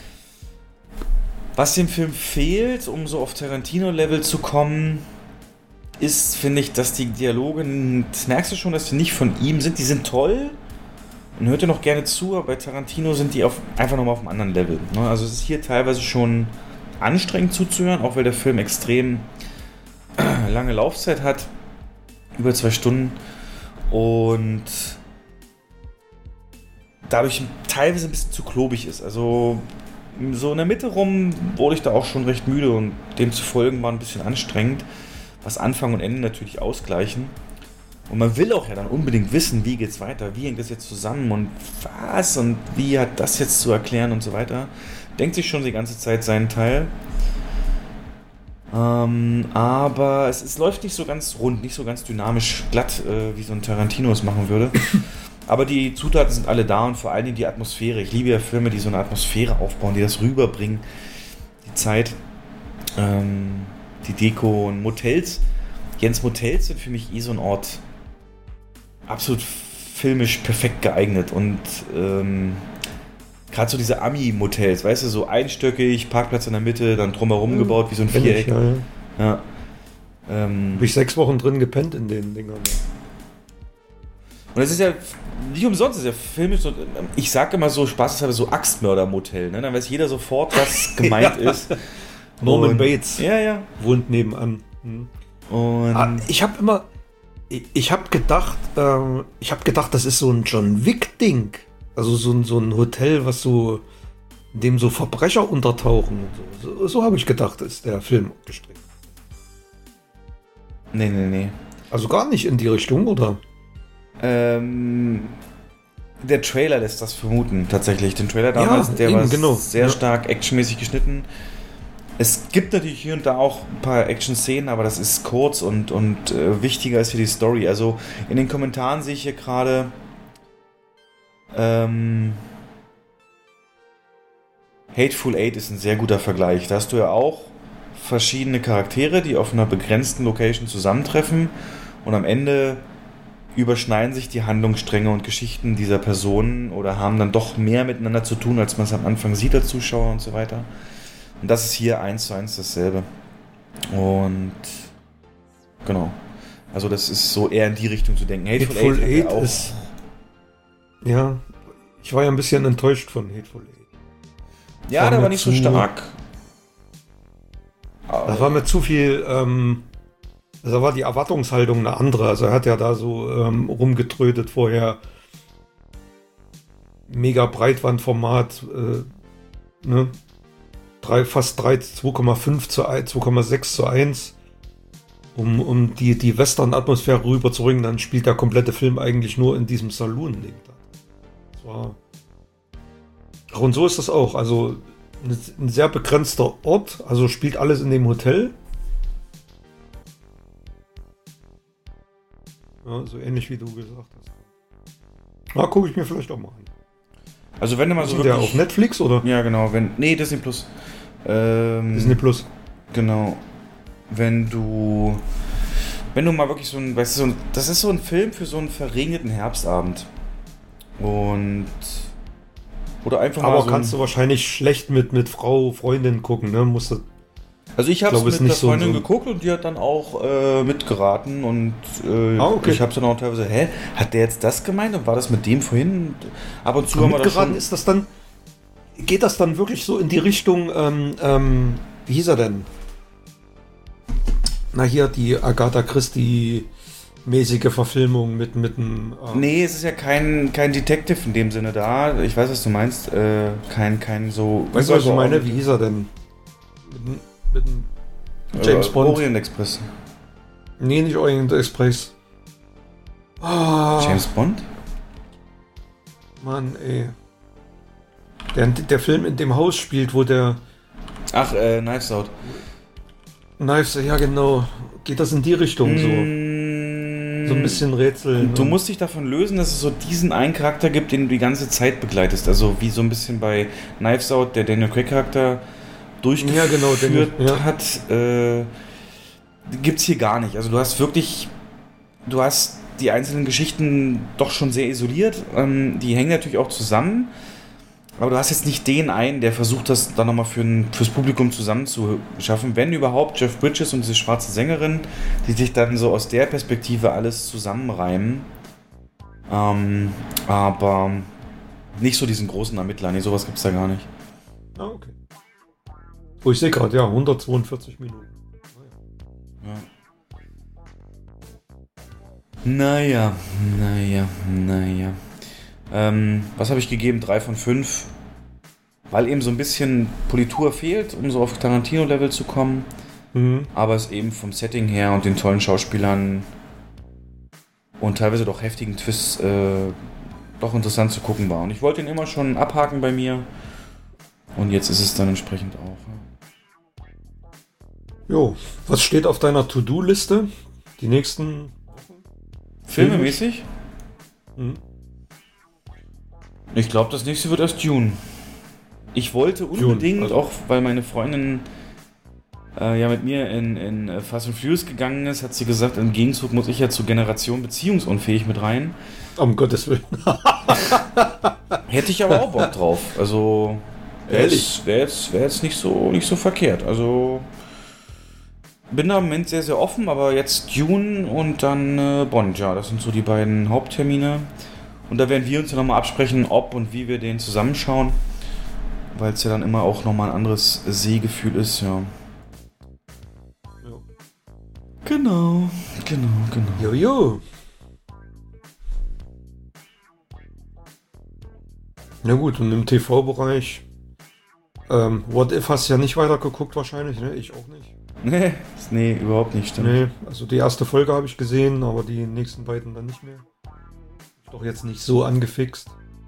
Was dem Film fehlt, um so auf Tarantino-Level zu kommen, ist, finde ich, dass die Dialoge, das merkst du schon, dass die nicht von ihm sind, die sind toll und hört dir noch gerne zu, aber bei Tarantino sind die auf, einfach nochmal auf einem anderen Level. Also es ist hier teilweise schon anstrengend zuzuhören, auch weil der Film extrem lange Laufzeit hat, über zwei Stunden, und dadurch teilweise ein bisschen zu klobig ist. Also so in der Mitte rum wurde ich da auch schon recht müde und dem zu folgen war ein bisschen anstrengend, was Anfang und Ende natürlich ausgleichen. Und man will auch ja dann unbedingt wissen, wie geht's weiter, wie hängt das jetzt zusammen und was und wie hat das jetzt zu erklären und so weiter. Denkt sich schon die ganze Zeit seinen Teil. Ähm, aber es, es läuft nicht so ganz rund, nicht so ganz dynamisch glatt, äh, wie so ein Tarantino es machen würde. Aber die Zutaten sind alle da und vor allen Dingen die Atmosphäre. Ich liebe ja Filme, die so eine Atmosphäre aufbauen, die das rüberbringen. Die Zeit, ähm, die Deko und Motels. Jens, Motels sind für mich eh so ein Ort absolut filmisch perfekt geeignet. Und ähm, gerade so diese Ami-Motels, weißt du, so einstöckig, Parkplatz in der Mitte, dann drumherum ja, gebaut wie so ein Viereck. Ich, ja, ja. Ja. Ähm, Habe ich sechs Wochen drin gepennt in den Dingern. Und es ist ja nicht umsonst, ist ja filmisch so, ich sage immer so spaßeshalber so Axtmörder-Motel, ne? Dann weiß jeder sofort, was gemeint ja. ist. Norman und, Bates ja, ja. wohnt nebenan. Hm. Und ah, ich habe immer, ich, ich habe gedacht, äh, ich habe gedacht, das ist so ein John Wick-Ding. Also so ein, so ein Hotel, was so, in dem so Verbrecher untertauchen. So, so, so habe ich gedacht, ist der Film gestrickt. Nee, nee, nee. Also gar nicht in die Richtung, oder? Ähm, der Trailer lässt das vermuten, tatsächlich. Den Trailer damals, Ja, der eben, war genau. sehr Ja. stark actionmäßig geschnitten. Es gibt natürlich hier und da auch ein paar Action-Szenen, aber das ist kurz und, und äh, wichtiger ist für die Story. Also in den Kommentaren sehe ich hier gerade ähm, Hateful Eight ist ein sehr guter Vergleich. Da hast du ja auch verschiedene Charaktere, die auf einer begrenzten Location zusammentreffen und am Ende überschneiden sich die Handlungsstränge und Geschichten dieser Personen oder haben dann doch mehr miteinander zu tun, als man es am Anfang sieht als Zuschauer und so weiter. Und das ist hier eins zu eins dasselbe. Und genau. Also das ist so eher in die Richtung zu denken. Hateful, Hateful Eight, Eight hat ja auch, ist... Ja, ich war ja ein bisschen enttäuscht von Hateful Eight. ja, war der mir war nicht so zu- stark. Da war mir zu viel, ähm, also da war die Erwartungshaltung eine andere. Also er hat ja da so ähm, rumgetrödet vorher. Mega Breitbandformat, äh, ne? Drei, fast drei, zwei Komma fünf zu eins, zwei Komma sechs zu eins. Um, um die, die Western-Atmosphäre rüberzubringen, dann spielt der komplette Film eigentlich nur in diesem Saloon-Ding da. Das war. Ach, und so ist das auch. Also ein sehr begrenzter Ort, also spielt alles in dem Hotel. Ja, so ähnlich wie du gesagt hast. Na, gucke ich mir vielleicht auch mal an. Also wenn du mal so Ist der wirklich... auf Netflix oder? Ja, genau. Wenn, nee, Disney Plus. Ähm, Disney Plus. Genau. Wenn du... Wenn du mal wirklich so ein... Weißt du, so ein, das ist so ein Film für so einen verregneten Herbstabend. Und... Oder einfach mal Aber so kannst ein, du wahrscheinlich schlecht mit, mit Frau, Freundin gucken, ne? Musst du, Also ich habe es glaube, ist mit nicht der so- Freundin so- geguckt und die hat dann auch äh, mitgeraten und äh, Ah, okay. ich habe dann auch teilweise, hä, hat der jetzt das gemeint und war das mit dem vorhin? Und ab und zu haben wir das mitgeraten schon... ist das dann, geht das dann wirklich so in die Richtung, ähm, ähm, wie hieß er denn? Na hier, die Agatha Christie mäßige Verfilmung mit, mit einem... Äh, Nee, es ist ja kein, kein Detective in dem Sinne da. Ich weiß, was du meinst. Äh, kein, kein so... Weißt du, was ich meine? Wie hieß er denn? Mit, einem- mit einem James äh, Bond? Orient Express. Nee, nicht Orient Express. Ah, James Bond? Mann, ey. Der, der Film in dem Haus spielt, wo der Ach, äh, Knives Out. Knives, ja genau. Geht das in die Richtung so? Mm, So ein bisschen Rätseln. Du und- musst dich davon lösen, dass es so diesen einen Charakter gibt, den du die ganze Zeit begleitest. Also wie so ein bisschen bei Knives Out, der Daniel Craig Charakter durchgeführt Ja, genau, Daniel, ja. hat, äh, gibt's hier gar nicht. Also du hast wirklich, du hast die einzelnen Geschichten doch schon sehr isoliert. Ähm, die hängen natürlich auch zusammen. Aber du hast jetzt nicht den einen, der versucht, das dann nochmal für ein, fürs Publikum zusammenzuschaffen. Wenn überhaupt, Jeff Bridges und diese schwarze Sängerin, die sich dann so aus der Perspektive alles zusammenreimen. Ähm, aber nicht so diesen großen Ermittler. Nee, sowas gibt's da gar nicht. Ah, okay. Oh, ich sehe gerade, ja, hundertzweiundvierzig Minuten. Naja, naja, naja. Ähm, was habe ich gegeben? drei von fünf. Weil eben so ein bisschen Politur fehlt, um so auf Tarantino-Level zu kommen. Mhm. Aber es eben vom Setting her und den tollen Schauspielern und teilweise doch heftigen Twists äh, doch interessant zu gucken war. Und ich wollte ihn immer schon abhaken bei mir. Und jetzt ist es dann entsprechend auch. Jo, was steht auf deiner To-Do-Liste? Die nächsten Filmemäßig? Mhm. Ich glaube, das nächste wird erst Dune. Ich wollte unbedingt, also- auch weil meine Freundin äh, ja mit mir in, in Fast and Furious gegangen ist, hat sie gesagt, im Gegenzug muss ich ja zur Generation beziehungsunfähig mit rein. Um Gottes Willen. Hätte ich aber auch Bock drauf. Also wäre Ehrlich? jetzt, wär jetzt, wär jetzt nicht, so, nicht so verkehrt. Also bin da im Moment sehr, sehr offen, aber jetzt Dune und dann äh, Bond, ja, das sind so die beiden Haupttermine. Und da werden wir uns ja nochmal absprechen, ob und wie wir den zusammenschauen. Weil es ja dann immer auch nochmal ein anderes Sehgefühl ist, ja. Jo. Genau, genau, genau. Jojo. Na gut, und im T V-Bereich. Ähm, What If hast du ja nicht weitergeguckt wahrscheinlich, ne? Ich auch nicht. Nee, nee, überhaupt nicht, stimmt. Nee, also die erste Folge habe ich gesehen, aber die nächsten beiden dann nicht mehr. Ist doch jetzt nicht so angefixt.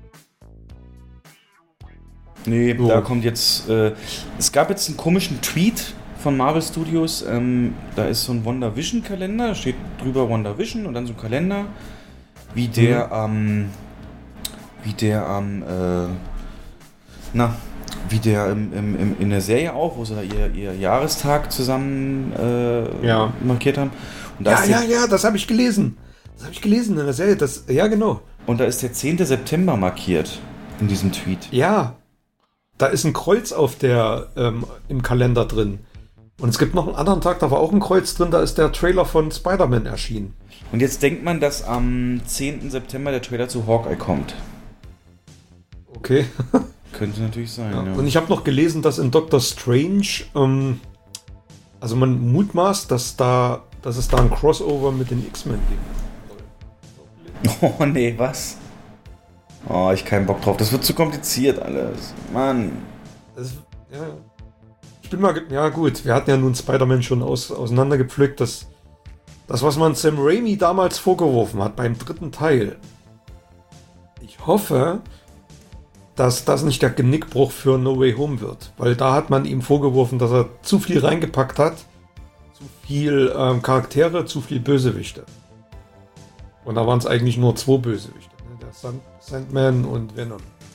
Nee, So. da kommt jetzt. Äh, es gab jetzt einen komischen Tweet von Marvel Studios. Ähm, da ist so ein WandaVision-Kalender, da steht drüber WandaVision und dann so ein Kalender, wie der am. Ähm, wie der am. Äh, na, wie der im, im, im, in der Serie auch, wo sie da ihr, ihr Jahrestag zusammen äh, Ja. markiert haben. Und da Ja, ist ja, der, ja, das habe ich gelesen. Das habe ich gelesen in der Serie. Das, ja, genau. Und da ist der zehnte September markiert in diesem Tweet. Ja, da ist ein Kreuz auf der ähm, im Kalender drin. Und es gibt noch einen anderen Tag, da war auch ein Kreuz drin, da ist der Trailer von Spider-Man erschienen. Und jetzt denkt man, dass am zehnten September der Trailer zu Hawkeye kommt. Okay. Könnte natürlich sein, Ja. ja. Und ich habe noch gelesen, dass in Doctor Strange, ähm, also man mutmaßt, dass da, dass es da ein Crossover mit den X-Men gibt. Oh nee, was? Oh, ich keinen Bock drauf. Das wird zu kompliziert alles. Mann. Das, ja. Ich bin mal, ge- ja gut, wir hatten ja nun Spider-Man schon aus, auseinandergepflückt, dass das, was man Sam Raimi damals vorgeworfen hat beim dritten Teil. Ich hoffe, dass das nicht der Genickbruch für No Way Home wird, weil da hat man ihm vorgeworfen, dass er zu viel reingepackt hat, zu viel ähm, Charaktere, zu viel Bösewichte. Und da waren es eigentlich nur zwei Bösewichte, ne? Der Sand- Sandman und Venom.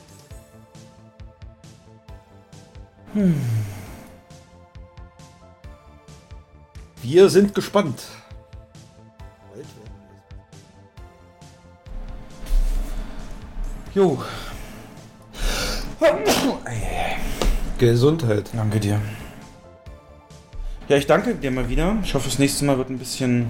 Hm. Wir sind gespannt. Jo. Gesundheit. Danke dir. Ja, ich danke dir mal wieder. Ich hoffe, das nächste Mal wird ein bisschen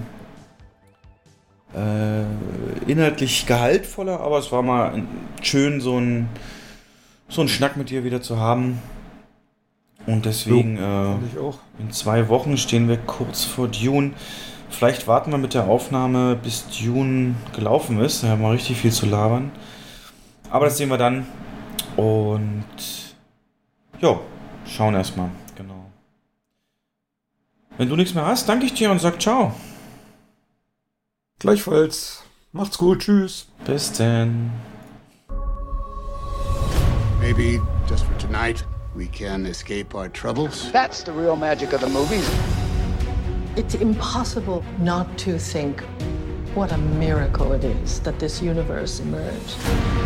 äh, inhaltlich gehaltvoller, aber es war mal ein- schön, so ein, so ein Schnack mit dir wieder zu haben. Und deswegen, äh, Fand ich auch. in zwei Wochen stehen wir kurz vor Dune. Vielleicht warten wir mit der Aufnahme, bis Dune gelaufen ist. Da haben wir richtig viel zu labern. Aber das sehen wir dann. Und jo, schauen erstmal. Genau. Wenn du nichts mehr hast, danke ich dir und sag ciao. Gleichfalls. Macht's gut. Tschüss. Bis denn. Maybe just for tonight, we can escape our troubles. That's the real magic of the movies. It's impossible not to think what a miracle it is that this universe emerged.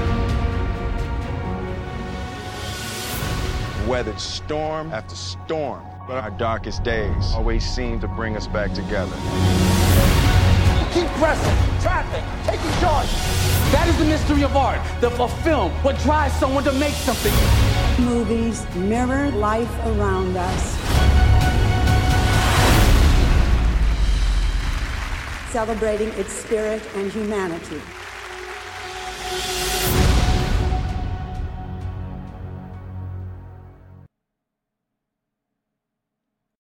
Weathered storm after storm, but our darkest days always seem to bring us back together. Keep pressing, traffic, taking charge. That is the mystery of art. The a film, what drives someone to make something. Movies mirror life around us. Celebrating its spirit and humanity.